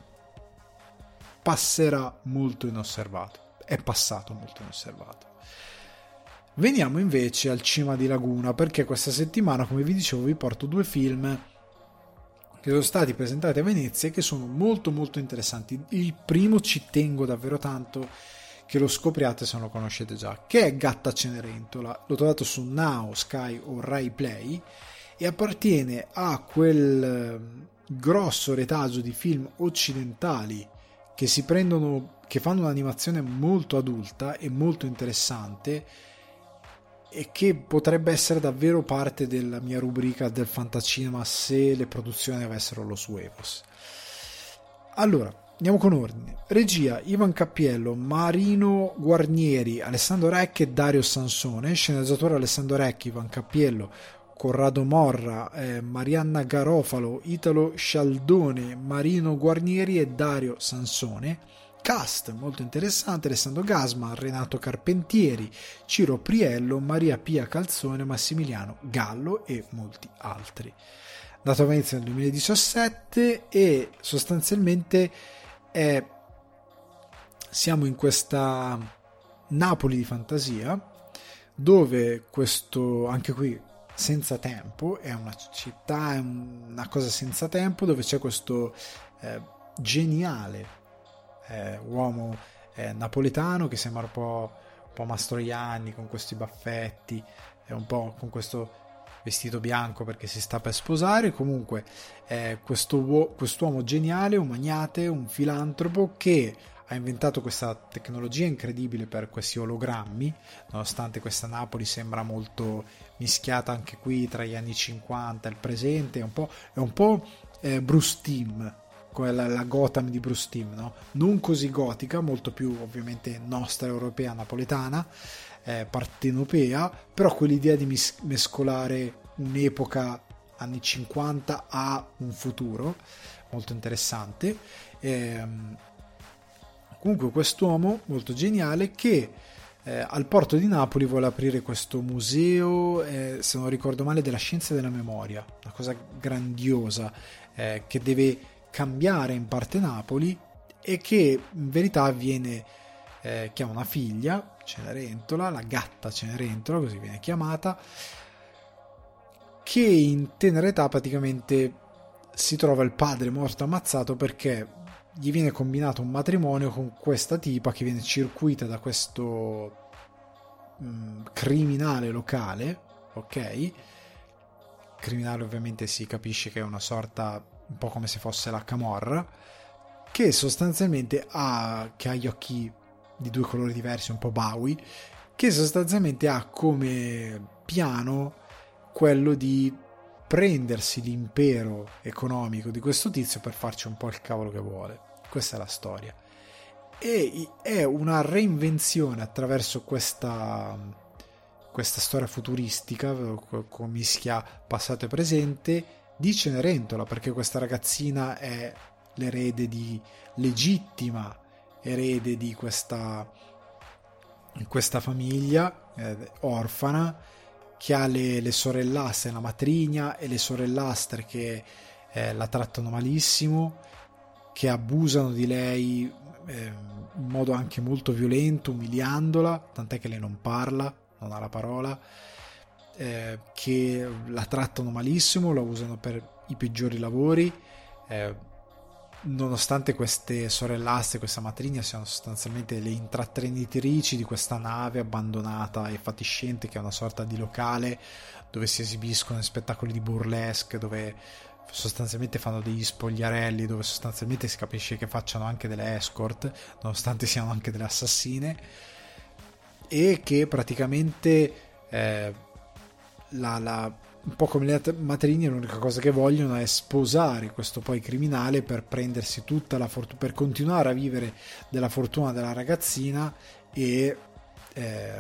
passerà molto inosservato, è passato molto inosservato. Veniamo invece al Cima di Laguna, perché questa settimana, come vi dicevo, vi porto due film che sono stati presentati a Venezia e che sono molto molto interessanti. Il primo ci tengo davvero tanto che lo scopriate se non lo conoscete già, che è Gatta Cenerentola. L'ho trovato su Now, Sky o Rai Play e appartiene a quel grosso retaggio di film occidentali che si prendono, che fanno un'animazione molto adulta e molto interessante e che potrebbe essere davvero parte della mia rubrica del fantacinema se le produzioni avessero lo Suevos. Allora, andiamo con ordine. Regia Ivan Cappiello, Marino Guarnieri, Alessandro Recchi e Dario Sansone. Sceneggiatore Alessandro Recchi, Ivan Cappiello, Corrado Morra, eh, Marianna Garofalo, Italo Scialdone, Marino Guarnieri e Dario Sansone. Cast molto interessante: Alessandro Gasman, Renato Carpentieri, Ciro Priello, Maria Pia Calzone, Massimiliano Gallo e molti altri. Nato a Venezia nel duemiladiciassette e sostanzialmente è, siamo in questa Napoli di fantasia dove questo, anche qui senza tempo, è una città, è una cosa senza tempo, dove c'è questo eh, geniale Eh, uomo eh, napoletano che sembra un po', un po' Mastroianni, con questi baffetti e un po' con questo vestito bianco perché si sta per sposare. Comunque eh, questo uo- quest'uomo geniale, un magnate, un filantropo che ha inventato questa tecnologia incredibile per questi ologrammi, nonostante questa Napoli sembra molto mischiata anche qui tra gli anni cinquanta e il presente. È un po', è un po' eh, Bruce Timm, quella, la Gotham di Bruce Timm, no? Non così gotica, molto più ovviamente nostra, europea, napoletana, eh, partenopea, però quell'idea di mis- mescolare un'epoca anni cinquanta a un futuro molto interessante. Ehm, comunque quest'uomo molto geniale che eh, al porto di Napoli vuole aprire questo museo, eh, se non ricordo male, della scienza e della memoria, una cosa grandiosa eh, che deve cambiare in parte Napoli e che in verità avviene eh, che ha una figlia, Cenerentola, la gatta Cenerentola, così viene chiamata, che in tenera età praticamente si trova il padre morto ammazzato perché gli viene combinato un matrimonio con questa tipa che viene circuita da questo mh, criminale locale, ok? Criminale ovviamente si capisce che è una sorta, un po' come se fosse la Camorra, che sostanzialmente ha, che ha gli occhi di due colori diversi, un po' Bowie, che sostanzialmente ha come piano quello di prendersi l'impero economico di questo tizio per farci un po' il cavolo che vuole. Questa è la storia e è una reinvenzione attraverso questa questa storia futuristica con mischia passato e presente di Cenerentola, perché questa ragazzina è l'erede di legittima erede di questa questa famiglia eh, orfana, che ha le, le sorellastre, la matrigna e le sorellastre che eh, la trattano malissimo, che abusano di lei eh, in modo anche molto violento, umiliandola, tant'è che lei non parla, non ha la parola, eh, che la trattano malissimo, la usano per i peggiori lavori, eh, nonostante queste sorellastre, questa matrigna siano sostanzialmente le intrattenitrici di questa nave abbandonata e fatiscente, che è una sorta di locale dove si esibiscono spettacoli di burlesque, dove sostanzialmente fanno degli spogliarelli, dove sostanzialmente si capisce che facciano anche delle escort, nonostante siano anche delle assassine, e che praticamente eh, la, la, un po' come le matrignie, l'unica cosa che vogliono è sposare questo poi criminale per prendersi tutta la fortuna, per continuare a vivere della fortuna della ragazzina e eh,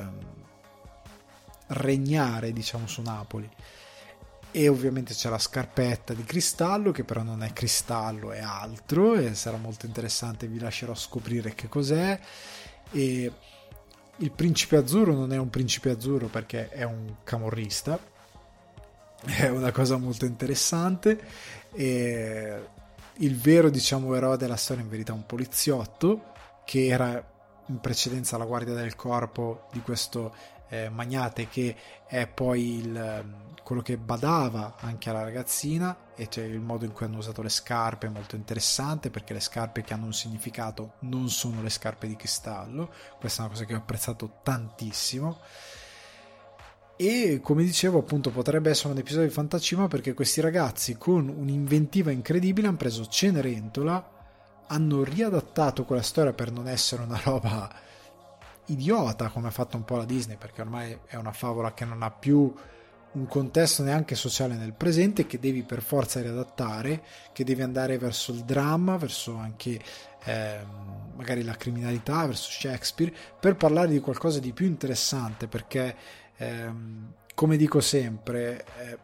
regnare, diciamo, su Napoli. E ovviamente c'è la scarpetta di cristallo, che però non è cristallo, è altro, e sarà molto interessante, vi lascerò scoprire che cos'è. E il principe azzurro non è un principe azzurro perché è un camorrista, è una cosa molto interessante. E il vero, diciamo, eroe della storia in verità è un poliziotto che era in precedenza alla guardia del corpo di questo eh, magnate, che è poi il, quello che badava anche alla ragazzina, e cioè il modo in cui hanno usato le scarpe è molto interessante, perché le scarpe che hanno un significato non sono le scarpe di cristallo. Questa è una cosa che ho apprezzato tantissimo. E come dicevo, appunto, potrebbe essere un episodio di Fantascienza, perché questi ragazzi con un'inventiva incredibile hanno preso Cenerentola, hanno riadattato quella storia per non essere una roba idiota come ha fatto un po' la Disney, perché ormai è una favola che non ha più un contesto neanche sociale nel presente, che devi per forza riadattare, che devi andare verso il dramma, verso anche eh, magari la criminalità, verso Shakespeare, per parlare di qualcosa di più interessante, perché eh, come dico sempre, eh,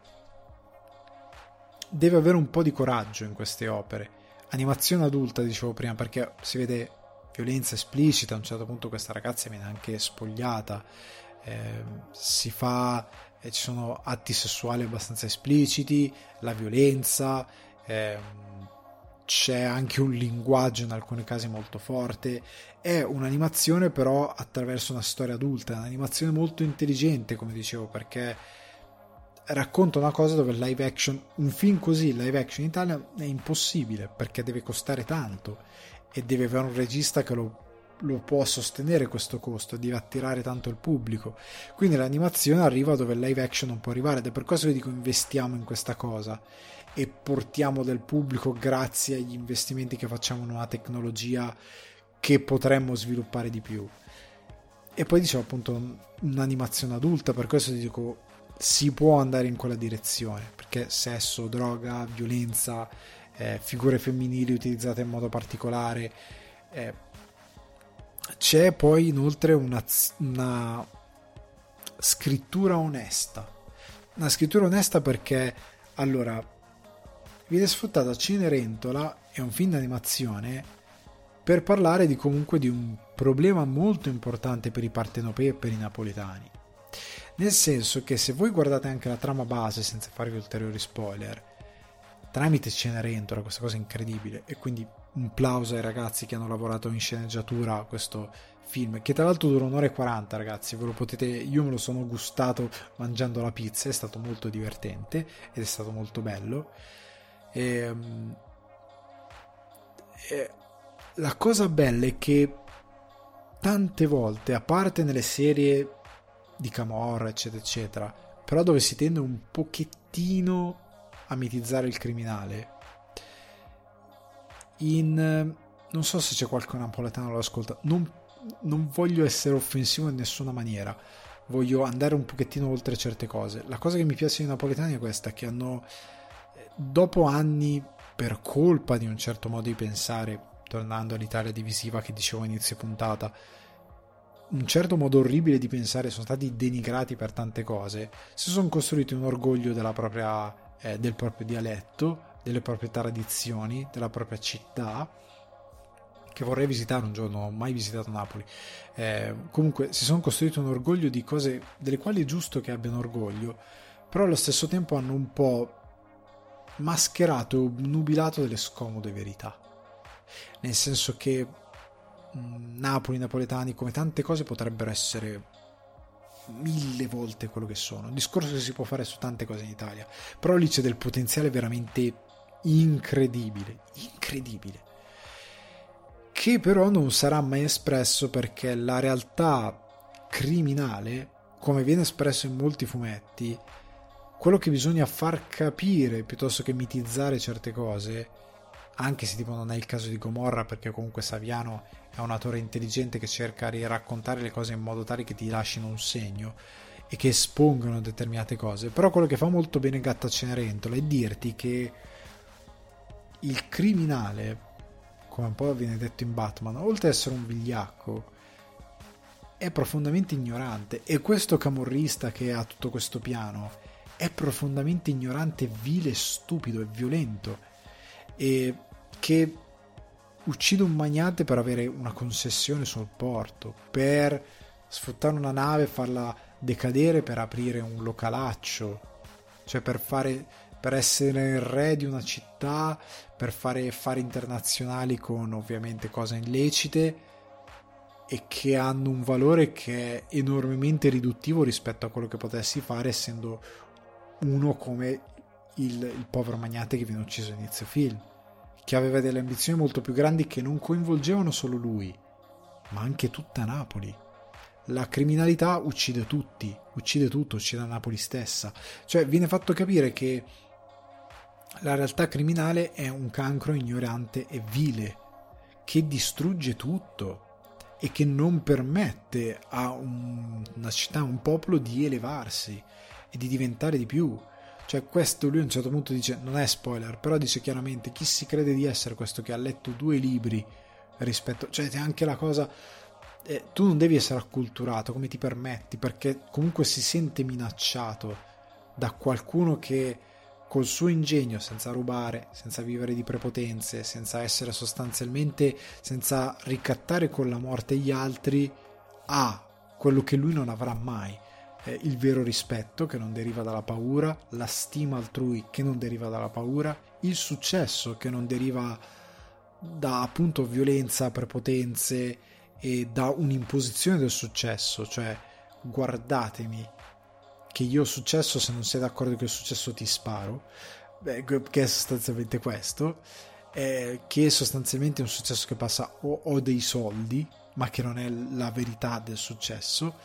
deve avere un po' di coraggio in queste opere. Animazione adulta, dicevo prima, perché si vede violenza esplicita, a un certo punto questa ragazza viene anche spogliata, eh, si fa, eh, ci sono atti sessuali abbastanza espliciti, la violenza, eh, c'è anche un linguaggio in alcuni casi molto forte. È un'animazione però attraverso una storia adulta, è un'animazione molto intelligente, come dicevo, perché racconta una cosa dove il live action, un film così live action in Italia è impossibile, perché deve costare tanto e deve avere un regista che lo, lo può sostenere questo costo, deve attirare tanto il pubblico. Quindi l'animazione arriva dove il live action non può arrivare, ed è per questo che dico investiamo in questa cosa e portiamo del pubblico grazie agli investimenti che facciamo in una tecnologia che potremmo sviluppare di più. E poi dicevo, appunto, un'animazione adulta, per questo dico si può andare in quella direzione, perché sesso, droga, violenza, eh, figure femminili utilizzate in modo particolare, eh, c'è poi inoltre una, una scrittura onesta una scrittura onesta perché allora viene sfruttata Cenerentola, è un film d'animazione per parlare di comunque di un problema molto importante per i partenopei e per i napoletani. Nel senso che se voi guardate anche la trama base, senza farvi ulteriori spoiler, tramite Cenerentola, questa cosa incredibile, e quindi un plauso ai ragazzi che hanno lavorato in sceneggiatura a questo film, che tra l'altro dura un'ora e quaranta, ragazzi, ve lo potete, io me lo sono gustato mangiando la pizza, è stato molto divertente ed è stato molto bello. E, e la cosa bella è che tante volte, a parte nelle serie di Camorra eccetera eccetera, però dove si tende un pochettino a mitizzare il criminale, in non so se c'è qualche napoletano che lo ascolta, non, non voglio essere offensivo in nessuna maniera, voglio andare un pochettino oltre certe cose. La cosa che mi piace dei napoletani è questa, che hanno, dopo anni, per colpa di un certo modo di pensare, tornando all'Italia divisiva che dicevo a inizio puntata, un certo modo orribile di pensare, sono stati denigrati per tante cose, si sono costruiti un orgoglio della propria, eh, del proprio dialetto, delle proprie tradizioni, della propria città, che vorrei visitare un giorno, non ho mai visitato Napoli. Eh, comunque si sono costruiti un orgoglio di cose delle quali è giusto che abbiano orgoglio, però allo stesso tempo hanno un po' mascherato e obnubilato delle scomode verità, nel senso che mh, Napoli, i napoletani, come tante cose, potrebbero essere mille volte quello che sono. Un discorso che si può fare su tante cose in Italia, però lì c'è del potenziale veramente incredibile, incredibile, che però non sarà mai espresso, perché la realtà criminale, come viene espresso in molti fumetti, quello che bisogna far capire piuttosto che mitizzare certe cose, anche se tipo non è il caso di Gomorra, perché comunque Saviano è un autore intelligente che cerca di raccontare le cose in modo tale che ti lasciano un segno, e che espongono determinate cose. Però quello che fa molto bene Gatta Cenerentola è dirti che il criminale, come un po' viene detto in Batman, oltre ad essere un vigliacco, è profondamente ignorante, e questo camorrista che ha tutto questo piano è profondamente ignorante, vile, stupido e violento, e che uccide un magnate per avere una concessione sul porto, per sfruttare una nave e farla decadere per aprire un localaccio, cioè per fare per essere il re di una città, per fare affari internazionali con ovviamente cose illecite e che hanno un valore che è enormemente riduttivo rispetto a quello che potessi fare essendo uno come il, il povero magnate che viene ucciso all'inizio film, che aveva delle ambizioni molto più grandi che non coinvolgevano solo lui, ma anche tutta Napoli. La criminalità uccide tutti, uccide tutto, uccide Napoli stessa. Cioè viene fatto capire che la realtà criminale è un cancro ignorante e vile, che distrugge tutto e che non permette a un, una città, a un popolo di elevarsi e di diventare di più. Cioè questo lui a un certo punto dice, non è spoiler, però dice chiaramente, chi si crede di essere questo che ha letto due libri rispetto, cioè c'è anche la cosa, eh, tu non devi essere acculturato, come ti permetti, perché comunque si sente minacciato da qualcuno che col suo ingegno, senza rubare, senza vivere di prepotenze, senza essere sostanzialmente, senza ricattare con la morte gli altri, ha quello che lui non avrà mai, eh, il vero rispetto che non deriva dalla paura, la stima altrui che non deriva dalla paura, il successo che non deriva da appunto violenza, prepotenze e da un'imposizione del successo, cioè guardatemi che io ho successo, se non sei d'accordo che ho successo ti sparo, beh, che è sostanzialmente questo, eh, che è sostanzialmente un successo che passa o ho dei soldi, ma che non è la verità del successo,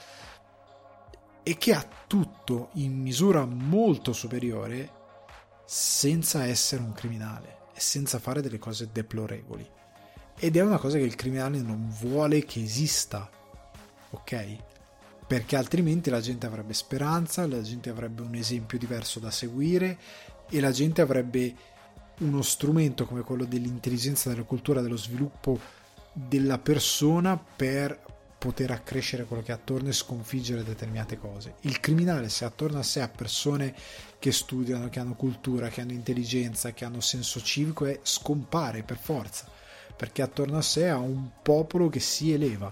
e che ha tutto in misura molto superiore senza essere un criminale e senza fare delle cose deplorevoli. Ed è una cosa che il criminale non vuole che esista, ok? Perché altrimenti la gente avrebbe speranza, la gente avrebbe un esempio diverso da seguire e la gente avrebbe uno strumento come quello dell'intelligenza, della cultura, dello sviluppo della persona per poter accrescere quello che ha attorno e sconfiggere determinate cose. Il criminale, se attorno a sé ha persone che studiano, che hanno cultura, che hanno intelligenza, che hanno senso civico, è scompare per forza, perché attorno a sé ha un popolo che si eleva,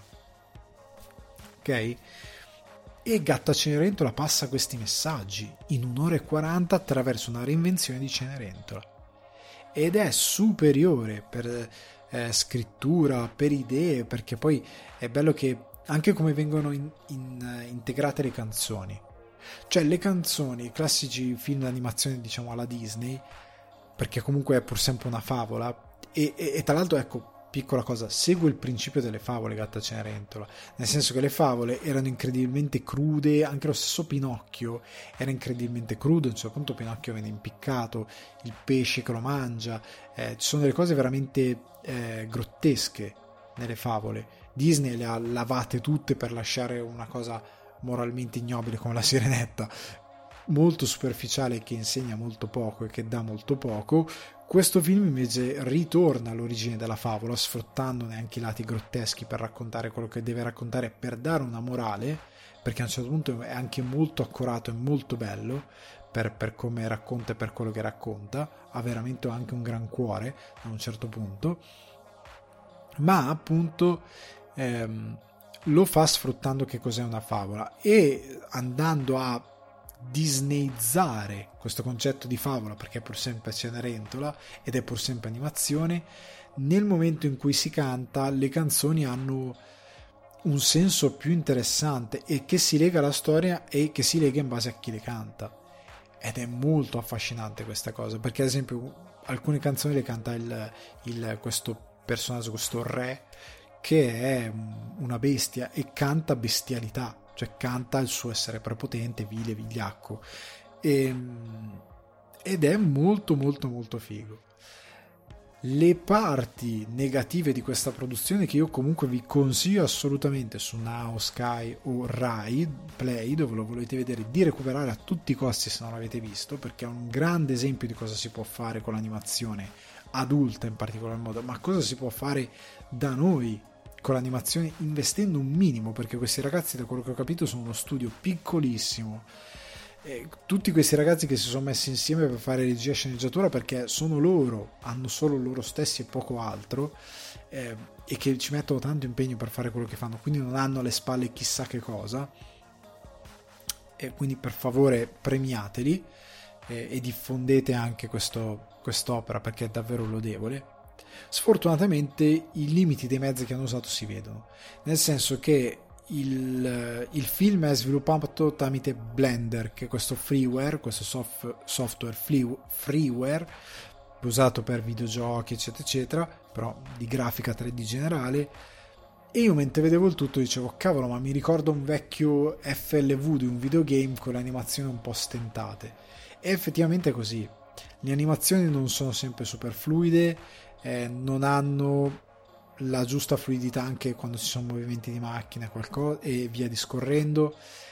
ok? E Gatta Cenerentola passa questi messaggi in un'ora e quaranta attraverso una reinvenzione di Cenerentola, ed è superiore per eh, scrittura, per idee, perché poi è bello che anche come vengono in, in, integrate le canzoni, cioè le canzoni, i classici film d'animazione diciamo alla Disney, perché comunque è pur sempre una favola, e, e, e tra l'altro ecco, piccola cosa, segue il principio delle favole Gatta Cenerentola, nel senso che le favole erano incredibilmente crude, anche lo stesso Pinocchio era incredibilmente crudo, a un certo punto Pinocchio viene impiccato, il pesce che lo mangia, eh, ci sono delle cose veramente eh, grottesche nelle favole. Disney le ha lavate tutte per lasciare una cosa moralmente ignobile come la Sirenetta, molto superficiale, che insegna molto poco e che dà molto poco. Questo film invece ritorna all'origine della favola, sfruttandone anche i lati grotteschi per raccontare quello che deve raccontare, per dare una morale, perché a un certo punto è anche molto accurato e molto bello per, per come racconta e per quello che racconta, ha veramente anche un gran cuore a un certo punto, ma appunto ehm, lo fa sfruttando che cos'è una favola e andando a disneyizzare questo concetto di favola, perché è pur sempre Cenerentola ed è pur sempre animazione. Nel momento in cui si canta, le canzoni hanno un senso più interessante e che si lega alla storia e che si lega in base a chi le canta, ed è molto affascinante questa cosa, perché ad esempio alcune canzoni le canta il, il, questo personaggio, questo re che è una bestia e canta bestialità, cioè canta il suo essere prepotente, vile, vigliacco, e, ed è molto molto molto figo. Le parti negative di questa produzione, che io comunque vi consiglio assolutamente su Now, Sky o Rai Play, dove lo volete vedere, di recuperare a tutti i costi se non l'avete visto, perché è un grande esempio di cosa si può fare con l'animazione adulta in particolar modo, ma cosa si può fare da noi con l'animazione investendo un minimo, perché questi ragazzi, da quello che ho capito, sono uno studio piccolissimo. E tutti questi ragazzi che si sono messi insieme per fare regia e sceneggiatura, perché sono loro, hanno solo loro stessi e poco altro, eh, e che ci mettono tanto impegno per fare quello che fanno, quindi non hanno alle spalle chissà che cosa, e quindi per favore premiateli, eh, e diffondete anche questo, quest'opera, perché è davvero lodevole. Sfortunatamente i limiti dei mezzi che hanno usato si vedono, nel senso che il, il film è sviluppato tramite Blender, che è questo freeware, questo soft, software free, freeware usato per videogiochi eccetera eccetera, però di grafica tre D generale. E io mentre vedevo il tutto dicevo, cavolo, ma mi ricordo un vecchio F L V di un videogame con le animazioni un po' stentate, e effettivamente è così. Le animazioni non sono sempre super fluide, eh, non hanno la giusta fluidità anche quando ci sono movimenti di macchina qualcosa, e via discorrendo.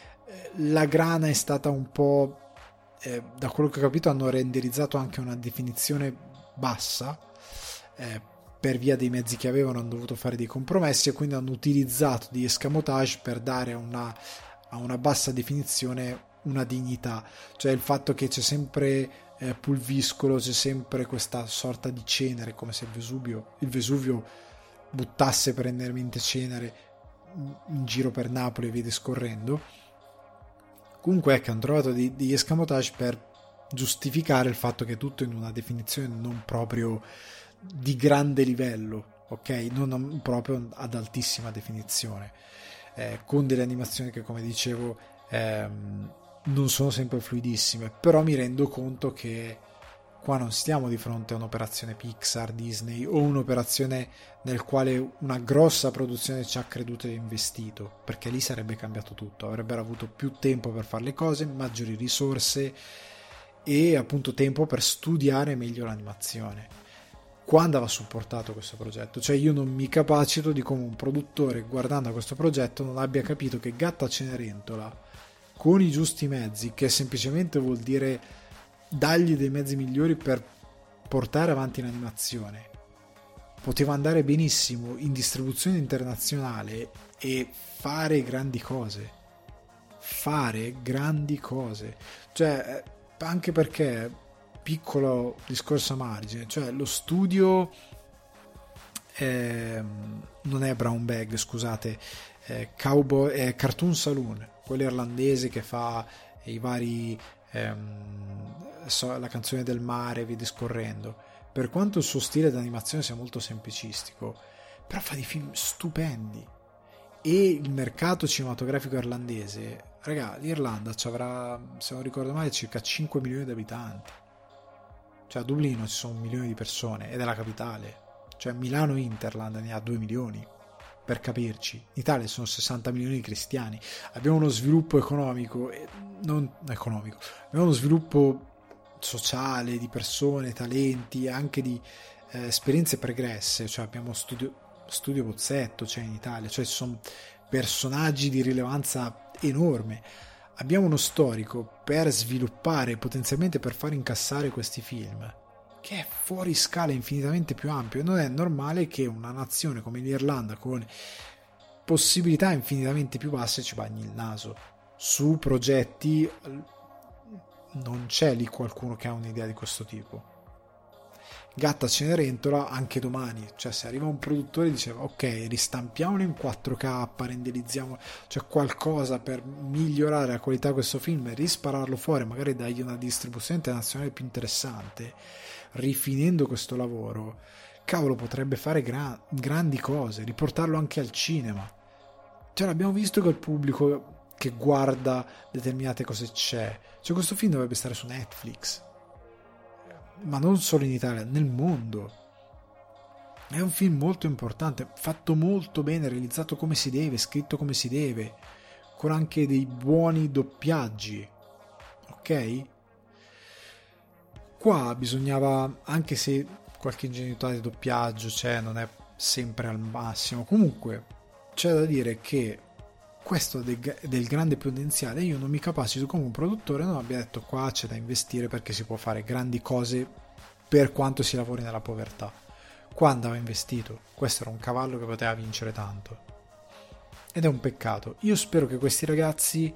La grana è stata un po', eh, da quello che ho capito hanno renderizzato anche una definizione bassa, eh, per via dei mezzi che avevano, hanno dovuto fare dei compromessi, e quindi hanno utilizzato di escamotage per dare una, a una bassa definizione una dignità, cioè il fatto che c'è sempre eh, pulviscolo, c'è sempre questa sorta di cenere, come se il Vesuvio, il Vesuvio buttasse perennemente cenere in giro per Napoli e via discorrendo. Comunque è che hanno trovato degli escamotage per giustificare il fatto che tutto in una definizione non proprio di grande livello, ok? Non proprio ad altissima definizione, eh, con delle animazioni che, come dicevo, ehm, non sono sempre fluidissime, però mi rendo conto che qua non stiamo di fronte a un'operazione Pixar, Disney, o un'operazione nel quale una grossa produzione ci ha creduto e investito, perché lì sarebbe cambiato tutto, avrebbero avuto più tempo per fare le cose, maggiori risorse e appunto tempo per studiare meglio l'animazione. Qua andava supportato questo progetto, cioè io non mi capacito di come un produttore, guardando a questo progetto, non abbia capito che Gatta Cenerentola, con i giusti mezzi, che semplicemente vuol dire dargli dei mezzi migliori per portare avanti l'animazione, poteva andare benissimo in distribuzione internazionale e fare grandi cose fare grandi cose cioè, anche perché, piccolo discorso a margine, cioè lo studio eh, non è Brown Bag, scusate, eh, Cowboy, eh, Cartoon Saloon, quello irlandese che fa i vari So, la canzone del mare, via discorrendo, per quanto il suo stile di animazione sia molto semplicistico, però fa dei film stupendi. E il mercato cinematografico irlandese, raga, l'Irlanda ci avrà, se non ricordo male, circa cinque milioni di abitanti, cioè a Dublino ci sono un milione di persone ed è la capitale, cioè Milano Interland ne ha due milioni, per capirci. In Italia sono sessanta milioni di cristiani, abbiamo uno sviluppo economico, non economico, abbiamo uno sviluppo sociale, di persone, talenti, anche di eh, esperienze pregresse, cioè abbiamo studio, studio Bozzetto, cioè in Italia, cioè ci sono personaggi di rilevanza enorme, abbiamo uno storico per sviluppare, potenzialmente per far incassare questi film, che è fuori scala, infinitamente più ampio. Non è normale che una nazione come l'Irlanda, con possibilità infinitamente più basse, ci bagni il naso su progetti. Non c'è lì qualcuno che ha un'idea di questo tipo. Gatta Cenerentola anche domani, cioè se arriva un produttore e diceva ok, ristampiamolo in quattro K, renderizziamo, cioè qualcosa per migliorare la qualità di questo film e rispararlo fuori, magari dargli una distribuzione internazionale più interessante, rifinendo questo lavoro, cavolo, potrebbe fare gra- grandi cose, riportarlo anche al cinema. Cioè l'abbiamo visto che il pubblico che guarda determinate cose c'è, cioè questo film dovrebbe stare su Netflix, ma non solo in Italia, nel mondo. È un film molto importante, fatto molto bene, realizzato come si deve, scritto come si deve, con anche dei buoni doppiaggi, ok? Qua bisognava, anche se qualche ingenuità di doppiaggio c'è, non è sempre al massimo. Comunque c'è da dire che questo del, del grande potenziale, io non mi capacito come un produttore non abbia detto qua c'è da investire perché si può fare grandi cose per quanto si lavori nella povertà. Qua andava investito, questo era un cavallo che poteva vincere tanto ed è un peccato. Io spero che questi ragazzi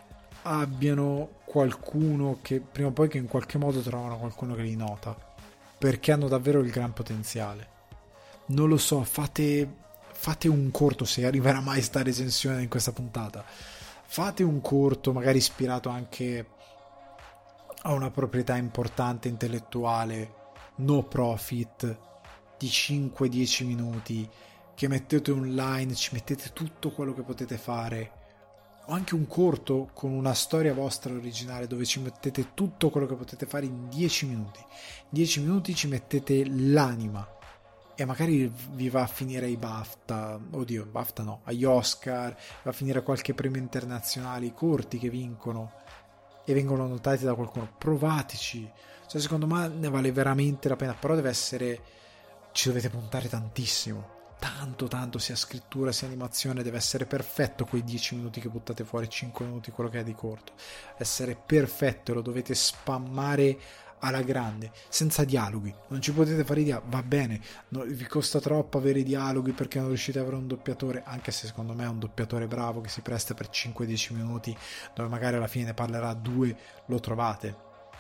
abbiano qualcuno che prima o poi, che in qualche modo trovano qualcuno che li nota, perché hanno davvero il gran potenziale. Non lo so, fate fate un corto, se arriverà mai sta recensione in questa puntata, fate un corto magari ispirato anche a una proprietà importante intellettuale no profit di cinque dieci minuti, che mettete online, ci mettete tutto quello che potete fare, o anche un corto con una storia vostra originale dove ci mettete tutto quello che potete fare in dieci minuti. dieci minuti ci mettete l'anima e magari vi va a finire ai BAFTA, oddio, BAFTA no, agli Oscar, va a finire qualche premio internazionale, corti che vincono e vengono notati da qualcuno. Provateci, cioè secondo me ne vale veramente la pena, però deve essere, ci dovete puntare tantissimo, tanto tanto, sia scrittura sia animazione, deve essere perfetto quei dieci minuti che buttate fuori, cinque minuti, quello che è di corto, deve essere perfetto, lo dovete spammare alla grande, senza dialoghi, non ci potete fare i dialoghi, va bene, no, vi costa troppo avere i dialoghi perché non riuscite ad avere un doppiatore, anche se secondo me è un doppiatore bravo che si presta per cinque dieci minuti dove magari alla fine ne parlerà due, lo trovate,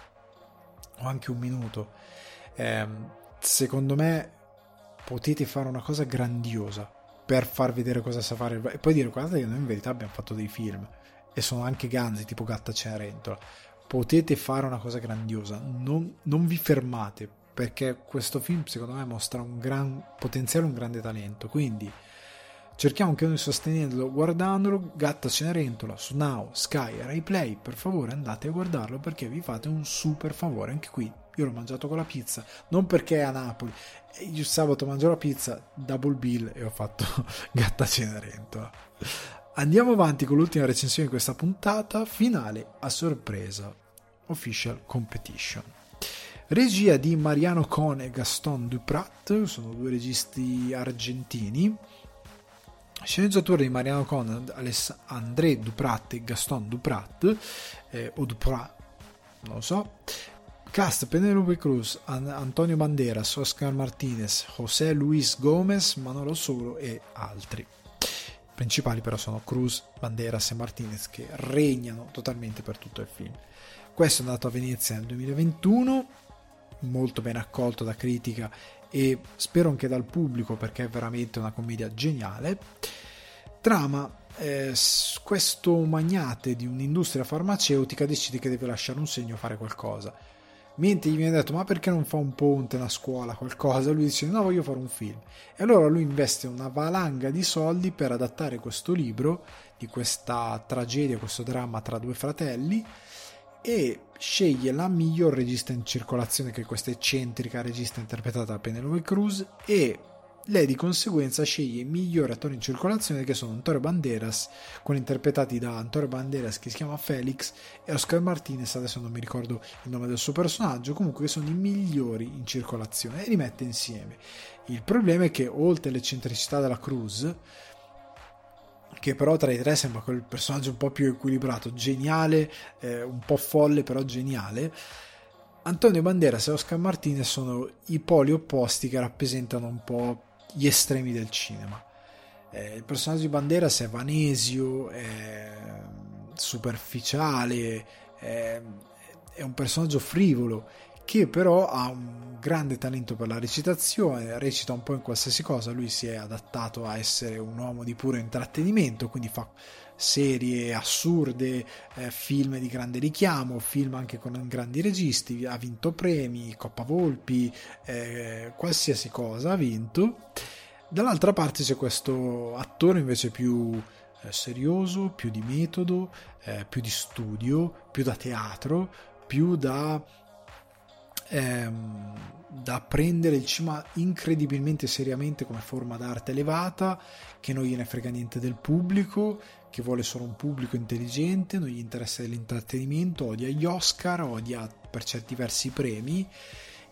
o anche un minuto. Eh, secondo me potete fare una cosa grandiosa per far vedere cosa sa fare e poi dire guardate che noi in verità abbiamo fatto dei film e sono anche ganzi tipo Gatta Cenerentola. Potete fare una cosa grandiosa, non, non vi fermate, perché questo film secondo me mostra un gran potenziale, un grande talento, quindi cerchiamo anche noi sostenerlo guardandolo. Gatta Cenerentola su Now, Sky e Rai Play, per favore andate a guardarlo perché vi fate un super favore. Anche qui io l'ho mangiato con la pizza, non perché è a Napoli, io sabato mangio la pizza, double bill, e ho fatto Gatta Cenerentola. Andiamo avanti con l'ultima recensione di questa puntata, finale a sorpresa, Official Competition. Regia di Mariano Cohn e Gaston Duprat, sono due registi argentini. Sceneggiatura di Mariano Cohn, André Duprat e Gaston Duprat, eh, o Duprat, non lo so. Cast: Penélope Cruz, An- Antonio Banderas, Oscar Martinez, José Luis Gomez, Manolo Solo e altri. Principali però sono Cruz, Banderas e Martinez, che regnano totalmente per tutto il film. Questo è andato a Venezia nel duemilaventuno, molto ben accolto da critica e spero anche dal pubblico perché è veramente una commedia geniale. Trama: eh, questo magnate di un'industria farmaceutica decide che deve lasciare un segno, fare qualcosa. Mentre gli viene detto ma perché non fa un ponte, una scuola, qualcosa, lui dice no, voglio fare un film. E allora lui investe una valanga di soldi per adattare questo libro di questa tragedia, questo dramma tra due fratelli, e sceglie la miglior regista in circolazione, che è questa eccentrica regista interpretata da Penélope Cruz, e lei di conseguenza sceglie i migliori attori in circolazione, che sono Antonio Banderas, quelli interpretati da Antonio Banderas che si chiama Felix, e Oscar Martinez, adesso non mi ricordo il nome del suo personaggio, comunque che sono i migliori in circolazione, e li mette insieme. Il problema è che oltre all'eccentricità della Cruz, che però tra i tre sembra quel personaggio un po' più equilibrato, geniale, eh, un po' folle però geniale, Antonio Banderas e Oscar Martinez sono i poli opposti che rappresentano un po' gli estremi del cinema. Eh, il personaggio di Banderas è vanesio, è superficiale, è, è un personaggio frivolo che però ha un grande talento per la recitazione, recita un po' in qualsiasi cosa. Lui si è adattato a essere un uomo di puro intrattenimento, quindi fa serie assurde, eh, film di grande richiamo, film anche con grandi registi, ha vinto premi, Coppa Volpi, eh, qualsiasi cosa ha vinto. Dall'altra parte c'è questo attore invece più eh, serioso, più di metodo, eh, più di studio, più da teatro, più da ehm, da prendere il cinema incredibilmente seriamente come forma d'arte elevata, che non gliene frega niente del pubblico, che vuole solo un pubblico intelligente, non gli interessa dell'intrattenimento, odia gli Oscar, odia per certi versi i premi,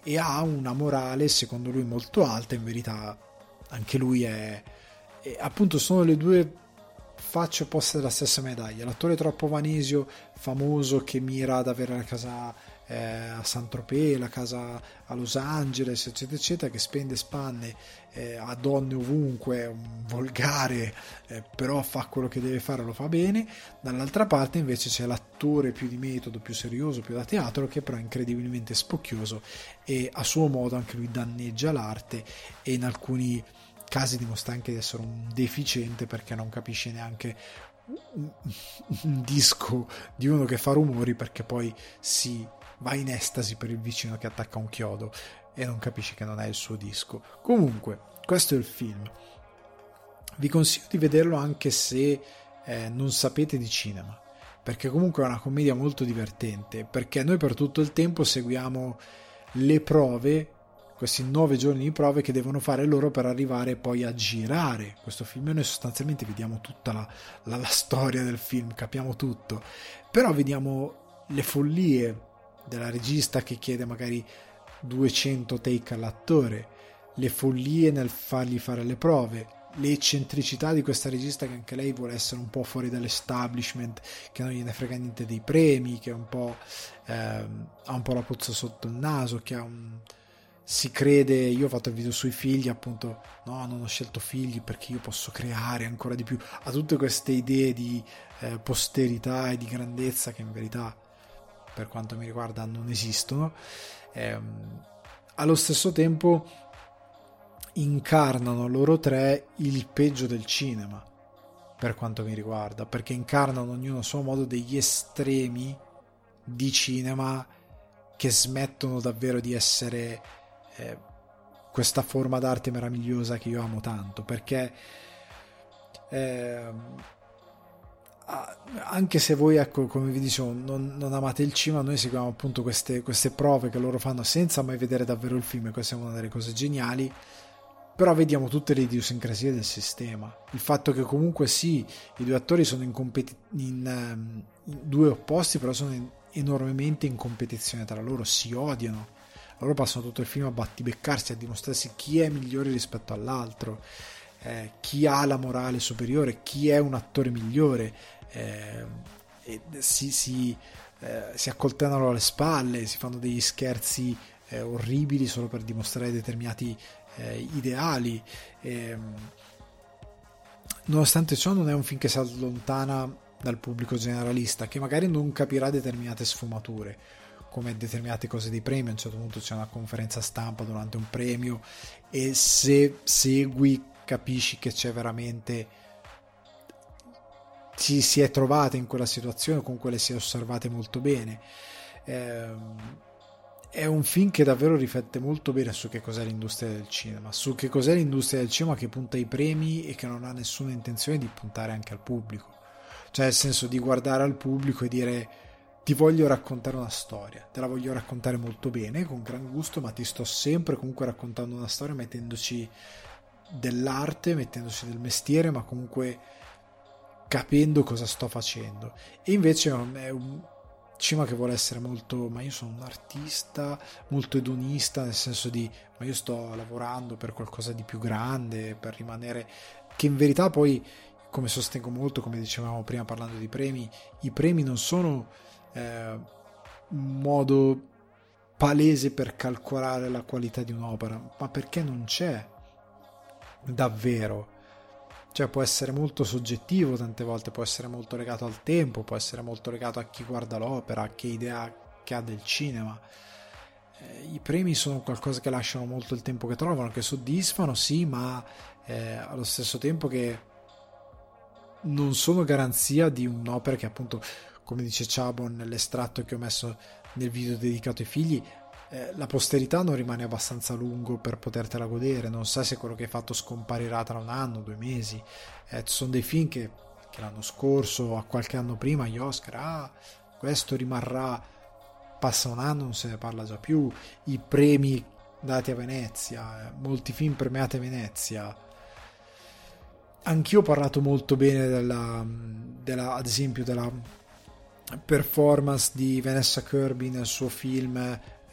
e ha una morale secondo lui molto alta. In verità anche lui è, è appunto sono le due facce opposte della stessa medaglia. L'attore troppo vanesio, famoso, che mira ad avere la casa eh, a Saint-Tropez, la casa a Los Angeles, eccetera eccetera, che spende spanne, eh, ha donne ovunque, un volgare, eh, però fa quello che deve fare, lo fa bene. Dall'altra parte invece c'è l'attore più di metodo, più serioso, più da teatro, che però è incredibilmente spocchioso e a suo modo anche lui danneggia l'arte, e in alcuni casi dimostra anche di essere un deficiente, perché non capisce neanche un, un disco di uno che fa rumori, perché poi si va in estasi per il vicino che attacca un chiodo e non capisce che non è il suo disco. Comunque, questo è il film. Vi consiglio di vederlo anche se eh, non sapete di cinema, perché comunque è una commedia molto divertente, perché noi per tutto il tempo seguiamo le prove, questi nove giorni di prove che devono fare loro per arrivare poi a girare questo film. E noi sostanzialmente vediamo tutta la, la, la storia del film, capiamo tutto, però vediamo le follie della regista che chiede magari duecento take all'attore, le follie nel fargli fare le prove, le eccentricità di questa regista che anche lei vuole essere un po' fuori dall'establishment, che non gliene frega niente dei premi, che è un po' ehm, ha un po' la puzza sotto il naso, che ha un si crede, io ho fatto il video sui figli, appunto, no, non ho scelto figli perché io posso creare ancora di più, ha tutte queste idee di eh, posterità e di grandezza che in verità, per quanto mi riguarda, non esistono. Ehm, allo stesso tempo incarnano loro tre il peggio del cinema, per quanto mi riguarda, perché incarnano ognuno a suo modo degli estremi di cinema che smettono davvero di essere Eh, questa forma d'arte meravigliosa che io amo tanto, perché eh, anche se voi, ecco, come vi dicevo, non, non amate il cinema, noi seguiamo appunto queste, queste prove che loro fanno senza mai vedere davvero il film, e questa è una delle cose geniali. Però vediamo tutte le idiosincrasie del sistema, il fatto che comunque sì, i due attori sono in, competi- in, in due opposti, però sono in, enormemente in competizione tra loro, si odiano. Loro passano tutto il film a battibeccarsi, a dimostrarsi chi è migliore rispetto all'altro, eh, chi ha la morale superiore, chi è un attore migliore, eh, e si, si, eh, si accoltellano alle spalle, si fanno degli scherzi eh, orribili solo per dimostrare determinati eh, ideali. E, nonostante ciò non è un film che si allontana dal pubblico generalista, che magari non capirà determinate sfumature, come determinate cose dei premi. A un certo punto c'è una conferenza stampa durante un premio e se segui capisci che c'è veramente, ci si è trovate in quella situazione, comunque le si è osservate molto bene. Ehm, è un film che davvero riflette molto bene su che cos'è l'industria del cinema, su che cos'è l'industria del cinema che punta ai premi e che non ha nessuna intenzione di puntare anche al pubblico, cioè nel senso di guardare al pubblico e dire: ti voglio raccontare una storia, te la voglio raccontare molto bene, con gran gusto, ma ti sto sempre comunque raccontando una storia, mettendoci dell'arte, mettendoci del mestiere, ma comunque capendo cosa sto facendo. E invece è un cinema che vuole essere molto: ma io sono un artista, molto edonista, nel senso di: ma io sto lavorando per qualcosa di più grande, per rimanere, che in verità poi, come sostengo molto, come dicevamo prima parlando di premi, i premi non sono Eh, un modo palese per calcolare la qualità di un'opera, ma perché non c'è davvero, cioè può essere molto soggettivo, tante volte può essere molto legato al tempo, può essere molto legato a chi guarda l'opera, a che idea che ha del cinema. Eh, i premi sono qualcosa che lasciano molto il tempo che trovano, che soddisfano sì, ma eh, allo stesso tempo che non sono garanzia di un'opera che, appunto, come dice Chabon nell'estratto che ho messo nel video dedicato ai figli, eh, la posterità non rimane abbastanza a lungo per potertela godere, non sai se quello che hai fatto scomparirà tra un anno, due mesi. Eh, ci sono dei film che, che l'anno scorso, a qualche anno prima, gli Oscar, ah, questo rimarrà, passa un anno, non se ne parla già più. I premi dati a Venezia, eh, molti film premiati a Venezia. Anch'io ho parlato molto bene della, della ad esempio della performance di Vanessa Kirby nel suo film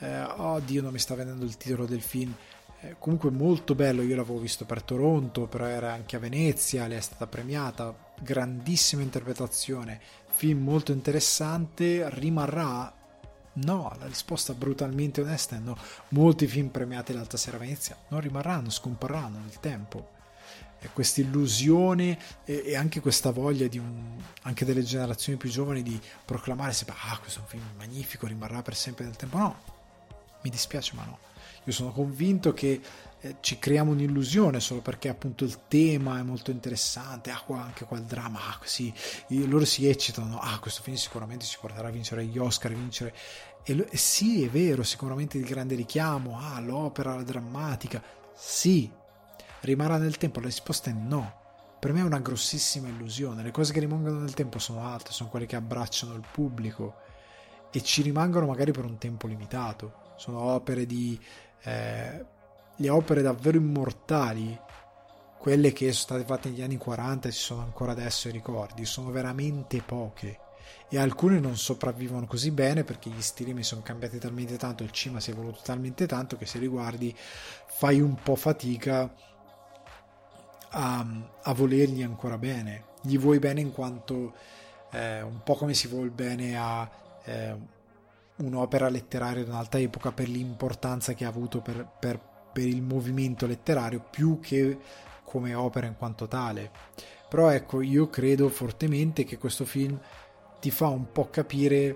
eh, oddio non mi sta venendo il titolo del film, eh, comunque molto bello, io l'avevo visto per Toronto, però era anche a Venezia, lei è stata premiata, grandissima interpretazione, film molto interessante. Rimarrà? No, la risposta brutalmente onesta è no. Molti film premiati l'Alta Sera a Venezia non rimarranno, scomparranno nel tempo. E questa illusione e, e anche questa voglia di un, anche delle generazioni più giovani di proclamare sempre, ah, questo è un film magnifico, rimarrà per sempre nel tempo. No, mi dispiace, ma no. Io sono convinto che eh, ci creiamo un'illusione solo perché appunto il tema è molto interessante, ah, qua, anche qua il dramma, ah, così, loro si eccitano, ah, questo film sicuramente ci porterà a vincere gli Oscar, a vincere... E, lo, e sì, è vero, sicuramente di grande richiamo, ah, l'opera, la drammatica, sì, rimarrà nel tempo? La risposta è no. Per me è una grossissima illusione. Le cose che rimangono nel tempo sono altre, sono quelle che abbracciano il pubblico e ci rimangono magari per un tempo limitato. Sono opere di eh, le opere davvero immortali, quelle che sono state fatte negli anni quaranta e ci sono ancora adesso i ricordi, sono veramente poche e alcune non sopravvivono così bene perché gli stili mi sono cambiati talmente tanto, il cinema si è evoluto talmente tanto che se li guardi fai un po' fatica a, a volergli ancora bene. Gli vuoi bene in quanto eh, un po' come si vuole bene a eh, un'opera letteraria di un'altra epoca per l'importanza che ha avuto per, per, per il movimento letterario più che come opera in quanto tale. Però ecco, io credo fortemente che questo film ti fa un po' capire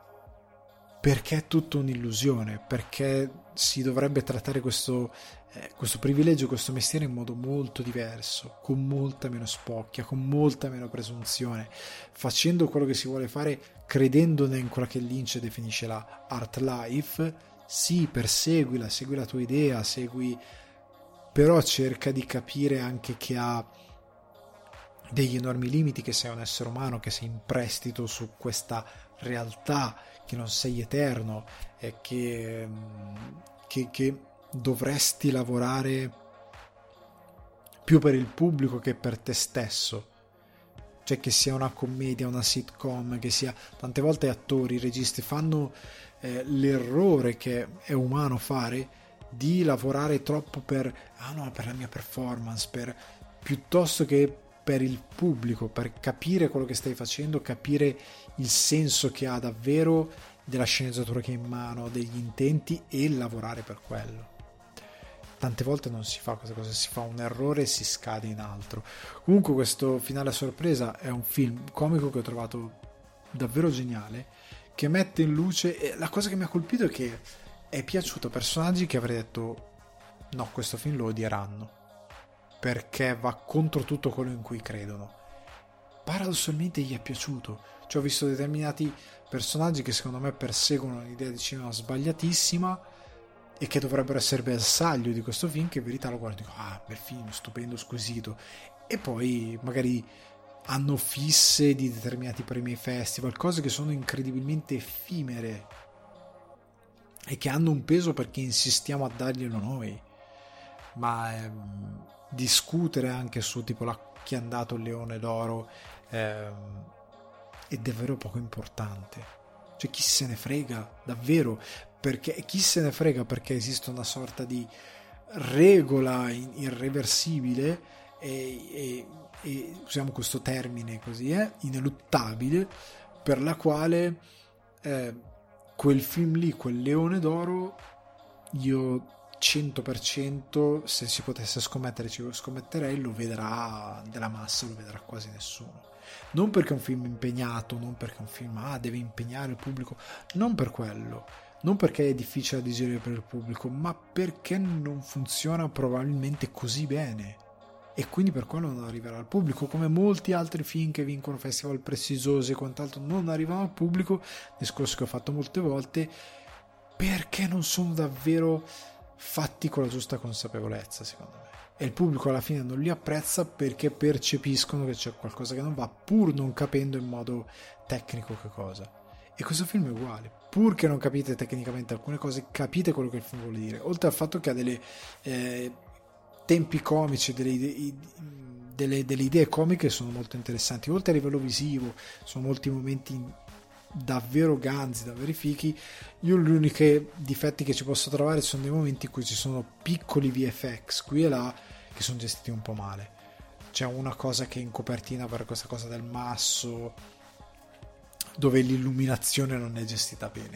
perché è tutta un'illusione, perché si dovrebbe trattare questo, eh, questo privilegio, questo mestiere in modo molto diverso, con molta meno spocchia, con molta meno presunzione, facendo quello che si vuole fare, credendo in quella che Lynch definisce la art life. Sì, perseguila, segui la tua idea, segui, però cerca di capire anche che ha degli enormi limiti, che sei un essere umano, che sei in prestito su questa realtà, che non sei eterno e che, che, che dovresti lavorare più per il pubblico che per te stesso, cioè che sia una commedia, una sitcom, che sia, tante volte attori, registi fanno eh, l'errore che è umano fare di lavorare troppo per ah no, per la mia performance, per piuttosto che per il pubblico, per capire quello che stai facendo, capire il senso che ha davvero della sceneggiatura che hai in mano, degli intenti, e lavorare per quello. Tante volte non si fa questa cosa, si fa un errore e si scade in altro. Comunque questo finale a sorpresa è un film comico che ho trovato davvero geniale, che mette in luce, e la cosa che mi ha colpito è che è piaciuto a personaggi che avrei detto no, questo film lo odieranno perché va contro tutto quello in cui credono. Paradossalmente gli è piaciuto. Cioè, ho visto determinati personaggi che secondo me perseguono un'idea di cinema sbagliatissima e che dovrebbero essere bersaglio di questo film, che in verità lo guardo e dico ah, bel film, stupendo, squisito, e poi magari hanno fisse di determinati premi ai festival, cose che sono incredibilmente effimere e che hanno un peso perché insistiamo a darglielo noi. Ma ehm, discutere anche su tipo la, chi è andato il Leone d'Oro ehm, è davvero poco importante. Cioè, chi se ne frega davvero, perché chi se ne frega perché esiste una sorta di regola irreversibile e, e, e usiamo questo termine così, eh, ineluttabile, per la quale eh, quel film lì, quel Leone d'Oro, io cento per cento se si potesse scommettere ci scommetterei, lo vedrà della massa, lo vedrà quasi nessuno. Non perché è un film impegnato, non perché è un film ah, deve impegnare il pubblico, non per quello, non perché è difficile da digerire per il pubblico, ma perché non funziona probabilmente così bene e quindi per quello non arriverà al pubblico, come molti altri film che vincono festival prestigiosi e quant'altro non arrivano al pubblico, discorso che ho fatto molte volte, perché non sono davvero fatti con la giusta consapevolezza, secondo me, e il pubblico alla fine non li apprezza perché percepiscono che c'è qualcosa che non va, pur non capendo in modo tecnico che cosa. E questo film è uguale, pur che non capite tecnicamente alcune cose, capite quello che il film vuole dire, oltre al fatto che ha delle eh, tempi comici, delle idee, delle, delle idee comiche sono molto interessanti, oltre a livello visivo sono molti momenti davvero ganzi, davvero fichi. Io gli unici difetti che ci posso trovare sono dei momenti in cui ci sono piccoli V F X qui e là che sono gestiti un po' male. C'è una cosa che in copertina per questa cosa del masso, dove l'illuminazione non è gestita bene,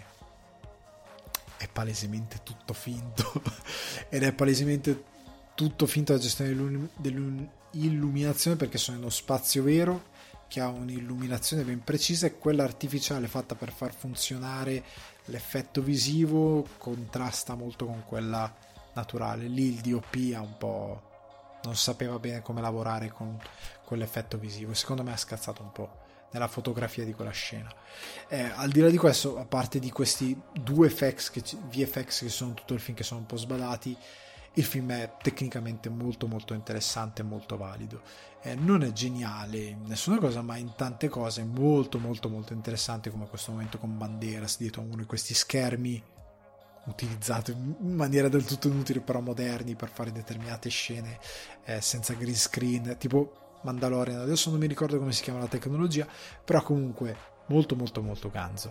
è palesemente tutto finto ed è palesemente tutto finto la gestione dell'illuminazione, perché sono in uno spazio vero che ha un'illuminazione ben precisa, e quella artificiale fatta per far funzionare l'effetto visivo contrasta molto con quella naturale. Lì il D O P ha un po' non sapeva bene come lavorare con quell'effetto visivo, e secondo me ha scazzato un po' nella fotografia di quella scena. Eh, al di là di questo, a parte di questi due V F X che, V F X che sono tutto il film che sono un po' sbadati, il film è tecnicamente molto molto interessante e molto valido. Eh, non è geniale in nessuna cosa, ma in tante cose è molto molto molto interessante, come questo momento con Banderas dietro a uno di questi schermi utilizzati in maniera del tutto inutile, però moderni, per fare determinate scene eh, senza green screen, tipo Mandalorian. Adesso non mi ricordo come si chiama la tecnologia, però comunque molto molto molto ganzo.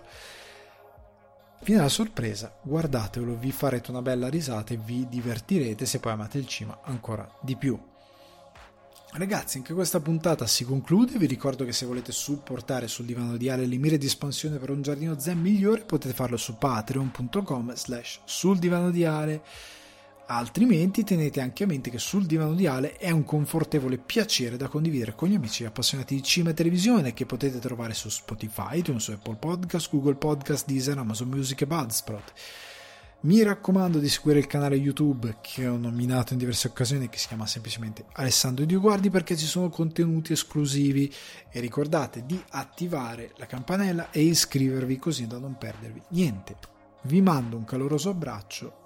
Fino alla sorpresa, guardatelo, vi farete una bella risata e vi divertirete, se poi amate il cinema ancora di più. Ragazzi, anche questa puntata si conclude. Vi ricordo che se volete supportare sul divano di Ale le mire di espansione per un giardino zen migliore, potete farlo su patreon punto com slash sul divano di Ale. Altrimenti tenete anche a mente che Sul divano di Ale è un confortevole piacere da condividere con gli amici appassionati di cinema e televisione, che potete trovare su Spotify, iTunes, Apple Podcast, Google Podcast, Deezer, Amazon Music e Buzzsprout. Mi raccomando di seguire il canale YouTube che ho nominato in diverse occasioni, che si chiama semplicemente Alessandro Dioguardi, perché ci sono contenuti esclusivi, e ricordate di attivare la campanella e iscrivervi così da non perdervi niente. Vi mando un caloroso abbraccio